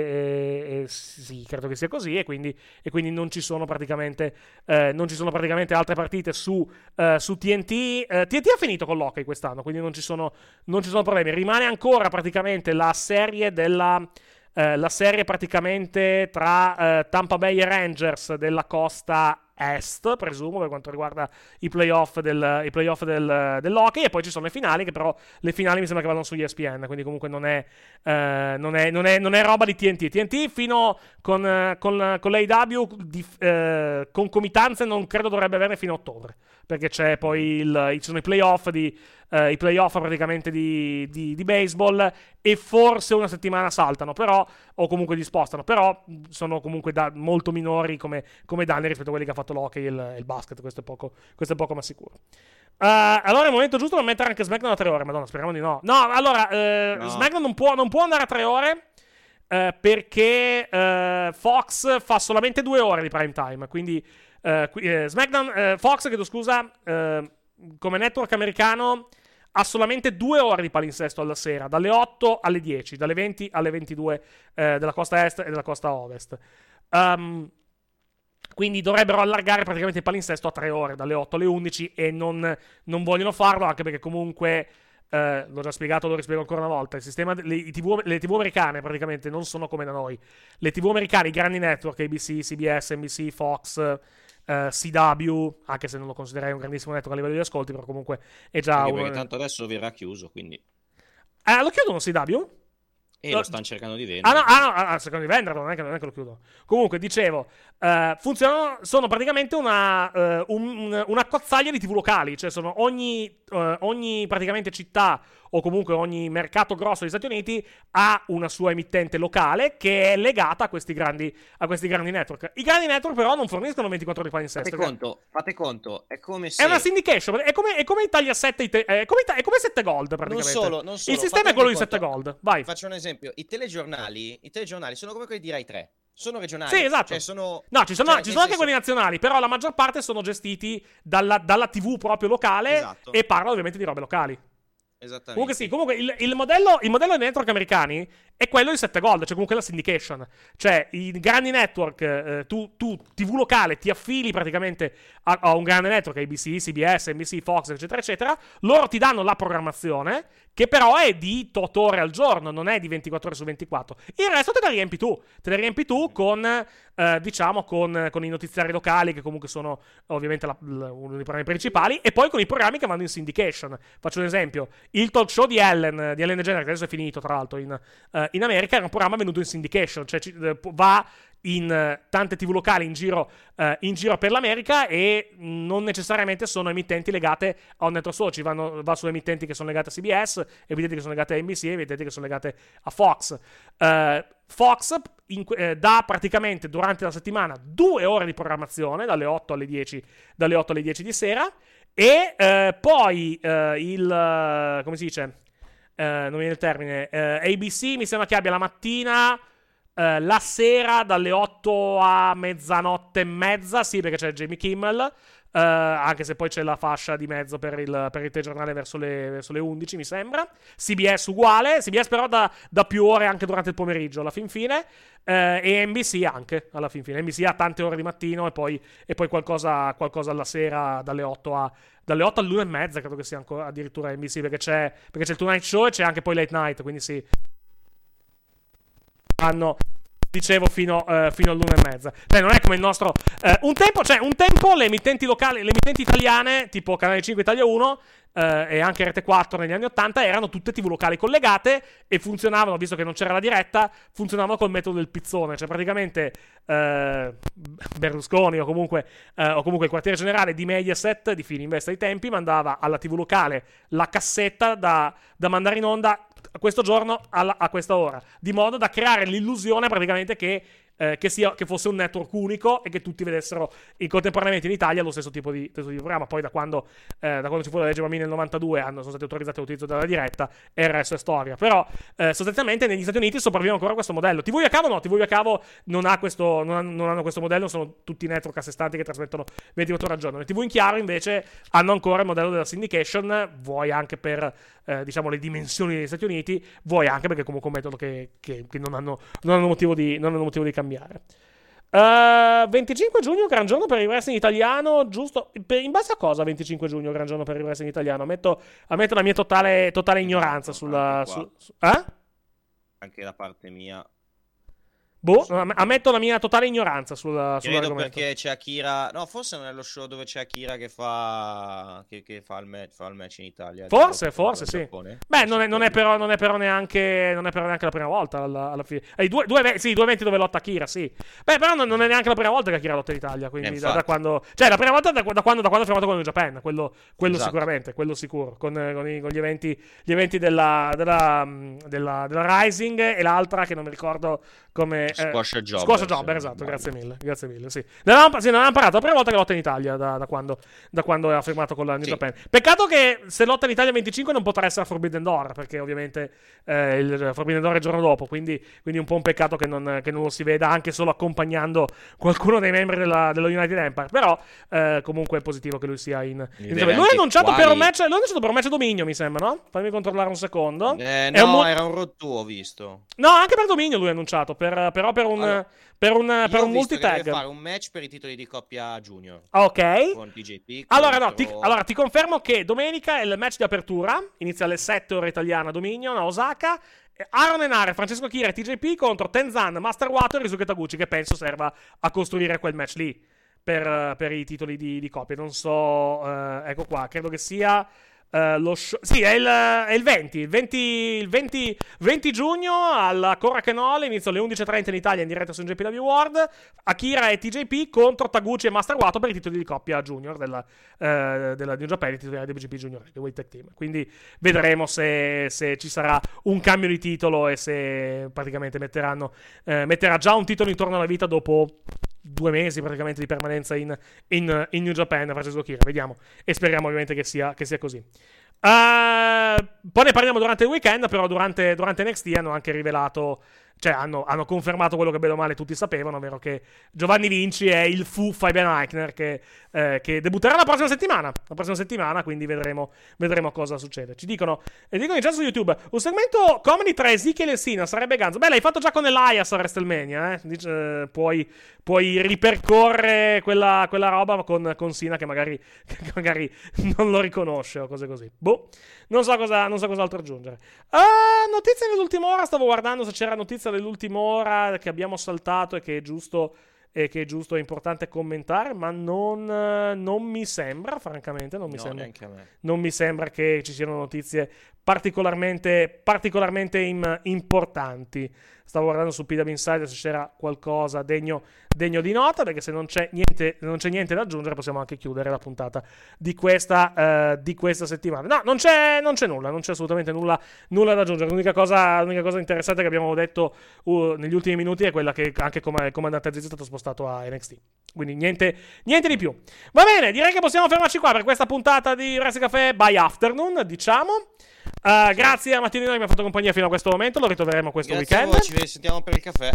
e, e sì, credo che sia così. E quindi, e quindi non ci sono praticamente. Uh, non ci sono praticamente altre partite su, uh, su T N T. Uh, T N T ha finito con l'hockey quest'anno. Quindi non ci sono, non ci sono problemi. Rimane ancora praticamente la serie della. Uh, la serie praticamente tra uh, Tampa Bay e Rangers della costa est, presumo, per quanto riguarda i playoff del, i playoff del, dell'hockey, e poi ci sono le finali, che però le finali mi sembra che vadano su E S P N, quindi comunque non è, uh, non è, non è, non è roba di T N T. T N T fino con, uh, con, con l'A E W di, uh, concomitanze non credo dovrebbe averne fino a ottobre, perché c'è poi il, ci sono i playoff di Uh, i playoff praticamente di, di, di baseball, e forse una settimana saltano, però, o comunque li spostano, però sono comunque da, molto minori come, come danni rispetto a quelli che ha fatto l'hockey e il, il basket. Questo è poco, questo è poco ma sicuro. Uh, allora è il momento giusto per mettere anche SmackDown a tre ore. Madonna, speriamo di no. No, allora uh, no. SmackDown non può, non può andare a tre ore uh, perché uh, Fox fa solamente due ore di prime time. Quindi uh, uh, SmackDown, uh, Fox, chiedo scusa, uh, come network americano ha solamente due ore di palinsesto alla sera, dalle otto alle dieci, dalle venti alle ventidue eh, della costa est e della costa ovest. Um, quindi dovrebbero allargare praticamente il palinsesto a tre ore, dalle otto alle undici, e non, non vogliono farlo, anche perché comunque, eh, l'ho già spiegato, lo rispiego ancora una volta, il sistema, le, i TV, le tivù americane praticamente non sono come da noi. Le tivù americane, i grandi network, A B C, C B S, N B C, Fox... Uh, C W, anche se non lo considererei un grandissimo network a livello di ascolti, però comunque è già perché, uno... perché tanto adesso verrà chiuso, quindi eh, lo chiudono C W? E lo stanno cercando di vendere. Ah, no, ah, no, ah, cercando di venderlo, non è che, non è che lo chiudo. Comunque, dicevo, uh, funzionano, sono praticamente una, uh, un, una cozzaglia di tivù locali, cioè sono ogni, uh, ogni praticamente città o comunque ogni mercato grosso degli Stati Uniti ha una sua emittente locale che è legata a questi grandi, a questi grandi network. I grandi network però non forniscono ventiquattro ore di palinsesto. Fate conto, fate conto, è come se... È una syndication, è come, è come Italia sette, è come, è come sette Gold praticamente. Non solo, non solo. Il sistema è quello di sette Gold, vai. Faccio un esempio, i telegiornali, i telegiornali sono come quelli di Rai tre. Sono regionali. Sì, esatto. Cioè sono... No, ci sono, cioè, ci sono anche quelli nazionali, però la maggior parte sono gestiti dalla, dalla tivù proprio locale, esatto. E parlo ovviamente di robe locali. Esattamente. Comunque sì, comunque il, il modello il modello dei network americani è quello di sette Gold, cioè comunque la syndication. Cioè i grandi network, eh, tu, tu tivù locale ti affili praticamente a, a un grande network, A B C, C B S, N B C, Fox, eccetera eccetera. Loro ti danno la programmazione, che però è di otto ore al giorno, non è di ventiquattro ore su ventiquattro. Il resto te la riempi tu, te la riempi tu con, eh, diciamo, con, con i notiziari locali, che comunque sono ovviamente la, la, uno dei programmi principali, e poi con i programmi che vanno in syndication. Faccio un esempio, il talk show di Ellen, di Ellen DeGeneres, che adesso è finito tra l'altro in, uh, in America, era un programma venuto in syndication, cioè ci, uh, va in uh, tante tivù locali in giro, uh, in giro per l'America, e non necessariamente sono emittenti legate a un network solo, ci vanno, va su emittenti che sono legate a C B S, emittenti che sono legate a N B C, emittenti che sono legate a Fox. Uh, Fox in, eh, dà praticamente durante la settimana due ore di programmazione, dalle otto alle dieci, dalle otto alle dieci di sera, e eh, poi eh, il, uh, come si dice, eh, non mi viene il termine, eh, A B C mi sembra che abbia la mattina, eh, la sera dalle otto a mezzanotte e mezza, sì, perché c'è Jimmy Kimmel. Uh, anche se poi c'è la fascia di mezzo per il, per il telegiornale verso le, verso le undici, mi sembra. C B S uguale, C B S però da, da più ore anche durante il pomeriggio alla fin fine, uh, e N B C anche alla fin fine. N B C ha tante ore di mattino e poi, e poi qualcosa, qualcosa alla sera dalle otto a dalle otto all'una e mezza, credo che sia ancora addirittura N B C, perché c'è, perché c'è il Tonight Show e c'è anche poi Late Night, quindi sì, hanno, dicevo, fino, uh, fino all'una e mezza. Cioè non è come il nostro uh, un tempo, cioè un tempo le emittenti locali, le emittenti italiane tipo Canale cinque Italia uno uh, e anche Rete quattro negli anni ottanta erano tutte tivù locali collegate e funzionavano, visto che non c'era la diretta, funzionavano col metodo del pizzone. Cioè praticamente uh, Berlusconi o comunque, uh, o comunque il quartiere generale di Mediaset, di Fininvest ai tempi, mandava alla tivù locale la cassetta da, da mandare in onda questo giorno alla, a questa ora, di modo da creare l'illusione praticamente che, eh, che, sia, che fosse un network unico e che tutti vedessero in contemporaneamente in Italia lo stesso tipo di, stesso di programma. Poi da quando, eh, da quando ci fu la legge Mammì nel novantadue hanno, sono stati autorizzati all'utilizzo della diretta e il resto è storia. Però eh, sostanzialmente negli Stati Uniti sopravvive ancora questo modello. T V a cavo no, T V a cavo non, ha questo, non, ha, non hanno questo modello, sono tutti network a sé stanti che trasmettono ventiquattro ore al giorno. Le T V in chiaro invece hanno ancora il modello della syndication, vuoi anche per eh, diciamo le dimensioni degli Stati Uniti, vuoi anche perché comunque è un metodo che, che, che non, hanno, non, hanno motivo di, non hanno motivo di cambiare. Uh, venticinque giugno, gran giorno per il wrestling italiano, giusto? Per, in base a cosa venticinque giugno, gran giorno per il wrestling italiano? Ammetto, ammetto la mia totale, totale ignoranza sulla... Su, su, eh? Anche da parte mia. Boh, ammetto la mia totale ignoranza sulla, Credo perché c'è Akira. No, forse non è lo show dove c'è Akira che fa che, che fa, il match, fa il match in Italia. Forse, forse sì. Giappone. Beh, non è, non, è però, non è però neanche non è però neanche la prima volta alla, alla fine. Eh, due, due, sì, due eventi dove lotta Akira, sì. Beh, però non, non è neanche la prima volta che Akira lotta in Italia. Quindi eh, da, da quando. Cioè, la prima volta da, da quando da quando ha firmato con New Japan. Quello, quello esatto. Sicuramente, quello sicuro. Con, con, i, con gli eventi, gli eventi della, della, della, della Rising e l'altra che non mi ricordo come. Squash eh, Job. Squash Jobber, esatto, grazie mille, grazie mille, sì. Ne avevamo, sì, ne avevamo parlato la prima volta che lotta in Italia, da, da, quando, da quando ha firmato con la New sì. Japan. Peccato che se lotta in Italia venticinque non potrà essere Forbidden Door, perché ovviamente eh, il Forbidden Door è il giorno dopo, quindi, quindi un po' un peccato che non, che non lo si veda anche solo accompagnando qualcuno dei membri della, dello United Empire, però eh, comunque è positivo che lui sia in... in lui è annunciato per un match, lui è annunciato per un match dominio, mi sembra, no? Fammi controllare un secondo. Eh, no, un mo- era un rotto, ho visto. No, anche per dominio lui è annunciato, per, però per un... Allora. Per un, per un multitag. Deve fare un match per i titoli di coppia junior. Ok. Con T J P. Allora, no, ti, allora ti confermo che domenica è il match di apertura. Inizia alle sette ore italiana Dominion a Osaka. Aaron Enare, Francesco Akira e T J P contro Tenzan, Master Water e Ryusuke Taguchi, che penso serva a costruire quel match lì per, per i titoli di, di coppia. Non so, uh, ecco qua, credo che sia... Uh, lo show... Sì, è il, è il venti, il venti, il venti, venti giugno alla Korakuen, inizio alle undici e trenta in Italia in diretta su N J P W World. Akira e T J P contro Taguchi e Master Wato per i titoli di coppia junior della, uh, della New Japan, i titoli della W G P Junior, the Weight Tag Team. Quindi vedremo se, se ci sarà un cambio di titolo e se praticamente metteranno uh, metterà già un titolo intorno alla vita dopo due mesi praticamente di permanenza in, in, in New Japan. Francesco Akira, vediamo e speriamo ovviamente che sia, che sia così. Uh, poi ne parliamo durante il weekend, però durante, durante N X T hanno anche rivelato, cioè hanno, hanno confermato quello che bene o male tutti sapevano, ovvero che Giovanni Vinci è il fu Fabian Aichner che, eh, che debutterà la prossima settimana, la prossima settimana, quindi vedremo, vedremo cosa succede. Ci dicono, e dicono in chat su YouTube, un segmento comedy tra Ezekiel e Sina sarebbe ganzo. Beh, l'hai fatto già con Elias a WrestleMania, eh? Dice, eh, puoi, puoi ripercorrere quella, quella roba con, con Sina che magari, che magari non lo riconosce o cose così. Boh, non so cosa, non so cos'altro aggiungere. Uh, notizie dell'ultima ora, stavo guardando se c'era notizia dell'ultima ora che abbiamo saltato e che è giusto e che è giusto e importante commentare, ma non, non mi sembra, francamente, non mi, no, sembra, neanche a me. Non mi sembra che ci siano notizie particolarmente, particolarmente im, importanti. Stavo guardando su P W Insider se c'era qualcosa degno, degno di nota, perché se non c'è niente, non c'è niente da aggiungere possiamo anche chiudere la puntata di questa, uh, di questa settimana. No, non c'è, non c'è nulla, non c'è assolutamente nulla, nulla da aggiungere. L'unica cosa, l'unica cosa interessante che abbiamo detto uh, negli ultimi minuti è quella che anche come comandante Aziz è stato spostato a N X T. Quindi niente, niente di più. Va bene, direi che possiamo fermarci qua per questa puntata di Wrestling Café by Afternoon, diciamo. Uh, grazie a Mattinino che mi ha fatto compagnia fino a questo momento. Lo ritroveremo questo Grazie weekend. a voi, ci sentiamo per il caffè.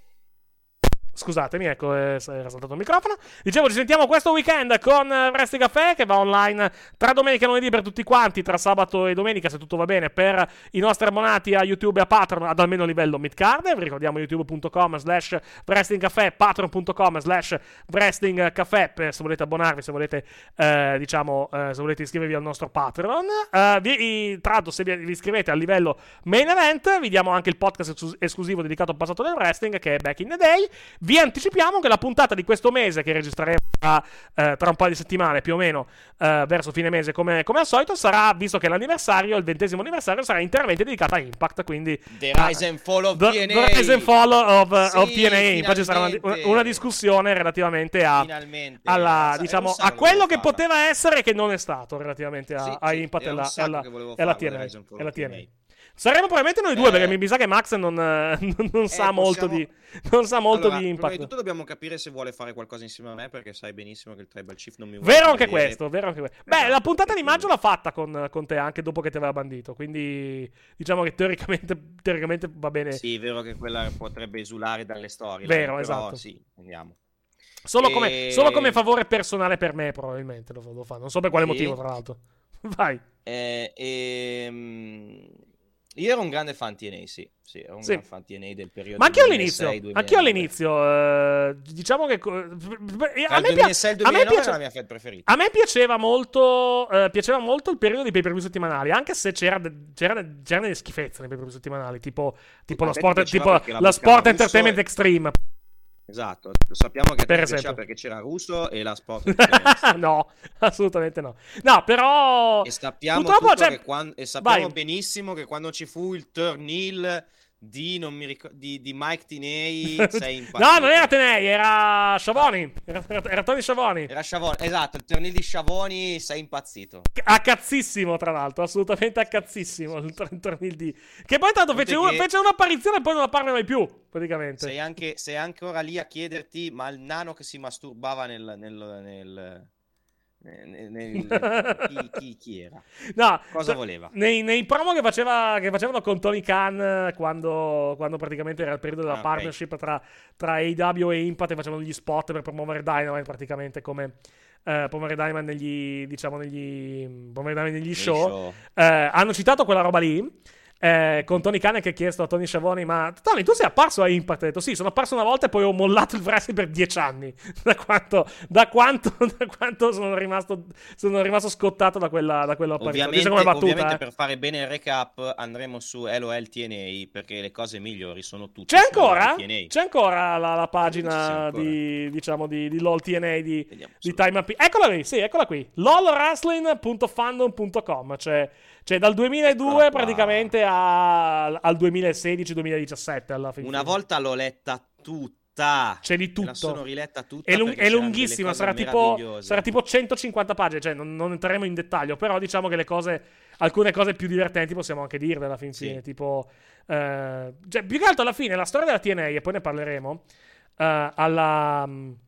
Scusatemi, ecco, era saltato il microfono. Dicevo, ci sentiamo questo weekend con Wrestling Caffè, che va online tra domenica e lunedì per tutti quanti, tra sabato e domenica, se tutto va bene, per i nostri abbonati a YouTube e a Patreon ad almeno livello mid-card. Vi ricordiamo youtube.com slash Wrestling Caffè, patreon.com slash Wrestling Caffè, per se volete abbonarvi, se volete, eh, diciamo, eh, se volete iscrivervi al nostro Patreon. Eh, vi, tra l'altro, se vi, vi iscrivete al livello Main Event, vi diamo anche il podcast esclus- esclusivo dedicato al passato del wrestling, che è Back in the Day. Vi anticipiamo che la puntata di questo mese, che registreremo tra, eh, tra un paio di settimane più o meno, eh, verso fine mese come, come al solito, sarà, visto che è l'anniversario, il ventesimo anniversario, sarà interamente dedicata a Impact, quindi The Rise and Fall of the, T N A. The Rise and Fall of, sì, of T N A. Infatti ci sarà una, una discussione relativamente a, finalmente. alla, Sa- diciamo, a quello che poteva essere e che non è stato relativamente a, sì, a sì, Impact e alla, e alla, e alla T N A. Rise and Fall E alla of T N A. T N A. Saremo probabilmente noi due, Eh, perché mi sa che Max non, non, non sa eh, molto possiamo- di non sa molto Allora, di prima Impact. di tutto dobbiamo capire se vuole fare qualcosa insieme a me, perché sai benissimo che il Tribal Chief non mi vuole Vero anche vedere. questo, vero anche questo. Beh, Esatto, la puntata di quindi- maggio l'ha fatta con, con te anche dopo che ti aveva bandito, quindi diciamo che teoricamente, teoricamente va bene. Sì, è vero che quella potrebbe esulare dalle storie. Vero, però esatto. Sì, andiamo. Solo, E- come, solo come favore personale per me, probabilmente lo, lo fa. Non so per quale Sì. motivo, tra l'altro. Vai. Eh, ehm, Io ero un grande fan T N A, sì. Sì, ero un Sì. grande fan T N A del periodo Ma anch'io all'inizio, duemilasei anch'io duemilanove. all'inizio, eh, diciamo che co- a Tra me, il pia- duemilasei e a il me duemilanove piace- era la mia fed preferita. a me piaceva molto, eh, piaceva molto il periodo dei pay-per-view settimanali, anche se c'era, de- c'era de- c'erano delle schifezze nei pay-per-view settimanali, tipo, tipo A la te sport, piaceva tipo perché la la bucava Sport Russo Entertainment e- Extreme. Esatto, sappiamo che a te Per piaceva esempio. perché c'era Russo e la Sport No, assolutamente no. No, però E sappiamo, purtroppo, tutto cioè- che quando, e sappiamo vai. benissimo che quando ci fu il turn heel di, non mi ricor- di, di Mike Tenay sei impazzito. No, non era Tenei, era Sciavoni. Era, era Tony Sciavoni. Era Sciavoni, esatto, il turn heel di Sciavoni sei impazzito. A cazzissimo, tra l'altro, assolutamente a cazzissimo il tor- il torneo di... Che poi tanto fece, Conte un- che- fece un'apparizione e poi non la parla mai più, praticamente. Sei anche, sei ancora lì a chiederti, ma il nano che si masturbava nel... nel, nel, nel, nel- chi, chi, chi era? No, Cosa t- voleva? Nei, nei promo che, faceva, che facevano con Tony Khan quando, quando praticamente era il periodo della Ah, ok. partnership tra, tra A E W e Impact, e facevano gli spot per promuovere Dynamite praticamente come eh, promuovere Dynamite negli, diciamo, negli, promuovere Dynamite negli show. show. Eh, hanno citato quella roba lì. Eh, con Tony Khan che ha chiesto a Tony Schiavone: ma Tony, tu sei apparso a Impact? Ha detto sì, sono apparso una volta e poi ho mollato il wrestling per dieci anni. Da quanto, da quanto, da quanto sono rimasto sono rimasto scottato da quella, da quella apparizione. Ovviamente, Come battuta, ovviamente eh. per fare bene il recap andremo su L O L T N A, perché le cose migliori sono tutte C'è su ancora? L O L T N A. C'è ancora la, la Sì, pagina ancora. di, diciamo, di, di LOL T N A di, Vediamo di solo. Time Up. Eccola qui, sì, eccola qui. lol wrestling punto fandom punto com. Cioè, cioè dal duemiladue Eccola qua. praticamente a- al duemilasedici duemiladiciassette alla fine. Una volta l'ho letta tutta. C'è di Me tutto. la sono riletta tutta. È, lung- perché è c'erano lunghissima, delle sarà cose tipo, meravigliose. sarà tipo centocinquanta pagine, cioè non, non entreremo in dettaglio, però diciamo che le cose, alcune cose più divertenti possiamo anche dirle alla fin Sì. fine, tipo, eh, cioè più che altro alla fine la storia della T N A, e poi ne parleremo, eh, alla...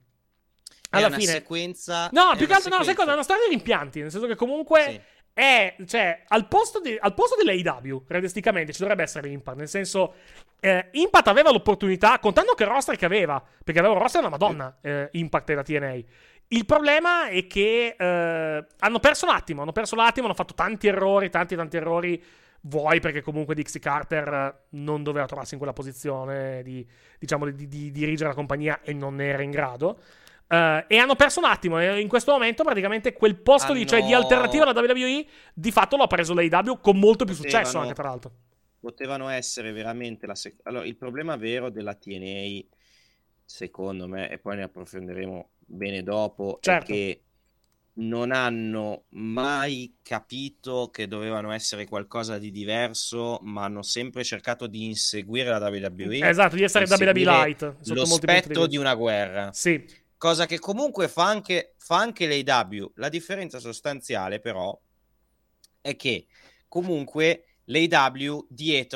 È alla una fine... sequenza. No, è più che una altro, no, sai sequenza. cosa? È una storia di rimpianti, nel senso che comunque... Sì. È, cioè, al posto, di, al posto dell'A E W, realisticamente, ci dovrebbe essere Impact. Nel senso, eh, Impact aveva l'opportunità, contando che il roster che aveva, perché aveva un roster della Madonna, eh, Impact e la T N A. Il problema è che eh, hanno perso l'attimo, hanno perso l'attimo, hanno fatto tanti errori, tanti tanti errori. Vuoi perché comunque Dixie Carter eh, non doveva trovarsi in quella posizione di, diciamo, di, di, di dirigere la compagnia e non ne era in grado. Uh, e hanno perso un attimo, e in questo momento praticamente quel posto Hanno- di, cioè, di alternativa alla W W E di fatto l'ha preso l'A E W con molto più Potevano- successo anche, tra l'altro. Potevano essere veramente la sec- allora, il problema vero della T N A, secondo me, e poi ne approfondiremo bene dopo, Certo. è che non hanno mai capito che dovevano essere qualcosa di diverso, ma hanno sempre cercato di inseguire la W W E. Esatto, di essere W W E inseguire light sotto lo molti punti di spettro vista. di una guerra. Sì, Cosa che comunque fa anche, fa anche l'A E W. La differenza sostanziale, però, è che comunque l'A E W dietro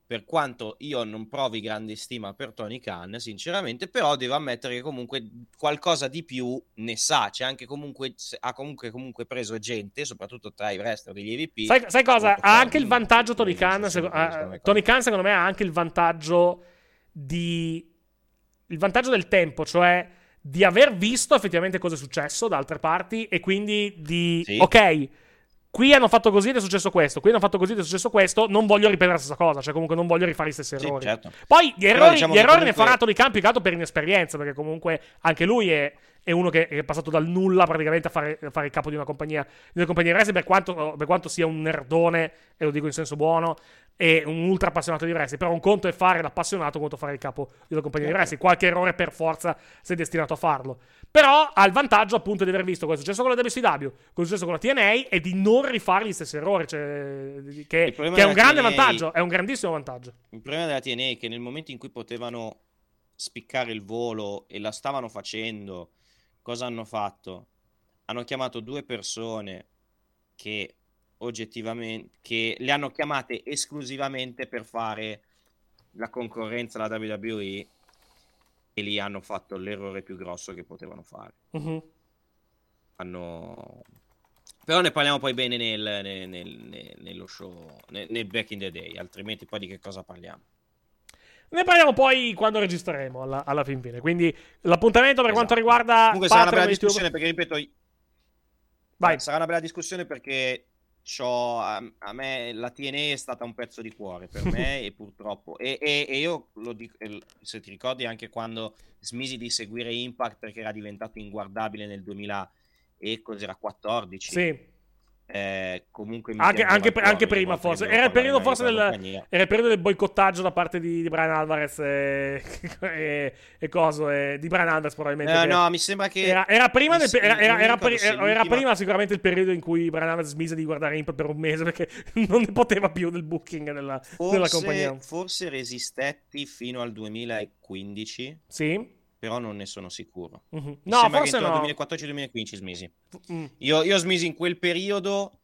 per quanto io non provi grande stima per Tony Khan, sinceramente, però devo ammettere che comunque qualcosa di più ne sa, c'è anche comunque, ha comunque, comunque preso gente, soprattutto tra i wrestler degli E V P. Sai, sai cosa? Ha anche il vantaggio Tony Khan, seco- uh, Tony Khan secondo me ha anche il vantaggio di... il vantaggio del tempo, cioè di aver visto effettivamente cosa è successo da altre parti e quindi di... Sì. Ok, qui hanno fatto così ed è successo questo, qui hanno fatto così ed è successo questo, non voglio ripetere la stessa cosa, cioè comunque non voglio rifare gli stessi errori. Sì, certo. Poi gli errori, diciamo gli errori comunque... ne farà Tony Khan più che altro per inesperienza, perché comunque anche lui è, è uno che è passato dal nulla praticamente a fare, a fare il capo di una compagnia di una compagnia di wrestling, per quanto, per quanto sia un nerdone, e lo dico in senso buono, e un ultra appassionato di wrestling, però un conto è fare l'appassionato, un conto è fare il capo di una compagnia certo. di wrestling, qualche errore per forza sei destinato a farlo, però ha il vantaggio appunto di aver visto cosa è successo con la W C W, cosa è successo con la T N A e di non rifare gli stessi errori, cioè, che, che è un grande T N A, vantaggio, è un grandissimo vantaggio. Il problema della T N A è che nel momento in cui potevano spiccare il volo e la stavano facendo, cosa hanno fatto? Hanno chiamato due persone che oggettivamente che le hanno chiamate esclusivamente per fare la concorrenza alla W W E e lì hanno fatto l'errore più grosso che potevano fare. Uh-huh. Hanno però ne parliamo poi bene nel, nel, nel, nello show nel, nel Back in the Day, altrimenti poi di che cosa parliamo? Ne parliamo poi quando registreremo alla, alla fin fine. Quindi l'appuntamento per esatto. quanto riguarda comunque sarà una bella discussione perché ripeto Vai. sarà una bella discussione perché c'ho, a, a me la T N A è stata un pezzo di cuore per me e purtroppo e, e, e io lo dico, se ti ricordi anche quando smisi di seguire Impact perché era diventato inguardabile nel duemila e cos'era quattordici sì eh, comunque mi anche, anche, anche prima forse era il periodo forse del, era il periodo del boicottaggio da parte di, di Brian Alvarez e, e, e coso e di Brian Alvarez probabilmente eh, no mi sembra che era, era prima del, era, era, era, era, era prima sicuramente il periodo in cui Brian Alvarez smise di guardare Impact per un mese perché non ne poteva più del booking della, forse, della compagnia forse resistetti fino al duemilaquindici sì però non ne sono sicuro. Mm-hmm. No, forse che no. duemilaquattordici duemilaquindici smisi. Mm. Io, io smisi in quel periodo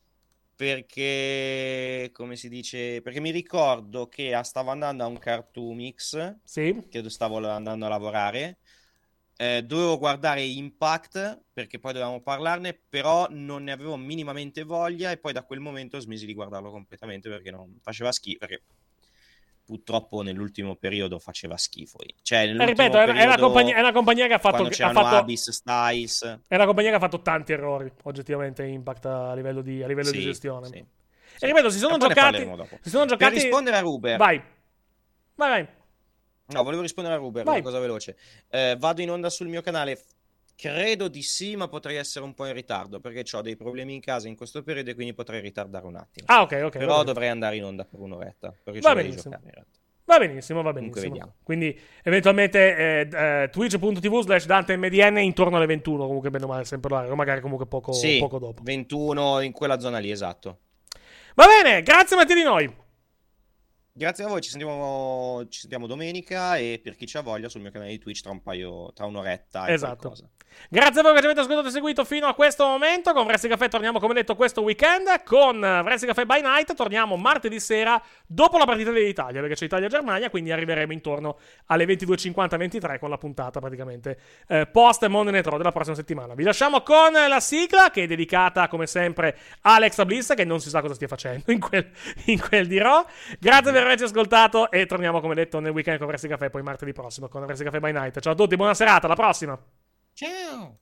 perché, come si dice, perché mi ricordo che stavo andando a un Cartoomix, sì. che stavo andando a lavorare, eh, dovevo guardare Impact, perché poi dovevamo parlarne, però non ne avevo minimamente voglia e poi da quel momento smisi di guardarlo completamente perché non faceva schifo, perché purtroppo nell'ultimo periodo faceva schifo. Cioè, eh, ripeto, è, è, una compagnia, è una compagnia che ha fatto, ha fatto Abyss, Styles. È una compagnia che ha fatto tanti errori, oggettivamente Impact a livello di, a livello sì, di gestione. Sì, sì. E ripeto, si sono giocati, si sono giocati. Per rispondere a Ruber. Vai. Vai, vai. No, volevo rispondere a Ruber, vai. Una cosa veloce. Eh, vado in onda sul mio canale. Credo di sì, ma potrei essere un po' in ritardo perché ho dei problemi in casa in questo periodo e quindi potrei ritardare un attimo. Ah, ok, ok. Però okay. dovrei andare in onda per un'oretta. Perché va benissimo. Va benissimo, va benissimo. Quindi, eventualmente, eh, eh, twitch.tv slash DanteMDN intorno alle ventuno, comunque bene o male, sempre l'orario, magari comunque poco, sì, poco dopo. ventuno in quella zona lì, esatto. Va bene, grazie Mattia di noi. Grazie a voi, ci sentiamo, ci sentiamo domenica e per chi c'ha voglia sul mio canale di Twitch tra un paio, tra un'oretta. Esatto. Qualcosa. Grazie a voi che ci avete ascoltato e seguito fino a questo momento. Con Wrestling Café torniamo come detto questo weekend. Con Wrestling Café by Night torniamo martedì sera dopo la partita dell'Italia, perché c'è Italia-Germania, quindi arriveremo intorno alle ventidue e cinquanta ventitré con la puntata praticamente eh, post Monday Night Raw della prossima settimana. Vi lasciamo con la sigla che è dedicata come sempre a Alexa Bliss, che non si sa cosa stia facendo in quel, in quel di Raw. Grazie per averci ascoltato e torniamo come detto nel weekend con Wrestling Café, poi martedì prossimo con Wrestling Café by Night. Ciao a tutti, buona serata, alla prossima. Ciao.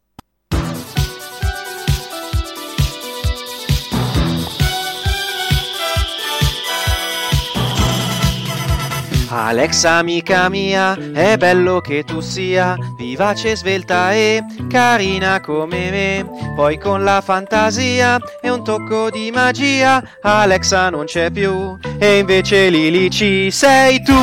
Alexa amica mia, è bello che tu sia vivace, svelta e carina come me. Poi con la fantasia e un tocco di magia Alexa non c'è più e invece Lili ci sei tu.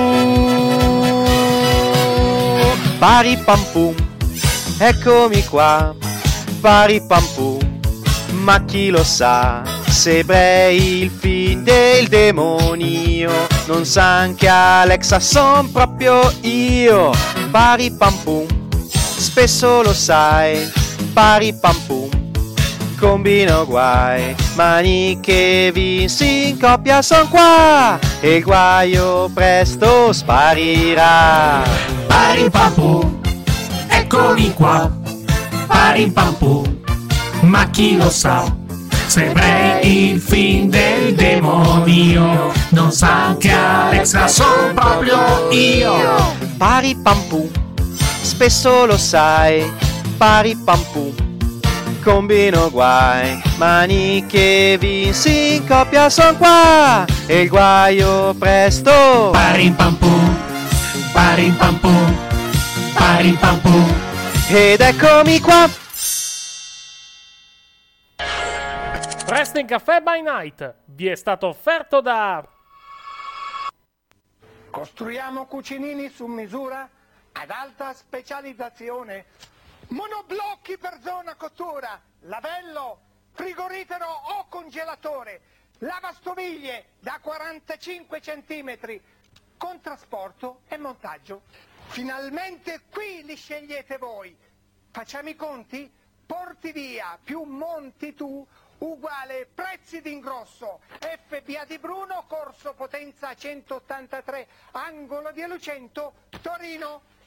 Pari pam pum, eccomi qua, pari pam pum, ma chi lo sa, se Bray il film del demonio, non sa anche Alexa son proprio io. Pari pam pum, spesso lo sai, pari pam pum, combino guai, mani che vinsi in coppia son qua, e il guaio presto sparirà. Parimpampù, eccomi qua, parimpampù, ma chi lo sa, sembrei il film del demonio, non sa che Alexa son proprio io. Paripampù, spesso lo sai, paripampù, combino guai, mani che vinsi in coppia son qua, e il guaio presto. Parimpampù, parimpampù, parimpampù, ed eccomi qua. Wrestling Caffè by Night vi è stato offerto da Costruiamo cucinini su misura ad alta specializzazione, monoblocchi per zona cottura, lavello, frigorifero o congelatore, lavastoviglie da quarantacinque centimetri, con trasporto e montaggio. Finalmente qui li scegliete voi. Facciamo i conti? Porti via più monti tu uguale prezzi d'ingrosso. F B A di Bruno, corso potenza centottantatré, angolo di Lucento, Torino.